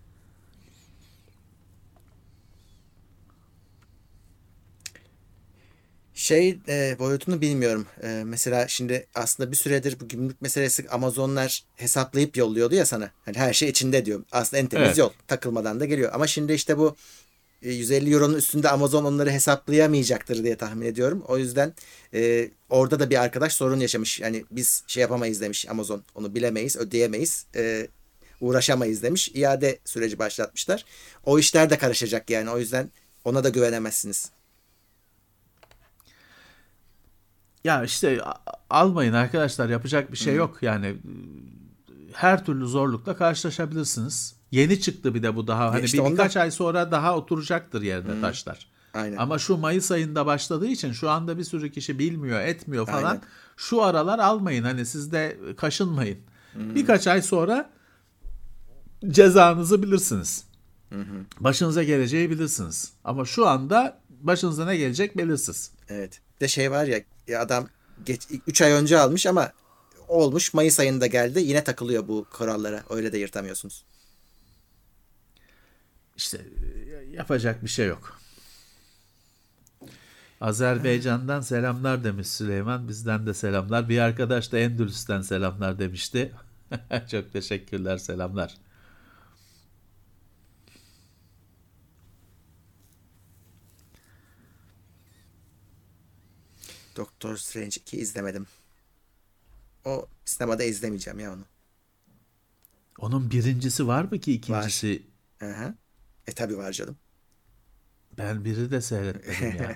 Boyutunu bilmiyorum. Mesela şimdi aslında bir süredir bu gümrük meselesi Amazonlar hesaplayıp yolluyordu ya sana. Hani her şey içinde diyor. Aslında en temiz Evet. yol. Takılmadan da geliyor. Ama şimdi işte bu 150 euronun üstünde Amazon onları hesaplayamayacaktır diye tahmin ediyorum. O yüzden orada da bir arkadaş sorun yaşamış. Yani biz şey yapamayız demiş Amazon. Onu bilemeyiz, ödeyemeyiz. Uğraşamayız demiş. İade süreci başlatmışlar. O işler de karışacak yani. O yüzden ona da güvenemezsiniz. Ya işte almayın arkadaşlar, yapacak bir Hı şey hı. yok. Yani her türlü zorlukla karşılaşabilirsiniz. Yeni çıktı bir de bu daha. Hani İşte ondan. birkaç ay sonra daha oturacaktır yerine Hı, taşlar. aynen. Ama şu Mayıs ayında başladığı için şu anda bir sürü kişi bilmiyor, etmiyor falan. Aynen. Şu aralar almayın, hani siz de kaşınmayın. Hı, Birkaç ay sonra cezanızı bilirsiniz. hı hı. Başınıza geleceği bilirsiniz. Ama şu anda başınıza ne gelecek belirsiz. Evet. Bir de şey var ya, adam 3 ay önce almış ama olmuş Mayıs ayında geldi. Yine takılıyor bu kurallara. Öyle de yırtamıyorsunuz. İşte yapacak bir şey yok. Azerbaycan'dan selamlar demiş Süleyman. Bizden de selamlar. Bir arkadaş da Endülüs'ten selamlar demişti. Çok teşekkürler, selamlar. Doktor Strange 2 izlemedim. O sinemada izlemeyeceğim ya onu. Onun birincisi var mı ki Var. ikincisi? Aha. Tabi var canım. Ben biri de seyretmedim ya.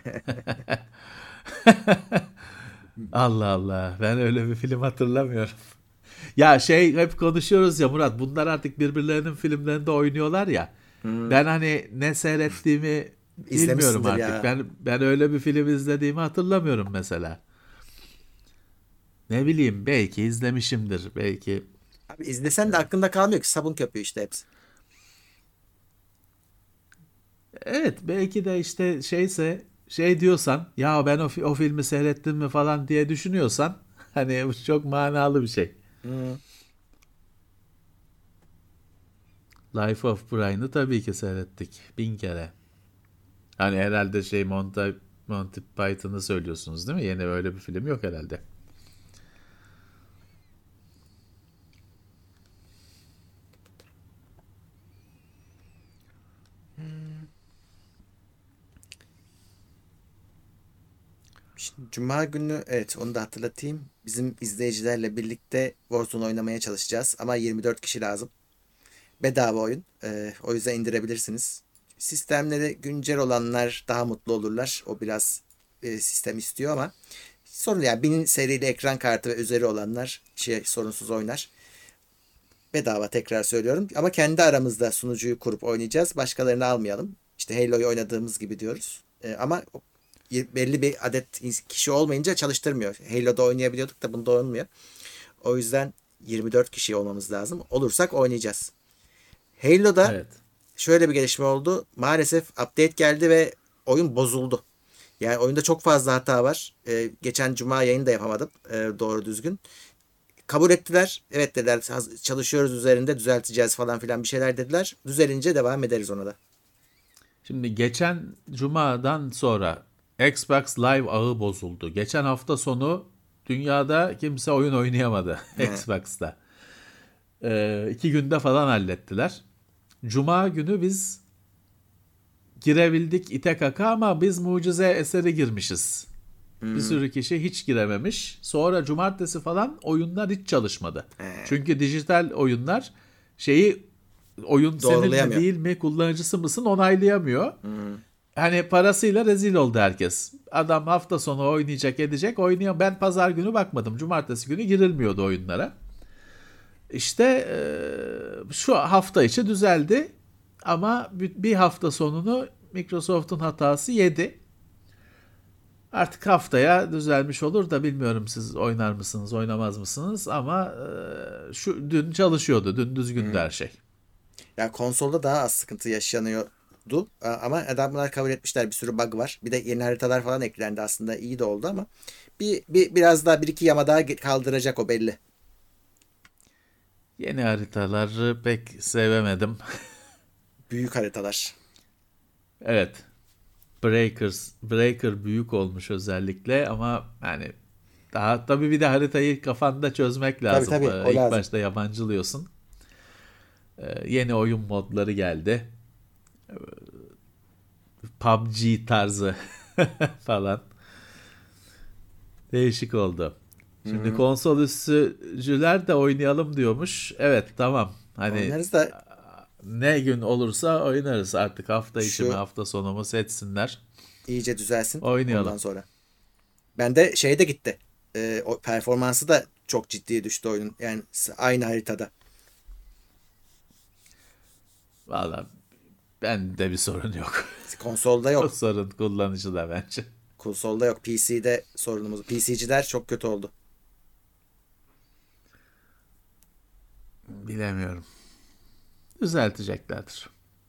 Allah Allah. Ben öyle bir film hatırlamıyorum. Ya hep konuşuyoruz ya Murat. Bunlar artık birbirlerinin filmlerinde oynuyorlar ya. Hmm. Ben hani ne seyrettiğimi bilmiyorum İzlemişsindir artık. ya. Ben öyle bir film izlediğimi hatırlamıyorum mesela. Ne bileyim, belki izlemişimdir. Belki. Abi izlesen de aklında kalmıyor ki, sabun köpüğü işte hepsi. Evet, belki de işte şey diyorsan, ya ben o filmi seyrettim mi falan diye düşünüyorsan hani bu çok manalı bir şey. Hmm. Life of Brian'ı tabii ki seyrettik 1000 kere. Hani herhalde Monty Python'ı söylüyorsunuz değil mi? Yeni öyle bir film yok herhalde. Şimdi Cuma günü, evet, onu da hatırlatayım. Bizim izleyicilerle birlikte Warzone oynamaya çalışacağız. Ama 24 kişi lazım. Bedava oyun. O yüzden indirebilirsiniz. Sistemleri güncel olanlar daha mutlu olurlar. O biraz sistem istiyor ama sorun yani 1000 serili ekran kartı ve üzeri olanlar sorunsuz oynar. Bedava, tekrar söylüyorum. Ama kendi aramızda sunucuyu kurup oynayacağız. Başkalarını almayalım. İşte Halo'yu oynadığımız gibi diyoruz. Ama belli bir adet kişi olmayınca çalıştırmıyor. Halo'da oynayabiliyorduk da bunda olmuyor. O yüzden 24 kişi olmamız lazım. Olursak oynayacağız. Halo'da Evet. şöyle bir gelişme oldu. Maalesef update geldi ve oyun bozuldu. Yani oyunda çok fazla hata var. Geçen cuma yayını da yapamadım doğru düzgün. Kabul ettiler. Evet dediler, çalışıyoruz üzerinde, düzelteceğiz falan filan bir şeyler dediler. Düzelince devam ederiz ona da. Şimdi geçen Cuma'dan sonra Xbox Live ağı bozuldu. Geçen hafta sonu dünyada kimse oyun oynayamadı He. Xbox'ta. 2 günde falan hallettiler. Cuma günü biz girebildik ite kaka ama biz mucize eseri girmişiz. Bir Hmm. sürü kişi hiç girememiş. Sonra cumartesi falan oyunlar hiç çalışmadı. He. Çünkü dijital oyunlar oyun senin mi Doğrulayamıyor. değil mi, kullanıcısı mısın onaylayamıyor. Hmm. Hani parasıyla rezil oldu herkes. Adam hafta sonu oynayacak edecek oynuyor. Ben pazar günü bakmadım. Cumartesi günü girilmiyordu oyunlara. İşte şu hafta içi düzeldi. Ama bir hafta sonunu Microsoft'un hatası yedi. Artık haftaya düzelmiş olur da bilmiyorum, siz oynar mısınız, oynamaz mısınız, ama şu dün çalışıyordu. Dün düzgündü Hmm. her şey. Ya konsolda daha az sıkıntı yaşanıyordu. Ama adamlar kabul etmişler, bir sürü bug var. Bir de yeni haritalar falan eklendi, aslında iyi de oldu ama biraz daha, bir iki yama daha kaldıracak, o belli. Yeni haritaları pek sevemedim. Büyük haritalar. Evet. Breaker büyük olmuş özellikle ama yani daha tabii bir de haritayı kafanda çözmek Tabii lazım. tabii, o İlk lazım. başta yabancılıyorsun. Yeni oyun modları geldi. PUBG tarzı falan. Değişik oldu. Hı Şimdi hı. konsol üstücüler de oynayalım diyormuş. Evet, tamam. Hani Oynarız da ne gün olursa oynarız artık, hafta içi mi şu hafta sonu mu seçsinler. iyice düzelsin Oynayalım. ondan sonra. Ben de şey de gitti. O performansı da çok ciddi düştü oyunun. Yani aynı haritada. Valla bende bir sorun yok. Konsolda O yok. sorun kullanıcıda bence. Konsolda yok. PC'de sorunumuz. PC'ciler çok kötü oldu. Bilemiyorum. Düzelteceklerdir.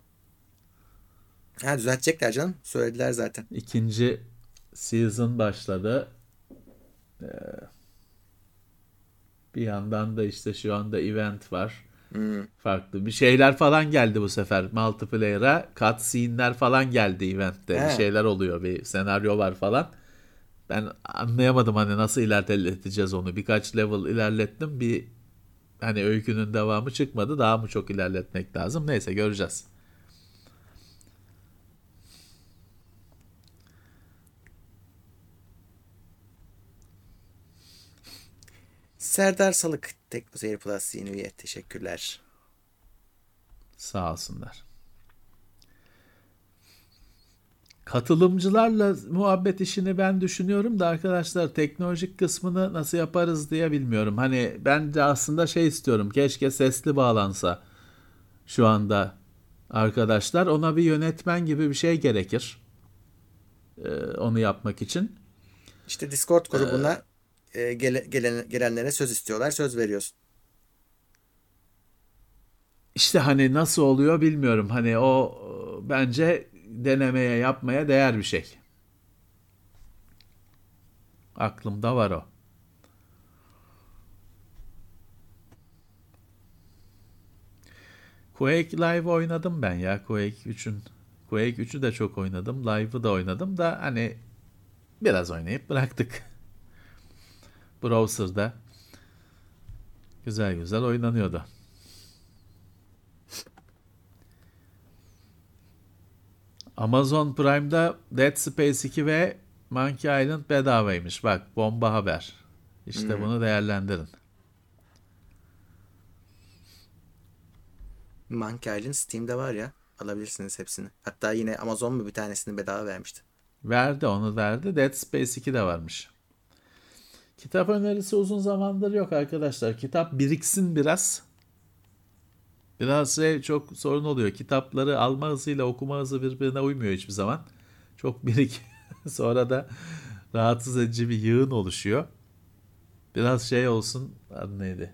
Ha, düzeltecekler canım. Söylediler zaten. İkinci season başladı. Bir yandan da işte şu anda event var. Hmm. Farklı bir şeyler falan geldi bu sefer multiplayer'a. Cutscene'ler falan geldi eventte. Bir He. şeyler oluyor. Bir senaryo var falan. Ben anlayamadım hani nasıl ilerleteceğiz onu. Birkaç level ilerlettim. Bir hani öykünün devamı çıkmadı. Daha mı çok ilerletmek lazım? Neyse göreceğiz. Serdar Salık Teknoseyir Plus yeni üye. Teşekkürler. Sağ olsunlar. Katılımcılarla muhabbet işini ben düşünüyorum da arkadaşlar teknolojik kısmını nasıl yaparız diye bilmiyorum. Hani ben de aslında şey istiyorum. Keşke sesli bağlansa şu anda arkadaşlar. Ona bir yönetmen gibi bir şey gerekir. Onu yapmak için. İşte Discord grubuna gelenlere söz istiyorlar. Söz veriyorsun. İşte hani nasıl oluyor bilmiyorum. Hani o bence denemeye yapmaya değer bir şey. Aklımda var o. Quake Live oynadım ben ya. Quake 3'ü de çok oynadım. Live'ı da oynadım da hani biraz oynayıp bıraktık. Browser'da güzel güzel oynanıyordu. Amazon Prime'da Dead Space 2 ve Monkey Island bedavaymış. Bak bomba haber. İşte Hmm. bunu değerlendirin. Monkey Island Steam'de var ya. Alabilirsiniz hepsini. Hatta yine Amazon mu bir tanesini bedava vermişti. Verdi onu verdi. Dead Space 2 de varmış. Kitap önerisi uzun zamandır yok arkadaşlar. Kitap biriksin biraz. Biraz çok sorun oluyor. Kitapları alma hızıyla okuma hızı birbirine uymuyor hiçbir zaman. Çok birik. Sonra da rahatsız edici bir yığın oluşuyor. Biraz şey olsun. Adı neydi?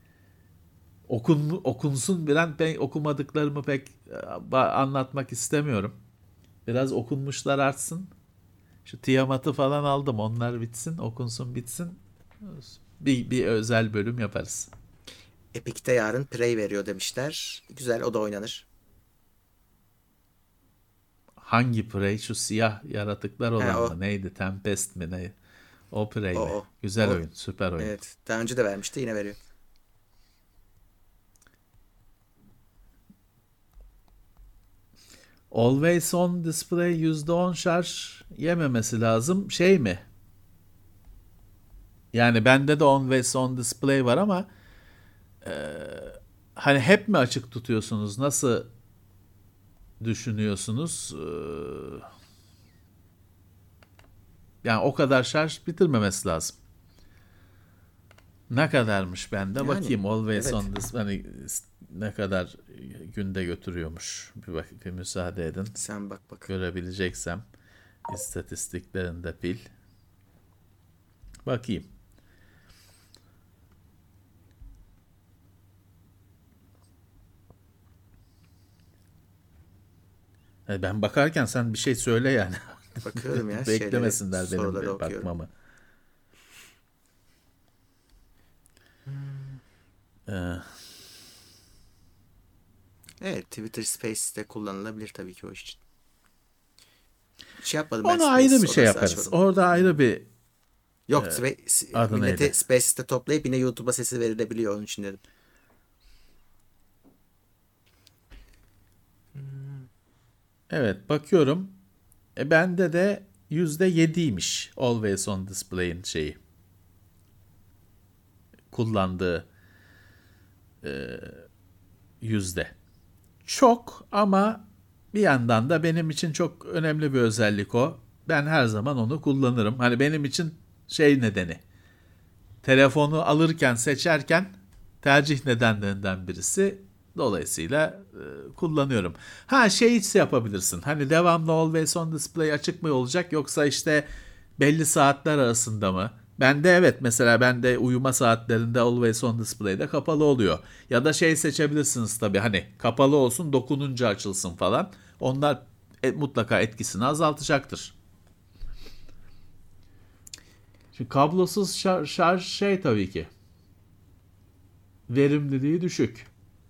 Okunsun. Ben okumadıklarımı pek anlatmak istemiyorum. Biraz okunmuşlar artsın. Şu Tiamat'ı falan aldım. Onlar bitsin. Okunsun bitsin. Bir özel bölüm yaparız. Epic'te yarın Prey veriyor demişler. Güzel, o da oynanır. Hangi Prey? Şu siyah yaratıklar Ha, olan o. mı? Neydi? Tempest mi? Ne? O Prey O mi? o. Güzel O oyun. Süper oyun. evet. Daha önce de vermişti, yine veriyor. Always on display %10 şarj yememesi lazım. Şey mi? Yani bende de always on display var ama hani hep mi açık tutuyorsunuz? Nasıl düşünüyorsunuz? Yani o kadar şarj bitirmemesi lazım. Ne kadarmış bende? Yani Bakayım always evet. on display hani ne kadar günde götürüyormuş. Bir müsaade edin. Sen bak bak. Görebileceksem istatistiklerinde pil. Bakayım. Ben bakarken sen bir şey söyle yani. Bakıyorum ya şeyleri, Beklemesinler soruları benim okuyorum. bakmamı. Ee, Evet, Twitter Space'te kullanılabilir tabii ki o iş için. Hiç yapmadım ben Onu ayrı bir Space şey odası yaparız. açmadım. Orada ayrı bir Yok, adı milleti neydi? Space'te toplayıp yine YouTube'a sesi verilebiliyor, onun için dedim. Evet bakıyorum. Bende de %7'ymiş Always on Display'in şeyi. Kullandığı yüzde. Çok ama bir yandan da benim için çok önemli bir özellik o. Ben her zaman onu kullanırım. Hani benim için şey nedeni. Telefonu alırken, seçerken tercih nedenlerinden birisi. Dolayısıyla kullanıyorum. Ha şey hiç yapabilirsin. Hani devamlı always on display açık mı olacak yoksa işte belli saatler arasında mı? Bende evet mesela bende uyuma saatlerinde always on display'de kapalı oluyor. Ya da şey seçebilirsiniz tabii hani kapalı olsun dokununca açılsın falan. Onlar mutlaka etkisini azaltacaktır. Şimdi kablosuz şarj şey tabii ki verimliliği düşük.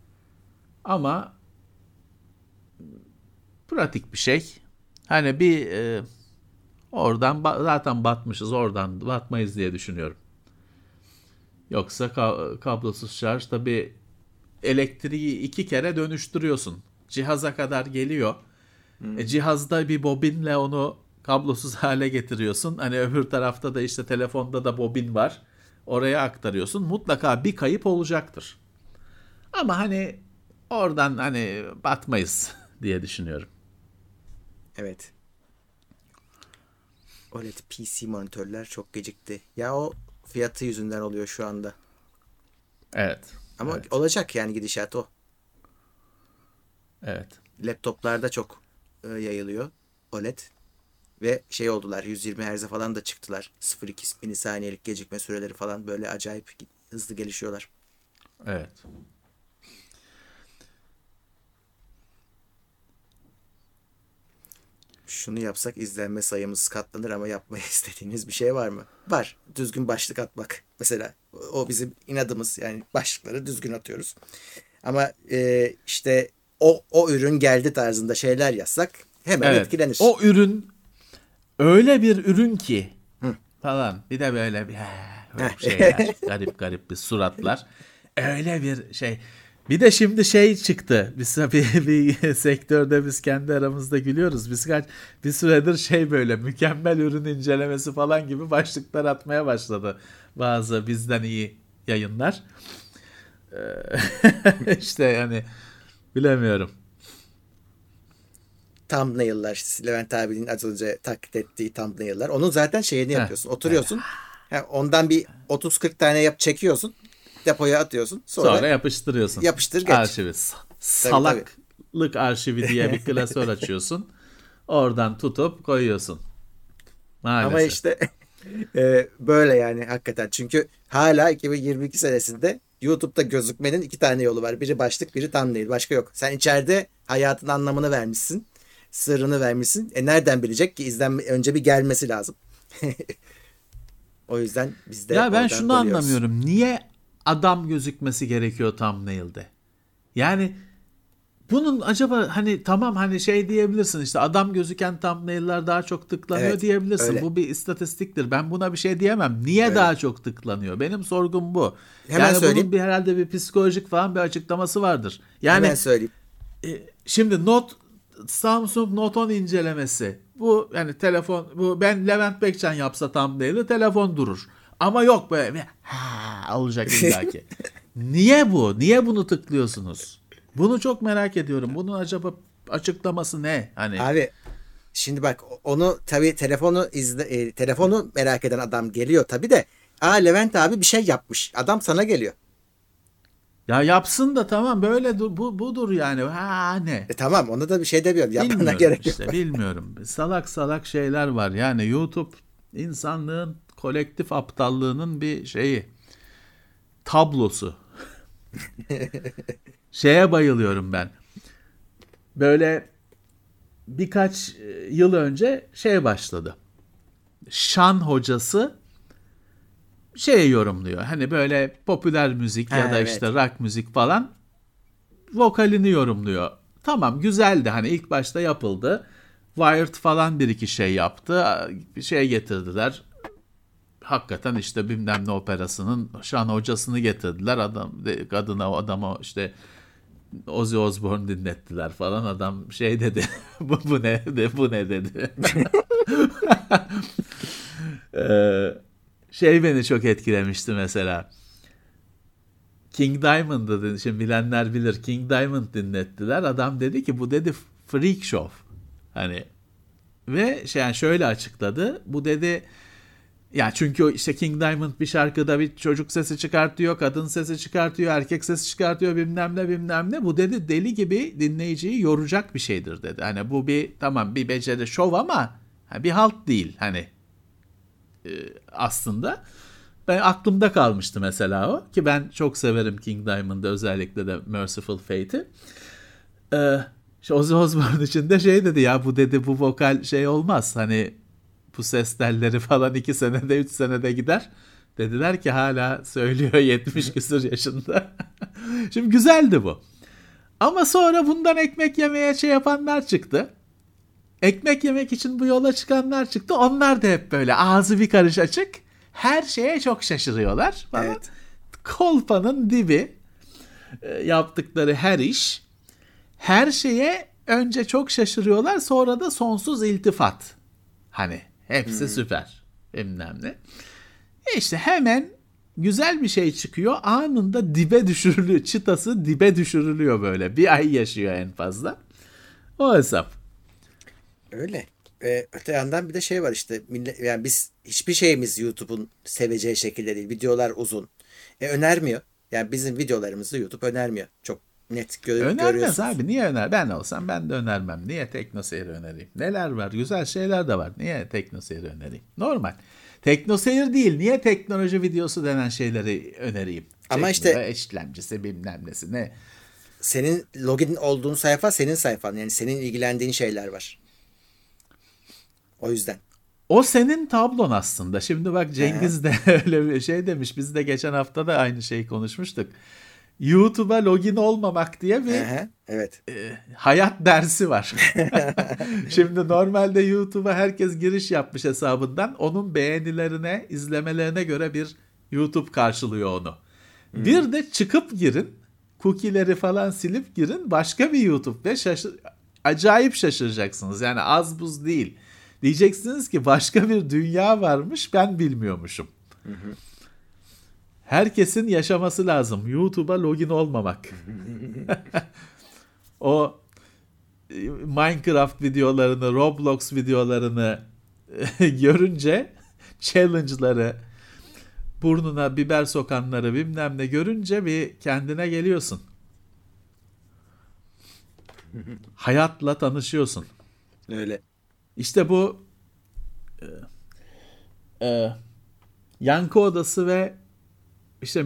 Ama pratik bir şey. Hani bir oradan zaten batmışız, oradan batmayız diye düşünüyorum. Yoksa kablosuz şarj tabii elektriği 2 kere dönüştürüyorsun. Cihaza kadar geliyor. Cihazda bir bobinle onu kablosuz hale getiriyorsun. Hani öbür tarafta da işte telefonda da bobin var. Oraya aktarıyorsun. Mutlaka bir kayıp olacaktır. Ama hani oradan hani batmayız diye düşünüyorum. Evet. OLED PC monitörler çok gecikti. Ya o fiyatı yüzünden oluyor şu anda. Evet. Ama Evet. olacak yani, gidişat o. Evet. Laptoplarda çok yayılıyor OLED. Ve şey oldular, 120 Hz'e falan da çıktılar. 0,2 milisaniyelik gecikme süreleri falan, böyle acayip hızlı gelişiyorlar. Evet. Şunu yapsak izlenme sayımız katlanır ama yapmayı istediğiniz bir şey var mı? Var. Düzgün başlık atmak. Mesela o bizim inadımız, yani başlıkları düzgün atıyoruz. Ama işte o ürün geldi tarzında şeyler yazsak hemen Evet. etkilenir. O ürün öyle bir ürün ki Hı. falan. Bir de böyle böyle Heh. şeyler. Garip garip bir suratlar. Öyle bir şey. Bir de şimdi şey çıktı. Biz bir sektörde biz kendi aramızda gülüyoruz. Bir süredir şey böyle mükemmel ürün incelemesi falan gibi başlıklar atmaya başladı. Bazı bizden iyi yayınlar. İşte yani bilemiyorum. Thumbnail'lar, işte Levent abinin az önce taklit ettiği thumbnail'lar. Onun zaten şeyini Heh, yapıyorsun. böyle. Oturuyorsun. Ondan bir 30-40 tane çekiyorsun. Depoya atıyorsun. Sonra Sonra yapıştırıyorsun. yapıştır geç. Arşivi. Tabii tabii. Salaklık arşivi diye bir klasör açıyorsun. Oradan tutup koyuyorsun. Ama Maalesef. işte böyle yani hakikaten. Çünkü hala 2022 senesinde YouTube'da gözükmenin 2 tane yolu var. Biri başlık, biri thumbnail. Başka yok. Sen içeride hayatın anlamını vermişsin. Sırrını vermişsin. Nereden bilecek ki? Önce bir gelmesi lazım. O yüzden biz de Ya ben oradan şunu bölüyoruz. anlamıyorum. Niye adam gözükmesi gerekiyor thumbnail'de? Yani bunun acaba hani tamam hani şey diyebilirsin işte adam gözüken thumbnail'lar daha çok tıklanıyor Evet. diyebilirsin. Öyle. Bu bir istatistiktir. Ben buna bir şey diyemem. Niye Öyle. daha çok tıklanıyor? Benim sorgum bu. Hemen Yani bunun söyleyeyim. herhalde bir psikolojik falan bir açıklaması vardır. Hemen Yani söyleyeyim. şimdi Samsung Note 10 incelemesi. Bu yani telefon bu ben Levent Bekcan yapsa thumbnail'i telefon durur. Ama yok böyle olacak illaki. Niye bu? Niye bunu tıklıyorsunuz? Bunu çok merak ediyorum. Bunun acaba açıklaması ne? Hani Abi şimdi bak, onu tabii telefonu merak eden adam geliyor tabii de. Levent abi bir şey yapmış. Adam sana geliyor. ya yapsın da tamam böyle budur yani. Ne? Tamam, ona da bir şey demiyorum. Yapmana Bilmiyorum gerek yok. işte bilmiyorum. Salak salak şeyler var. Yani YouTube insanlığın kolektif aptallığının bir şeyi. Tablosu. Şeye bayılıyorum ben. Böyle birkaç yıl önce şey başladı. Şan hocası şey yorumluyor. Hani böyle popüler müzik ya Ha, da işte evet. rock müzik falan vokalini yorumluyor. Tamam güzeldi hani ilk başta yapıldı. Wired falan bir iki şey yaptı. Bir şey getirdiler. Hakikaten işte bilmem ne operasının şan hocasını getirdiler. Kadına o adama işte Ozzy Osbourne dinlettiler falan. Adam şey dedi. bu ne bu ne dedi. Şey beni çok etkilemişti mesela. King Diamond'ı şimdi bilenler bilir. King Diamond dinlettiler. Adam dedi ki bu dedi freak show. Hani ve yani şöyle açıkladı. Bu dedi ya çünkü işte King Diamond bir şarkıda bir çocuk sesi çıkartıyor, kadın sesi çıkartıyor, erkek sesi çıkartıyor bilmem ne bilmem ne. Bu dedi deli gibi dinleyiciyi yoracak bir şeydir dedi. Hani bu bir tamam bir beceri şov ama bir halt değil hani aslında. Ben aklımda kalmıştı mesela o ki ben çok severim King Diamond'ı özellikle de Merciful Fate'i. İşte Ozzy Osbourne için de şey dedi ya bu dedi bu vokal şey olmaz hani bu ses telleri falan 2 senede 3 senede gider. Dediler ki hala söylüyor 70 küsur yaşında. Şimdi güzeldi bu. Ama sonra bundan ekmek yemeye şey yapanlar çıktı. Ekmek yemek için bu yola çıkanlar çıktı. Onlar da hep böyle ağzı bir karış açık. Her şeye çok şaşırıyorlar falan. Evet. Kolpanın dibi yaptıkları her iş. Her şeye önce çok şaşırıyorlar, sonra da sonsuz iltifat. Hani hepsi süper. Bilmem ne. İşte hemen güzel bir şey çıkıyor. Anında dibe düşürülüyor. Çıtası dibe düşürülüyor böyle. Bir ay yaşıyor en fazla. O hesap. Öyle. Öte yandan bir de şey var işte yani biz hiçbir şeyimiz YouTube'un seveceği şekilde değil. Videolar uzun. Önermiyor. Yani bizim videolarımızı YouTube önermiyor. Çok net Önermez görüyorsunuz. abi. Niye öner? Ben olsam ben de önermem. Niye TeknoSeyir önereyim? Neler var? Güzel şeyler de var. Niye TeknoSeyir önereyim? Normal. TeknoSeyir değil. Niye teknoloji videosu denen şeyleri önereyim? Ama Çekmiyor. işte Eşlemcisi bilmem nesi ne. senin login olduğun sayfa senin sayfan. Yani senin ilgilendiğin şeyler var. O yüzden. O senin tablon aslında. Şimdi bak Aha, Cengiz de öyle bir şey demiş. Biz de geçen hafta da aynı şeyi konuşmuştuk. YouTube'a login olmamak diye bir aha, evet. hayat dersi var. Şimdi normalde YouTube'a herkes giriş yapmış hesabından. Onun beğenilerine, izlemelerine göre bir YouTube karşılıyor onu. Hmm. Bir de çıkıp girin. Cookie'leri falan silip girin. Başka bir YouTube ve acayip şaşıracaksınız. Yani az buz değil. Diyeceksiniz ki başka bir dünya varmış, ben bilmiyormuşum. Hı hı. Herkesin yaşaması lazım. YouTube'a login olmamak. O Minecraft videolarını, Roblox videolarını görünce, challenge'ları, burnuna biber sokanları bilmem ne görünce bir kendine geliyorsun. Hayatla tanışıyorsun. Öyle. İşte bu e, yankı odası ve işte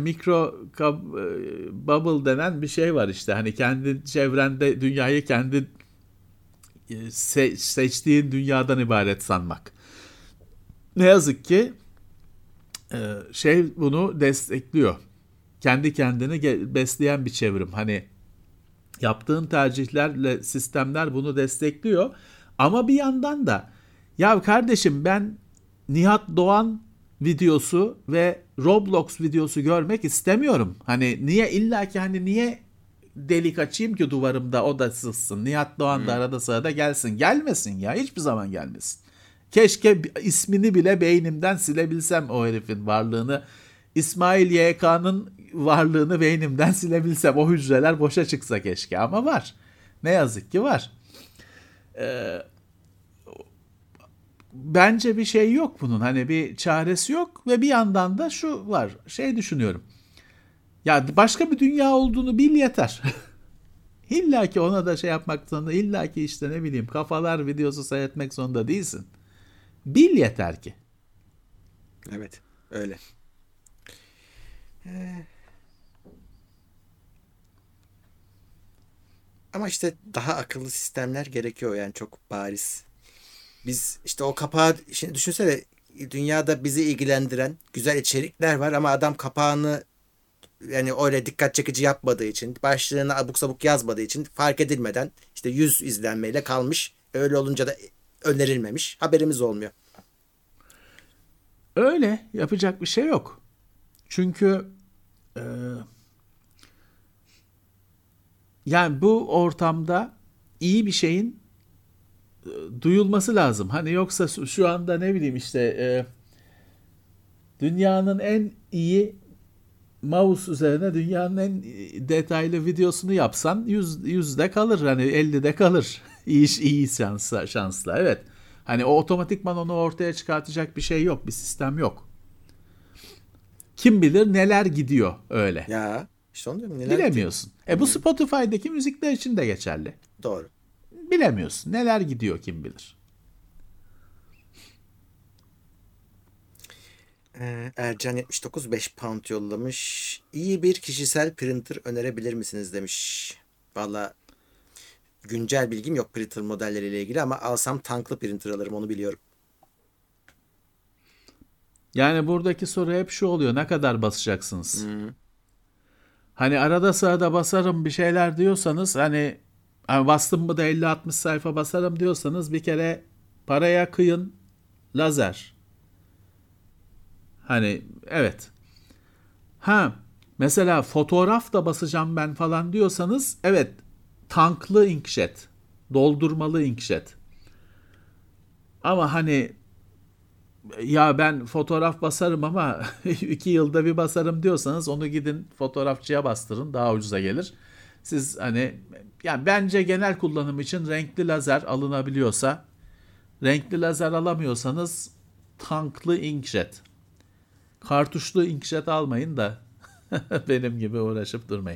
bubble denen bir şey var işte. Hani kendi çevrende dünyayı kendi seçtiğin dünyadan ibaret sanmak. Ne yazık ki şey bunu destekliyor. Kendi kendini besleyen bir çevrim. Hani yaptığın tercihlerle sistemler bunu destekliyor. Ama bir yandan da ya kardeşim ben Nihat Doğan videosu ve Roblox videosu görmek istemiyorum. Hani niye illaki hani niye delik açayım ki duvarımda o da sızsın. Nihat Doğan da Hmm. arada sırada gelsin. Gelmesin ya, hiçbir zaman gelmesin. Keşke ismini bile beynimden silebilsem o herifin varlığını. İsmail YK'nın varlığını beynimden silebilsem. O hücreler boşa çıksa keşke ama var. Ne yazık ki var. Bence bir şey yok bunun. Hani bir çaresi yok ve bir yandan da şu var. Şey düşünüyorum. Ya başka bir dünya olduğunu bil yeter. İlla ki ona da şey yapmak zorunda, illa ki işte ne bileyim kafalar videosu seyretmek zorunda değilsin. Bil yeter ki. Evet. Öyle. Ama işte daha akıllı sistemler gerekiyor yani çok bariz. Biz işte o kapağı şimdi düşünsene dünyada bizi ilgilendiren güzel içerikler var ama adam kapağını yani öyle dikkat çekici yapmadığı için başlığını abuk sabuk yazmadığı için fark edilmeden işte 100 izlenmeyle kalmış. Öyle olunca da önerilmemiş. Haberimiz olmuyor. Öyle yapacak bir şey yok. Çünkü e, yani bu ortamda iyi bir şeyin duyulması lazım. Hani yoksa şu anda ne bileyim işte dünyanın en iyi mouse üzerine dünyanın en detaylı videosunu yapsan 100'de kalır. Hani 50'de kalır. İyi şansla. Evet. Hani o otomatikman onu ortaya çıkartacak bir şey yok. Bir sistem yok. Kim bilir neler gidiyor öyle. Ya işte onu diyorum neler gidiyor. Bilemiyorsun. Bu Hı, Spotify'daki müzikler için de geçerli. doğru. Bilemiyorsun. Neler gidiyor kim bilir. Ercan 79 5 pound yollamış. İyi bir kişisel printer önerebilir misiniz demiş. Valla güncel bilgim yok printer modelleriyle ilgili ama alsam tanklı printer alırım onu biliyorum. Yani buradaki soru hep şu oluyor. Ne kadar basacaksınız? Hı. Hani arada sırada basarım bir şeyler diyorsanız, hani bastım mı da 50-60 sayfa basarım diyorsanız, bir kere paraya kıyın, lazer. Hani evet. Ha, mesela fotoğraf da basacağım ben falan diyorsanız, evet, tanklı inkjet, doldurmalı inkjet. Ama hani ya ben fotoğraf basarım ama 2 yılda bir basarım diyorsanız, onu gidin fotoğrafçıya bastırın, daha ucuza gelir. Siz hani, yani bence genel kullanım için renkli lazer alınabiliyorsa, renkli lazer alamıyorsanız tanklı inkjet. Kartuşlu inkjet almayın da benim gibi uğraşıp durmayın.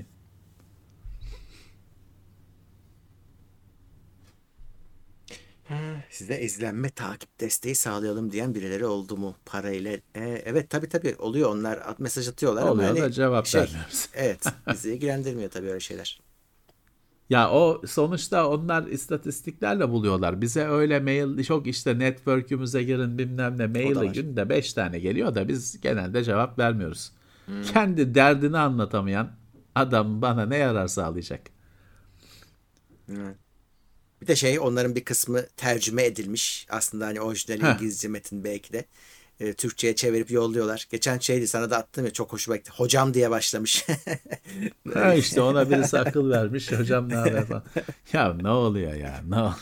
Size izlenme takip desteği sağlayalım diyen birileri oldu mu parayla? Evet, tabii oluyor, onlar mesaj atıyorlar ama Oluyor hani da cevap şey, vermiyoruz. evet, bizi ilgilendirmiyor tabii öyle şeyler. Ya o sonuçta onlar istatistiklerle buluyorlar. Bize öyle mail çok, işte network'ümüze girin bilmem ne, O da maili var. günde 5 tane geliyor da biz genelde cevap vermiyoruz. Hmm. Kendi derdini anlatamayan adam bana ne yarar sağlayacak? Evet. Bir de şey, onların bir kısmı tercüme edilmiş. Aslında hani orijinal Heh, İngilizce metin belki de. Türkçe'ye çevirip yolluyorlar. Geçen şeydi, sana da attım ya, çok hoşuma gitti. Hocam diye başlamış. ha işte ona birisi akıl vermiş. Hocam ne haber falan. Ya ne oluyor ya, ne oluyor?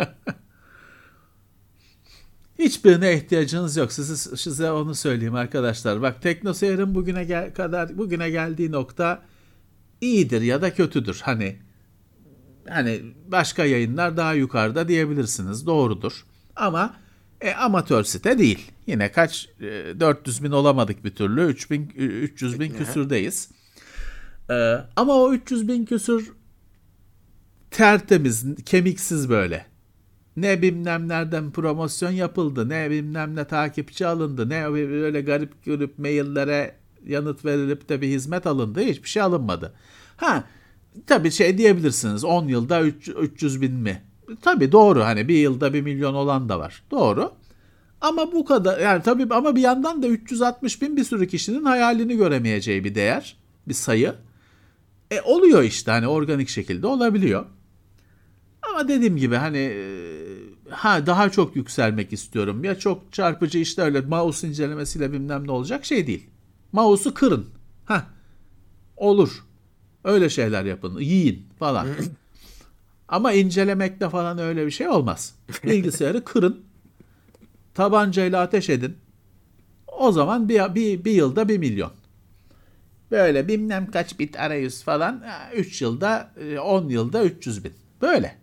Hiçbirine ihtiyacınız yok. Size onu söyleyeyim arkadaşlar. Bak, TeknoSeyir'in bugüne geldiği nokta iyidir ya da kötüdür. Hani başka yayınlar daha yukarıda diyebilirsiniz. Doğrudur. Ama amatör site değil. Yine 400 bin olamadık bir türlü. 300 bin Aha. küsürdeyiz. Ama o 300 bin küsür tertemiz, kemiksiz böyle. Ne bilmem nereden promosyon yapıldı, ne bilmem ne takipçi alındı, ne böyle garip görüp maillere yanıt verilip de bir hizmet alındı. Hiçbir şey alınmadı. Ha, tabii şey diyebilirsiniz, 10 yılda 300 bin mi? Tabii doğru, hani bir yılda 1 milyon olan da var. Doğru. Ama bu kadar, yani tabii, ama bir yandan da 360 bin bir sürü kişinin hayalini göremeyeceği bir değer, bir sayı. Oluyor işte, hani organik şekilde olabiliyor. Ama dediğim gibi hani daha çok yükselmek istiyorum. Ya çok çarpıcı, işte öyle mouse incelemesiyle bilmem ne olacak şey değil. Mouse'u kırın. Ha, olur. Öyle şeyler yapın. Yiyin falan. Ama incelemekle falan öyle bir şey olmaz. Bilgisayarı kırın. Tabancayla ateş edin. O zaman bir yılda 1 milyon. Böyle bilmem kaç bit arayüz falan. 3 yılda, 10 yılda 300 bin. Böyle.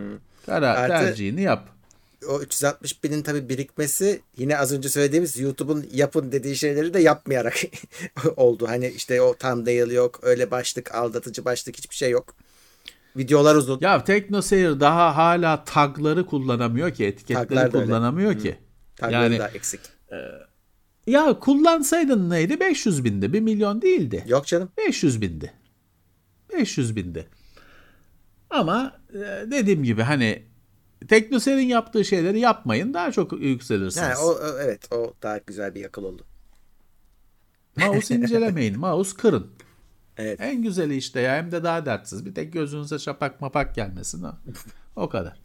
Artı Tercihini yap. o 360 binin tabii birikmesi, yine az önce söylediğimiz YouTube'un yapın dediği şeyleri de yapmayarak oldu. Hani işte o thumbnail yok, öyle başlık, aldatıcı başlık, hiçbir şey yok. Videolar uzun. Ya TeknoSeyir daha hala tagları kullanamıyor ki, etiketleri Taglar da öyle. kullanamıyor Hmm. ki. Tagları Yani da eksik. ya kullansaydın neydi? 500 bindi. 1 milyon değildi. Yok canım. 500 bindi. 500 bindi. Ama dediğim gibi hani TeknoSeyir'in yaptığı şeyleri yapmayın. Daha çok yükselirsiniz. Evet, o daha güzel bir yakıl oldu. Mouse incelemeyin. Mouse kırın. Evet. En güzeli işte ya. Hem de daha dertsiz. Bir tek gözünüze şapak mapak gelmesin. O kadar.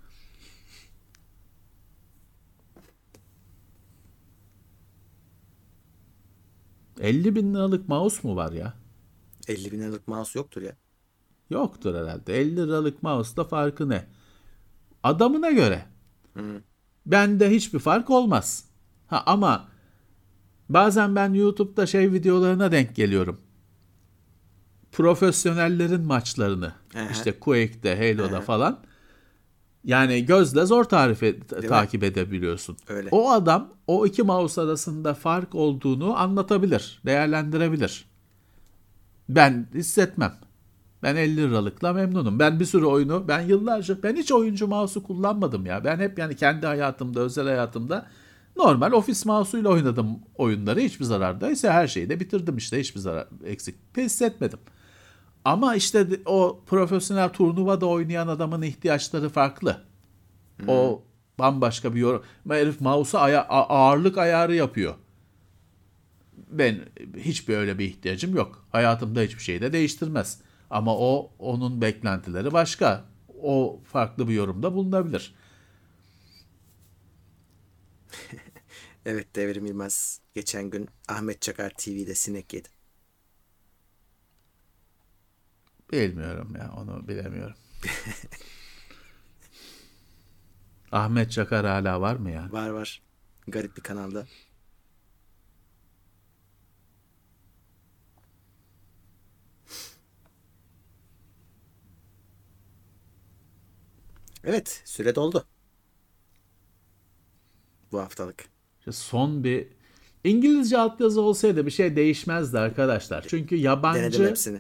50 bin liralık mouse mu var ya? 50 bin liralık mouse yoktur ya. Yoktur herhalde. 50 liralık mouse'da farkı ne? Adamına göre. Hmm. Bende hiçbir fark olmaz. Ama bazen ben YouTube'da şey videolarına denk geliyorum. Profesyonellerin maçlarını. Aha, İşte Quake'de, Halo'da aha. falan. Yani gözle zor Değil mi? takip edebiliyorsun. Öyle. O adam o iki mouse arasında fark olduğunu anlatabilir, değerlendirebilir. Ben hissetmem. Ben 50 liralıkla memnunum. Ben bir sürü oyunu, ben hiç oyuncu mouse'u kullanmadım ya. Ben hep yani kendi hayatımda, özel hayatımda normal ofis mouse'uyla oynadım oyunları. Hiçbir zarardaysa her şeyi de bitirdim işte. Hiçbir zarar eksik hissetmedim. Ama işte o profesyonel turnuvada oynayan adamın ihtiyaçları farklı. Hmm. O bambaşka bir yorum. Herif mouse'a ağırlık ayarı yapıyor. ben hiçbir öyle bir ihtiyacım yok. Hayatımda hiçbir şey de değiştirmez. Ama onun beklentileri başka. O farklı bir yorumda bulunabilir. Evet, Devrim Yılmaz geçen gün Ahmet Çakar TV'de sinek yedi. Bilmiyorum ya, onu bilemiyorum. Ahmet Çakar hala var mı ya? Var. Garip bir kanalda. Evet, süre doldu. Bu haftalık. İşte son bir İngilizce altyazı olsaydı bir şey değişmezdi arkadaşlar. Çünkü Denedim yabancı. hepsini.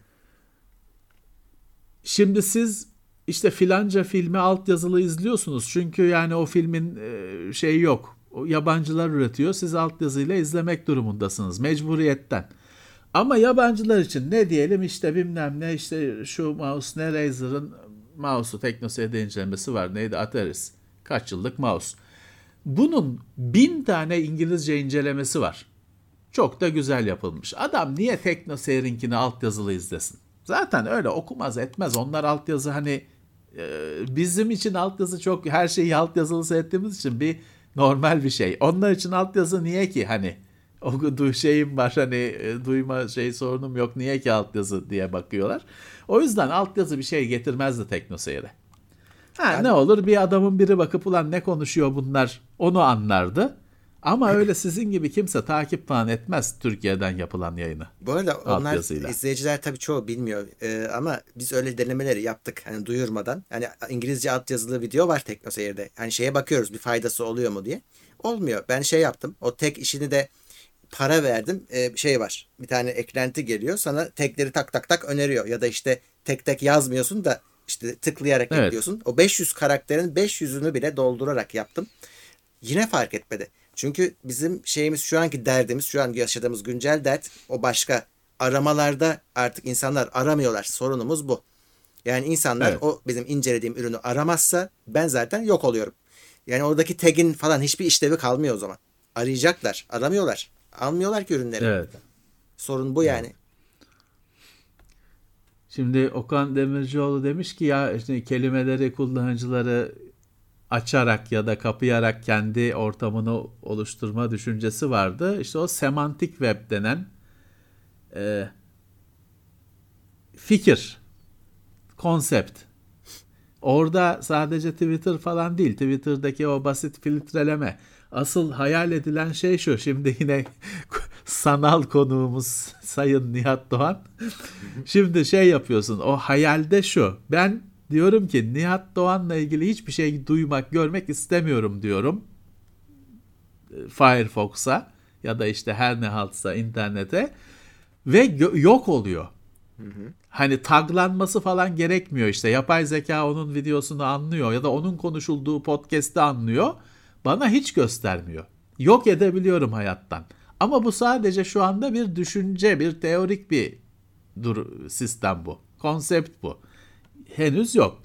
Şimdi siz işte filanca filmi altyazılı izliyorsunuz. Çünkü yani o filmin şeyi yok. O yabancılar üretiyor. Siz altyazıyla izlemek durumundasınız mecburiyetten. Ama yabancılar için ne diyelim, işte bilmem ne, işte şu mouse ne, Razer'ın mouse'u TeknoSeyir'de incelemesi var. Neydi? Ataris. Kaç yıllık mouse. Bunun 1000 tane İngilizce incelemesi var. Çok da güzel yapılmış. Adam niye TeknoSeyir'inkini altyazılı izlesin? Zaten öyle okumaz etmez. Onlar altyazı hani bizim için altyazı çok, her şeyi altyazılı seyrettiğimiz için bir normal bir şey. Onlar için altyazı niye ki, hani o şeyim var, hani duyma sorunum yok, niye ki altyazı diye bakıyorlar. O yüzden altyazı bir şey getirmezdi TeknoSeyir'e. Ne olur bir adamın biri bakıp ulan ne konuşuyor bunlar, onu anlardı. Ama öyle sizin gibi kimse takip falan etmez Türkiye'den yapılan yayını. Bu arada onlar altyazıyla. izleyiciler tabii çoğu bilmiyor. Ama biz öyle denemeleri yaptık hani duyurmadan. Hani İngilizce altyazılı video var TeknoSeyir'de. Hani şeye bakıyoruz bir faydası oluyor mu diye. Olmuyor. Ben şey yaptım. O tek işini de para verdim. Şey var. Bir tane eklenti geliyor. Sana tekleri tak tak tak öneriyor. Ya da işte tek tek yazmıyorsun da işte tıklayarak Evet. ekliyorsun. O 500 karakterin 500'ünü bile doldurarak yaptım. Yine fark etmedi. Çünkü bizim şeyimiz, şu anki derdimiz, şu an yaşadığımız güncel dert o başka. Aramalarda artık insanlar aramıyorlar. Sorunumuz bu. Yani insanlar Evet. o bizim incelediğim ürünü aramazsa ben zaten yok oluyorum. Yani oradaki tag'in falan hiçbir işlevi kalmıyor o zaman. Arayacaklar, aramıyorlar. Almıyorlar ki ürünleri. Evet. Sorun bu yani. Şimdi Okan Demircioğlu demiş ki ya işte kelimeleri kullanıcıları açarak ya da kapayarak kendi ortamını oluşturma düşüncesi vardı. İşte o semantik web denen fikir, konsept. Orada sadece Twitter falan değil. Twitter'daki o basit filtreleme. Asıl hayal edilen şey şu. Şimdi yine sanal konuğumuz Sayın Nihat Doğan. Şimdi şey yapıyorsun. O hayalde şu. Ben diyorum ki Nihat Doğan'la ilgili hiçbir şey duymak, görmek istemiyorum diyorum. Firefox'a ya da işte her ne haltsa internete. Ve yok oluyor. Hani taglanması falan gerekmiyor işte. Yapay zeka onun videosunu anlıyor ya da onun konuşulduğu podcast'ı anlıyor. Bana hiç göstermiyor. Yok edebiliyorum hayattan. Ama bu sadece şu anda bir düşünce, bir teorik bir sistem bu. Konsept bu. Henüz yok.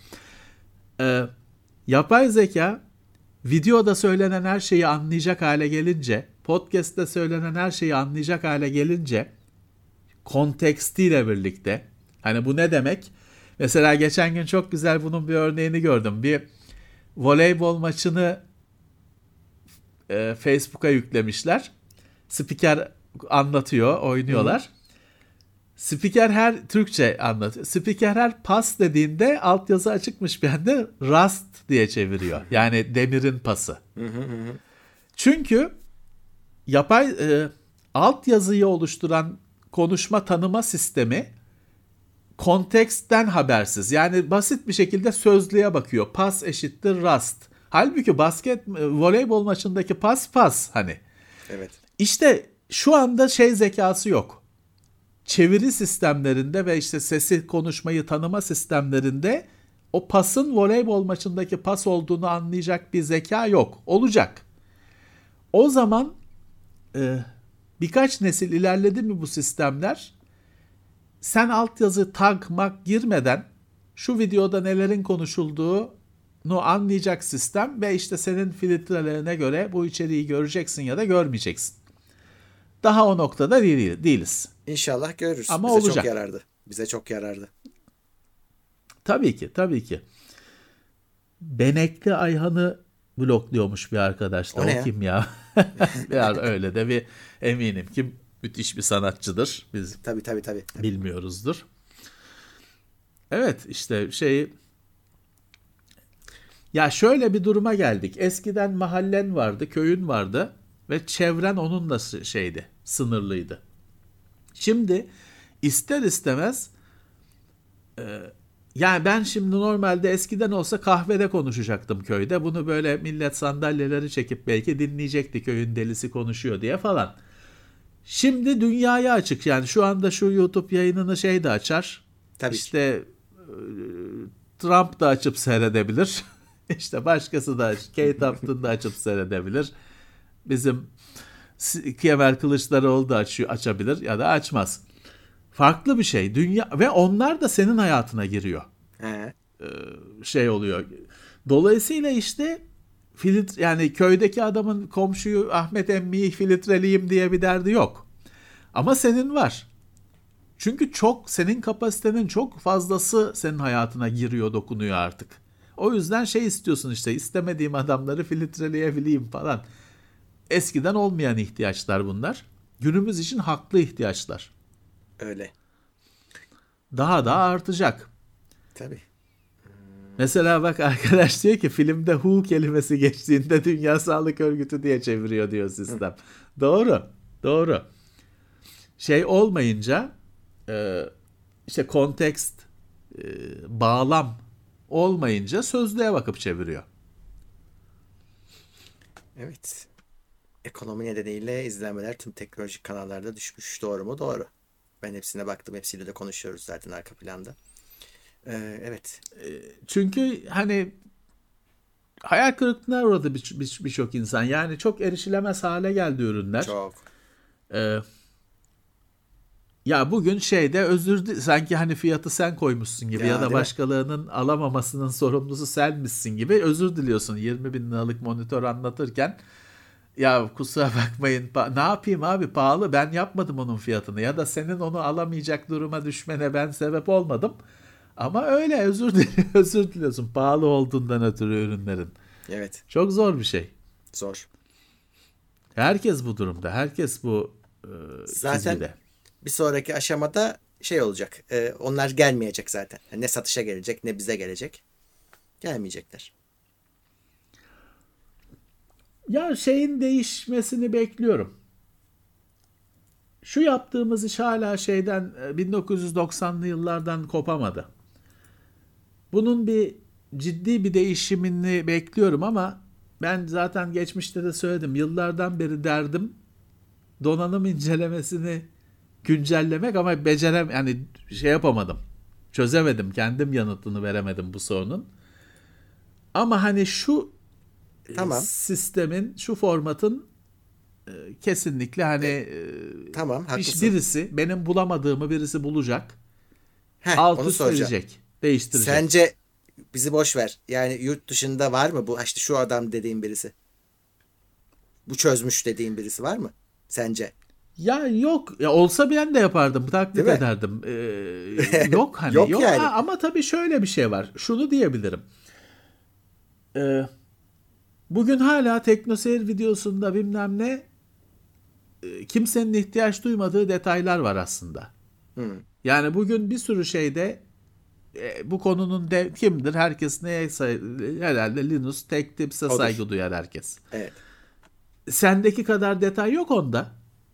Yapay zeka videoda söylenen her şeyi anlayacak hale gelince, podcast'te söylenen her şeyi anlayacak hale gelince, kontekstiyle birlikte, hani bu ne demek? Mesela geçen gün çok güzel bunun bir örneğini gördüm. Bir voleybol maçını Facebook'a yüklemişler. Spiker anlatıyor, oynuyorlar. Spiker Türkçe anlatıyor. Spiker pas dediğinde altyazı açıkmış bir anda Rust diye çeviriyor. Yani demirin pası. Çünkü yapay altyazıyı oluşturan konuşma tanıma sistemi konteksten habersiz. Yani basit bir şekilde sözlüğe bakıyor. Pas eşittir Rust. Halbuki voleybol maçındaki pas hani. Evet. İşte şu anda zekası yok. Çeviri sistemlerinde ve işte sesi, konuşmayı tanıma sistemlerinde o pasın voleybol maçındaki pas olduğunu anlayacak bir zeka yok. Olacak. O zaman birkaç nesil ilerledi mi bu sistemler? Sen altyazı tag girmeden şu videoda nelerin konuşulduğunu anlayacak sistem ve işte senin filtrelerine göre bu içeriği göreceksin ya da görmeyeceksin. Daha o noktada değiliz. İnşallah görürüz. Ama Bize çok olacak. yarardı. Bize çok yarardı. Tabii ki, tabii ki. Benekli Ayhan'ı blokluyormuş bir arkadaş da. O ne O ya? kim ya? Yani öyle de bir eminim ki müthiş bir sanatçıdır. Biz Tabii tabii tabii. bilmiyoruzdur. Evet işte ya şöyle bir duruma geldik. Eskiden mahallen vardı, köyün vardı ve çevren onunla sınırlıydı. Şimdi ister istemez yani ben şimdi normalde eskiden olsa kahvede konuşacaktım köyde. Bunu böyle millet sandalyeleri çekip belki dinleyecekti köyün delisi konuşuyor diye falan. Şimdi dünyaya açık yani şu anda şu YouTube yayınını de açar. Tabii ki. İşte Trump da açıp seyredebilir. İşte başkası da Kate Upton da açıp seyredebilir. Bizim Kemal Kılıçdaroğlu da açabilir ya da açmaz. Farklı bir şey. Dünya ve onlar da senin hayatına giriyor. Oluyor. Dolayısıyla işte yani köydeki adamın komşuyu Ahmet Emmi'yi filtreleyeyim diye bir derdi yok. Ama senin var. Çünkü senin kapasitenin çok fazlası senin hayatına giriyor, dokunuyor artık. O yüzden istiyorsun işte istemediğim adamları filtreleyebileyim falan. Eskiden olmayan ihtiyaçlar bunlar. Günümüz için haklı ihtiyaçlar. Öyle. Daha da artacak. Tabii. Mesela bak arkadaş diyor ki filmde WHO kelimesi geçtiğinde Dünya Sağlık Örgütü diye çeviriyor diyor sistem. Doğru. Doğru. Olmayınca işte kontekst, bağlam olmayınca sözlüğe bakıp çeviriyor. Evet. Ekonomi nedeniyle izlenmeler tüm teknolojik kanallarda düşmüş. Doğru mu? Doğru. Ben hepsine baktım. Hepsiyle de konuşuyoruz zaten arka planda. Evet. Çünkü hani hayal kırıklığına uğradı birçok insan. Yani çok erişilemez hale geldi ürünler. Çok. Ya bugün sanki hani fiyatı sen koymuşsun gibi ya da değil mi? başkalarının alamamasının sorumlusu senmişsin gibi özür diliyorsun 20 bin liralık monitör anlatırken. Ya kusura bakmayın ne yapayım abi pahalı ben yapmadım onun fiyatını ya da senin onu alamayacak duruma düşmene ben sebep olmadım. Ama öyle özür diliyorsun pahalı olduğundan ötürü ürünlerin. Evet. Çok zor bir şey. Zor. Herkes bu durumda. Herkes bu Zaten çizgide. bir sonraki aşamada olacak. Onlar gelmeyecek zaten. Ne satışa gelecek ne bize gelecek. Gelmeyecekler. Ya değişmesini bekliyorum. Şu yaptığımız iş hala 1990'lı yıllardan kopamadı. Bunun ciddi bir değişimini bekliyorum ama ben zaten geçmişte de söyledim. Yıllardan beri derdim donanım incelemesini güncellemek ama yani yapamadım. Çözemedim. Kendim yanıtını veremedim bu sorunun. Ama hani şu Tamam. sistemin, şu formatın kesinlikle tamam, haklısın. benim bulamadığımı birisi bulacak. Onu Üst soracağım. edecek, değiştirecek. Sence bizi boş ver. Yani yurt dışında var mı bu işte şu adam dediğin birisi? Bu çözmüş dediğin birisi var mı? Sence? Ya yok. Ya olsa ben de yapardım. Taklit ederdim. Yok hani. Yok yani. Ama tabii şöyle bir şey var. Şunu diyebilirim. Bugün hala TeknoSeyir videosunda bilmem ne kimsenin ihtiyaç duymadığı detaylar var aslında. Yani bugün bir sürü bu konunun kimdir? Herkes herhalde Linus Tech Tips'e saygı duyar herkes. Evet. Sendeki kadar detay yok onda.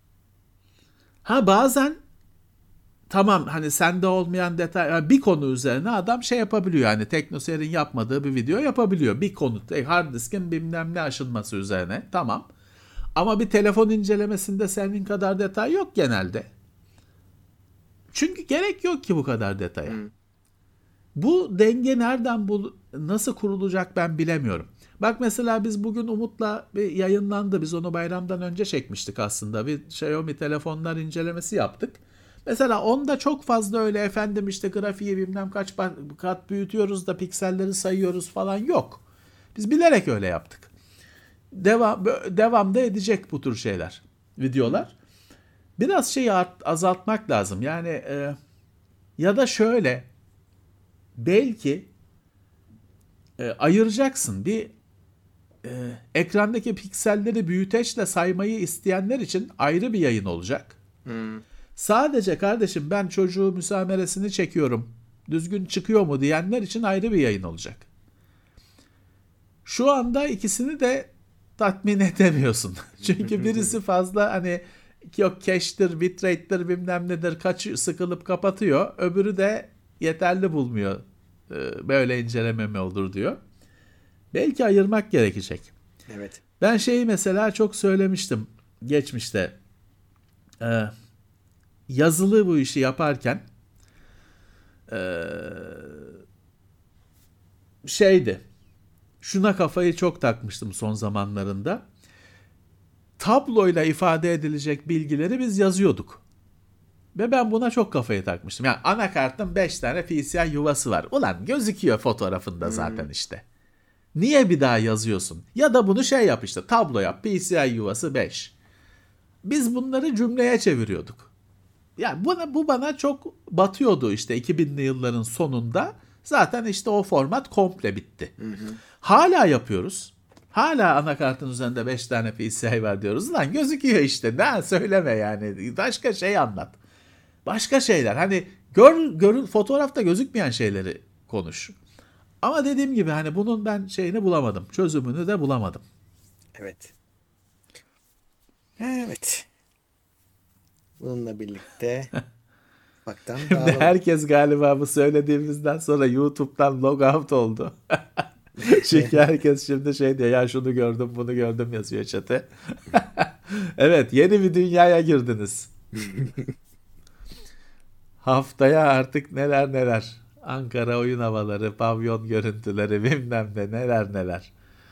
Bazen tamam hani sende olmayan detay bir konu üzerine adam yapabiliyor yani TeknoSeyir'in yapmadığı bir video yapabiliyor. Bir konu hard diskin bilmem ne aşınması üzerine tamam. Ama bir telefon incelemesinde senin kadar detay yok genelde. Çünkü gerek yok ki bu kadar detaya. Bu denge nasıl kurulacak ben bilemiyorum. Bak mesela biz bugün Umut'la yayınlandı. Biz onu bayramdan önce çekmiştik aslında. Bir Xiaomi telefonlar incelemesi yaptık. Mesela onda çok fazla öyle efendim işte grafiği bilmem kaç kat büyütüyoruz da pikselleri sayıyoruz falan yok. Biz bilerek öyle yaptık. Devamda edecek bu tür videolar. Biraz şeyi azaltmak lazım. Yani ya da şöyle, belki ayıracaksın. Ekrandaki pikselleri büyüteçle saymayı isteyenler için ayrı bir yayın olacak. Sadece kardeşim ben çocuğu müsameresini çekiyorum, düzgün çıkıyor mu diyenler için ayrı bir yayın olacak. Şu anda ikisini de tatmin edemiyorsun. Çünkü birisi fazla hani yok cache'tir, bitrate'tir bilmem nedir sıkılıp kapatıyor. Öbürü de yeterli bulmuyor. Böyle incelememe olur diyor. Belki ayırmak gerekecek. Evet. Ben şeyi mesela çok söylemiştim geçmişte. Yazılı bu işi yaparken şeydi. Şuna kafayı çok takmıştım son zamanlarında. Tabloyla ifade edilecek bilgileri biz yazıyorduk. Ve ben buna çok kafayı takmıştım. Yani anakartın 5 tane PCI yuvası var. Ulan gözüküyor fotoğrafında zaten işte. Niye bir daha yazıyorsun? Ya da bunu şey yap işte, tablo yap, PCI yuvası 5. Biz bunları cümleye çeviriyorduk. Yani bu bana çok batıyordu işte 2000'li yılların sonunda. Zaten işte o format komple bitti. Hala yapıyoruz. Hala anakartın üzerinde 5 tane PCI var diyoruz. Lan gözüküyor işte. Ne söyleme yani. Başka şey anlat. Başka şeyler. Hani fotoğrafta gözükmeyen şeyleri konuş. Ama dediğim gibi hani bunun ben şeyini bulamadım. Çözümünü de bulamadım. Evet. Evet. Bununla birlikte baktan Şimdi dağılalım. herkes galiba bu söylediğimizden sonra YouTube'dan log out oldu. Çünkü herkes şimdi şey diyor ya şunu gördüm bunu gördüm yazıyor chat'e. Evet, yeni bir dünyaya girdiniz. Haftaya artık neler neler. Ankara oyun havaları, pavyon görüntüleri bilmem ne neler neler.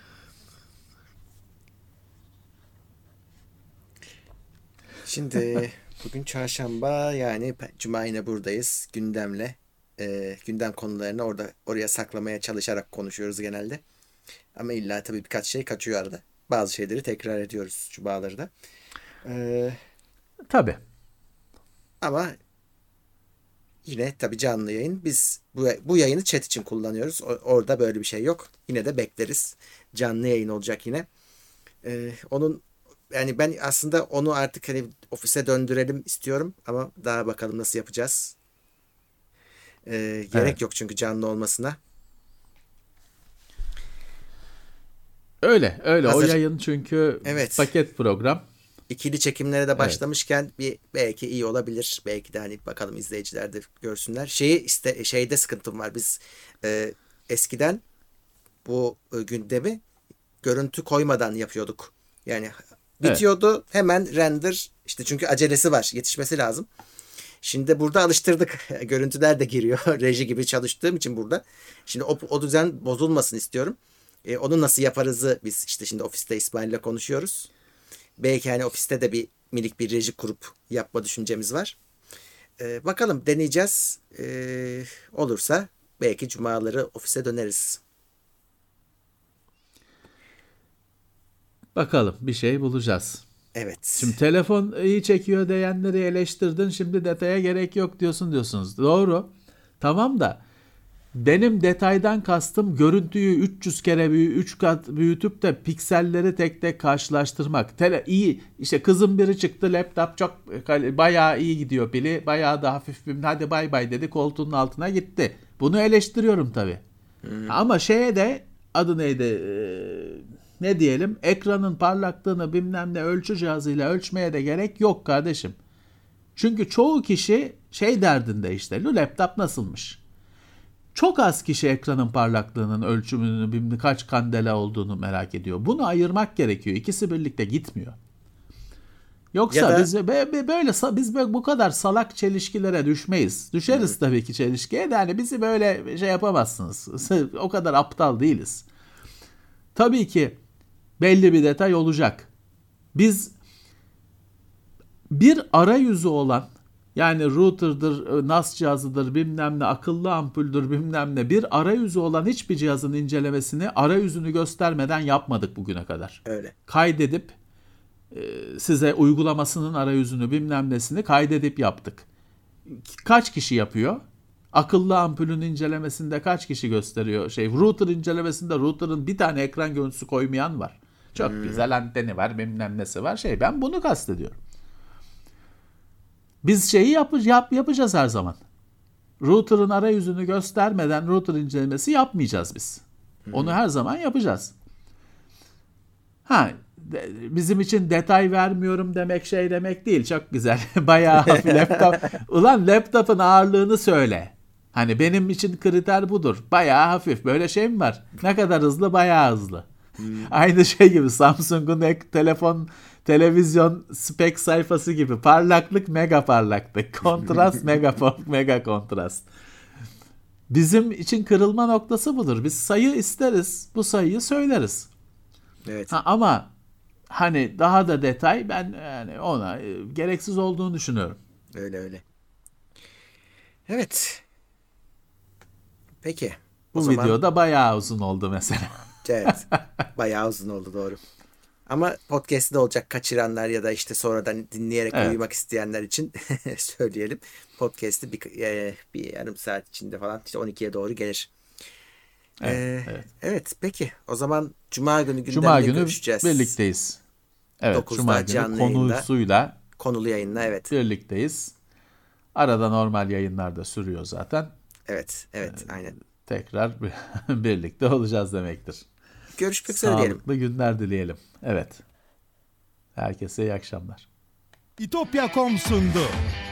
Şimdi bugün çarşamba, yani cuma yine buradayız gündemle. Gündem konularını oraya saklamaya çalışarak konuşuyoruz genelde. Ama illa tabii birkaç şey kaçıyor arada. Bazı şeyleri tekrar ediyoruz cumaları da. Ee, Tabii. Ama yine tabii canlı yayın. Biz bu yayını chat için kullanıyoruz. Orada böyle bir şey yok. Yine de bekleriz. Canlı yayın olacak yine. Onun yani ben aslında onu artık hani ofise döndürelim istiyorum ama daha bakalım nasıl yapacağız. Evet. Gerek yok çünkü canlı olmasına. Öyle o Hazır, yayın çünkü evet, paket program. ikili çekimlere de Evet. başlamışken belki iyi olabilir. Belki de hani bakalım izleyiciler de görsünler. Şeyde sıkıntım var. Biz eskiden bu gündemi görüntü koymadan yapıyorduk. Yani Evet. bitiyordu hemen render, işte çünkü acelesi var, yetişmesi lazım. Şimdi burada alıştırdık. Görüntüler de giriyor. Reji gibi çalıştığım için burada. Şimdi o düzen bozulmasın istiyorum. Onu nasıl yaparızı biz işte şimdi ofiste İsmail'le konuşuyoruz. Belki hani ofiste de bir minik bir reji kurup yapma düşüncemiz var. Bakalım, deneyeceğiz. Olursa belki cumaları ofise döneriz. Bakalım bir şey bulacağız. Evet. Şimdi telefon iyi çekiyor diyenleri eleştirdin. Şimdi detaya gerek yok diyorsunuz. Doğru. Tamam da benim detaydan kastım görüntüyü 300 kere 3 kat büyütüp de pikselleri tek tek karşılaştırmak. İyi işte kızım biri çıktı, laptop çok bayağı iyi gidiyor pili. Bayağı da hafif bir hadi bay bay dedi, koltuğunun altına gitti. Bunu eleştiriyorum tabii. Ama şeye de adı neydi? Ne diyelim? Ekranın parlaklığını bilmem ne ölçü cihazıyla ölçmeye de gerek yok kardeşim. Çünkü çoğu kişi şey derdinde işte. Laptop nasılmış? Çok az kişi ekranın parlaklığının ölçümünü, bilmem kaç kandela olduğunu merak ediyor. Bunu ayırmak gerekiyor. İkisi birlikte gitmiyor. Ya Yoksa da biz bu kadar salak çelişkilere düşmeyiz. Düşeriz tabii ki çelişkiye de hani bizi böyle şey yapamazsınız. O kadar aptal değiliz. Tabii ki belli bir detay olacak. Biz bir arayüzü olan, yani router'dır, NAS cihazıdır, bilmem ne, akıllı ampuldür, bilmem ne, bir arayüzü olan hiçbir cihazın incelemesini arayüzünü göstermeden yapmadık bugüne kadar. öyle. Kaydedip size uygulamasının arayüzünü bilmem nesini kaydedip yaptık. Kaç kişi yapıyor? Akıllı ampulün incelemesinde kaç kişi gösteriyor? Router incelemesinde router'ın bir tane ekran görüntüsü koymayan var. Çok güzel anteni var, bilmem nesi var. Ben bunu kastediyorum. Biz şeyi yapacağız her zaman. Router'ın arayüzünü göstermeden router incelemesi yapmayacağız biz. Onu her zaman yapacağız. Bizim için detay vermiyorum demek demek değil. Çok güzel. Bayağı hafif laptop. Ulan laptopun ağırlığını söyle. Hani benim için kriter budur. Bayağı hafif. Böyle şey mi var? Ne kadar hızlı? Bayağı hızlı. Aynı şey gibi Samsung'un televizyon spek sayfası gibi. Parlaklık mega parlaklık. Kontrast mega kontrast. Bizim için kırılma noktası budur. Biz sayı isteriz. Bu sayıyı söyleriz. Evet. Ama hani daha da detay ben yani ona gereksiz olduğunu düşünüyorum. Öyle. Evet. Peki. Bu videoda bayağı uzun oldu mesela. Evet. Bayağı uzun oldu, doğru. Ama podcast'te olacak kaçıranlar ya da işte sonradan dinleyerek uyumak isteyenler için söyleyelim. Podcast'ı bir yarım saat içinde falan işte 12'ye doğru gelir. Evet. Peki. O zaman Cuma günü gündemde görüşeceğiz. Birlikteyiz. Evet. Cuma günü konulu yayınla evet. Birlikteyiz. Arada normal yayınlar da sürüyor zaten. Evet. Aynen. Tekrar birlikte olacağız demektir. Görüşmek üzere diyelim. Sağlıklı günler dileyelim. Evet. Herkese iyi akşamlar. İtopya.com sundu.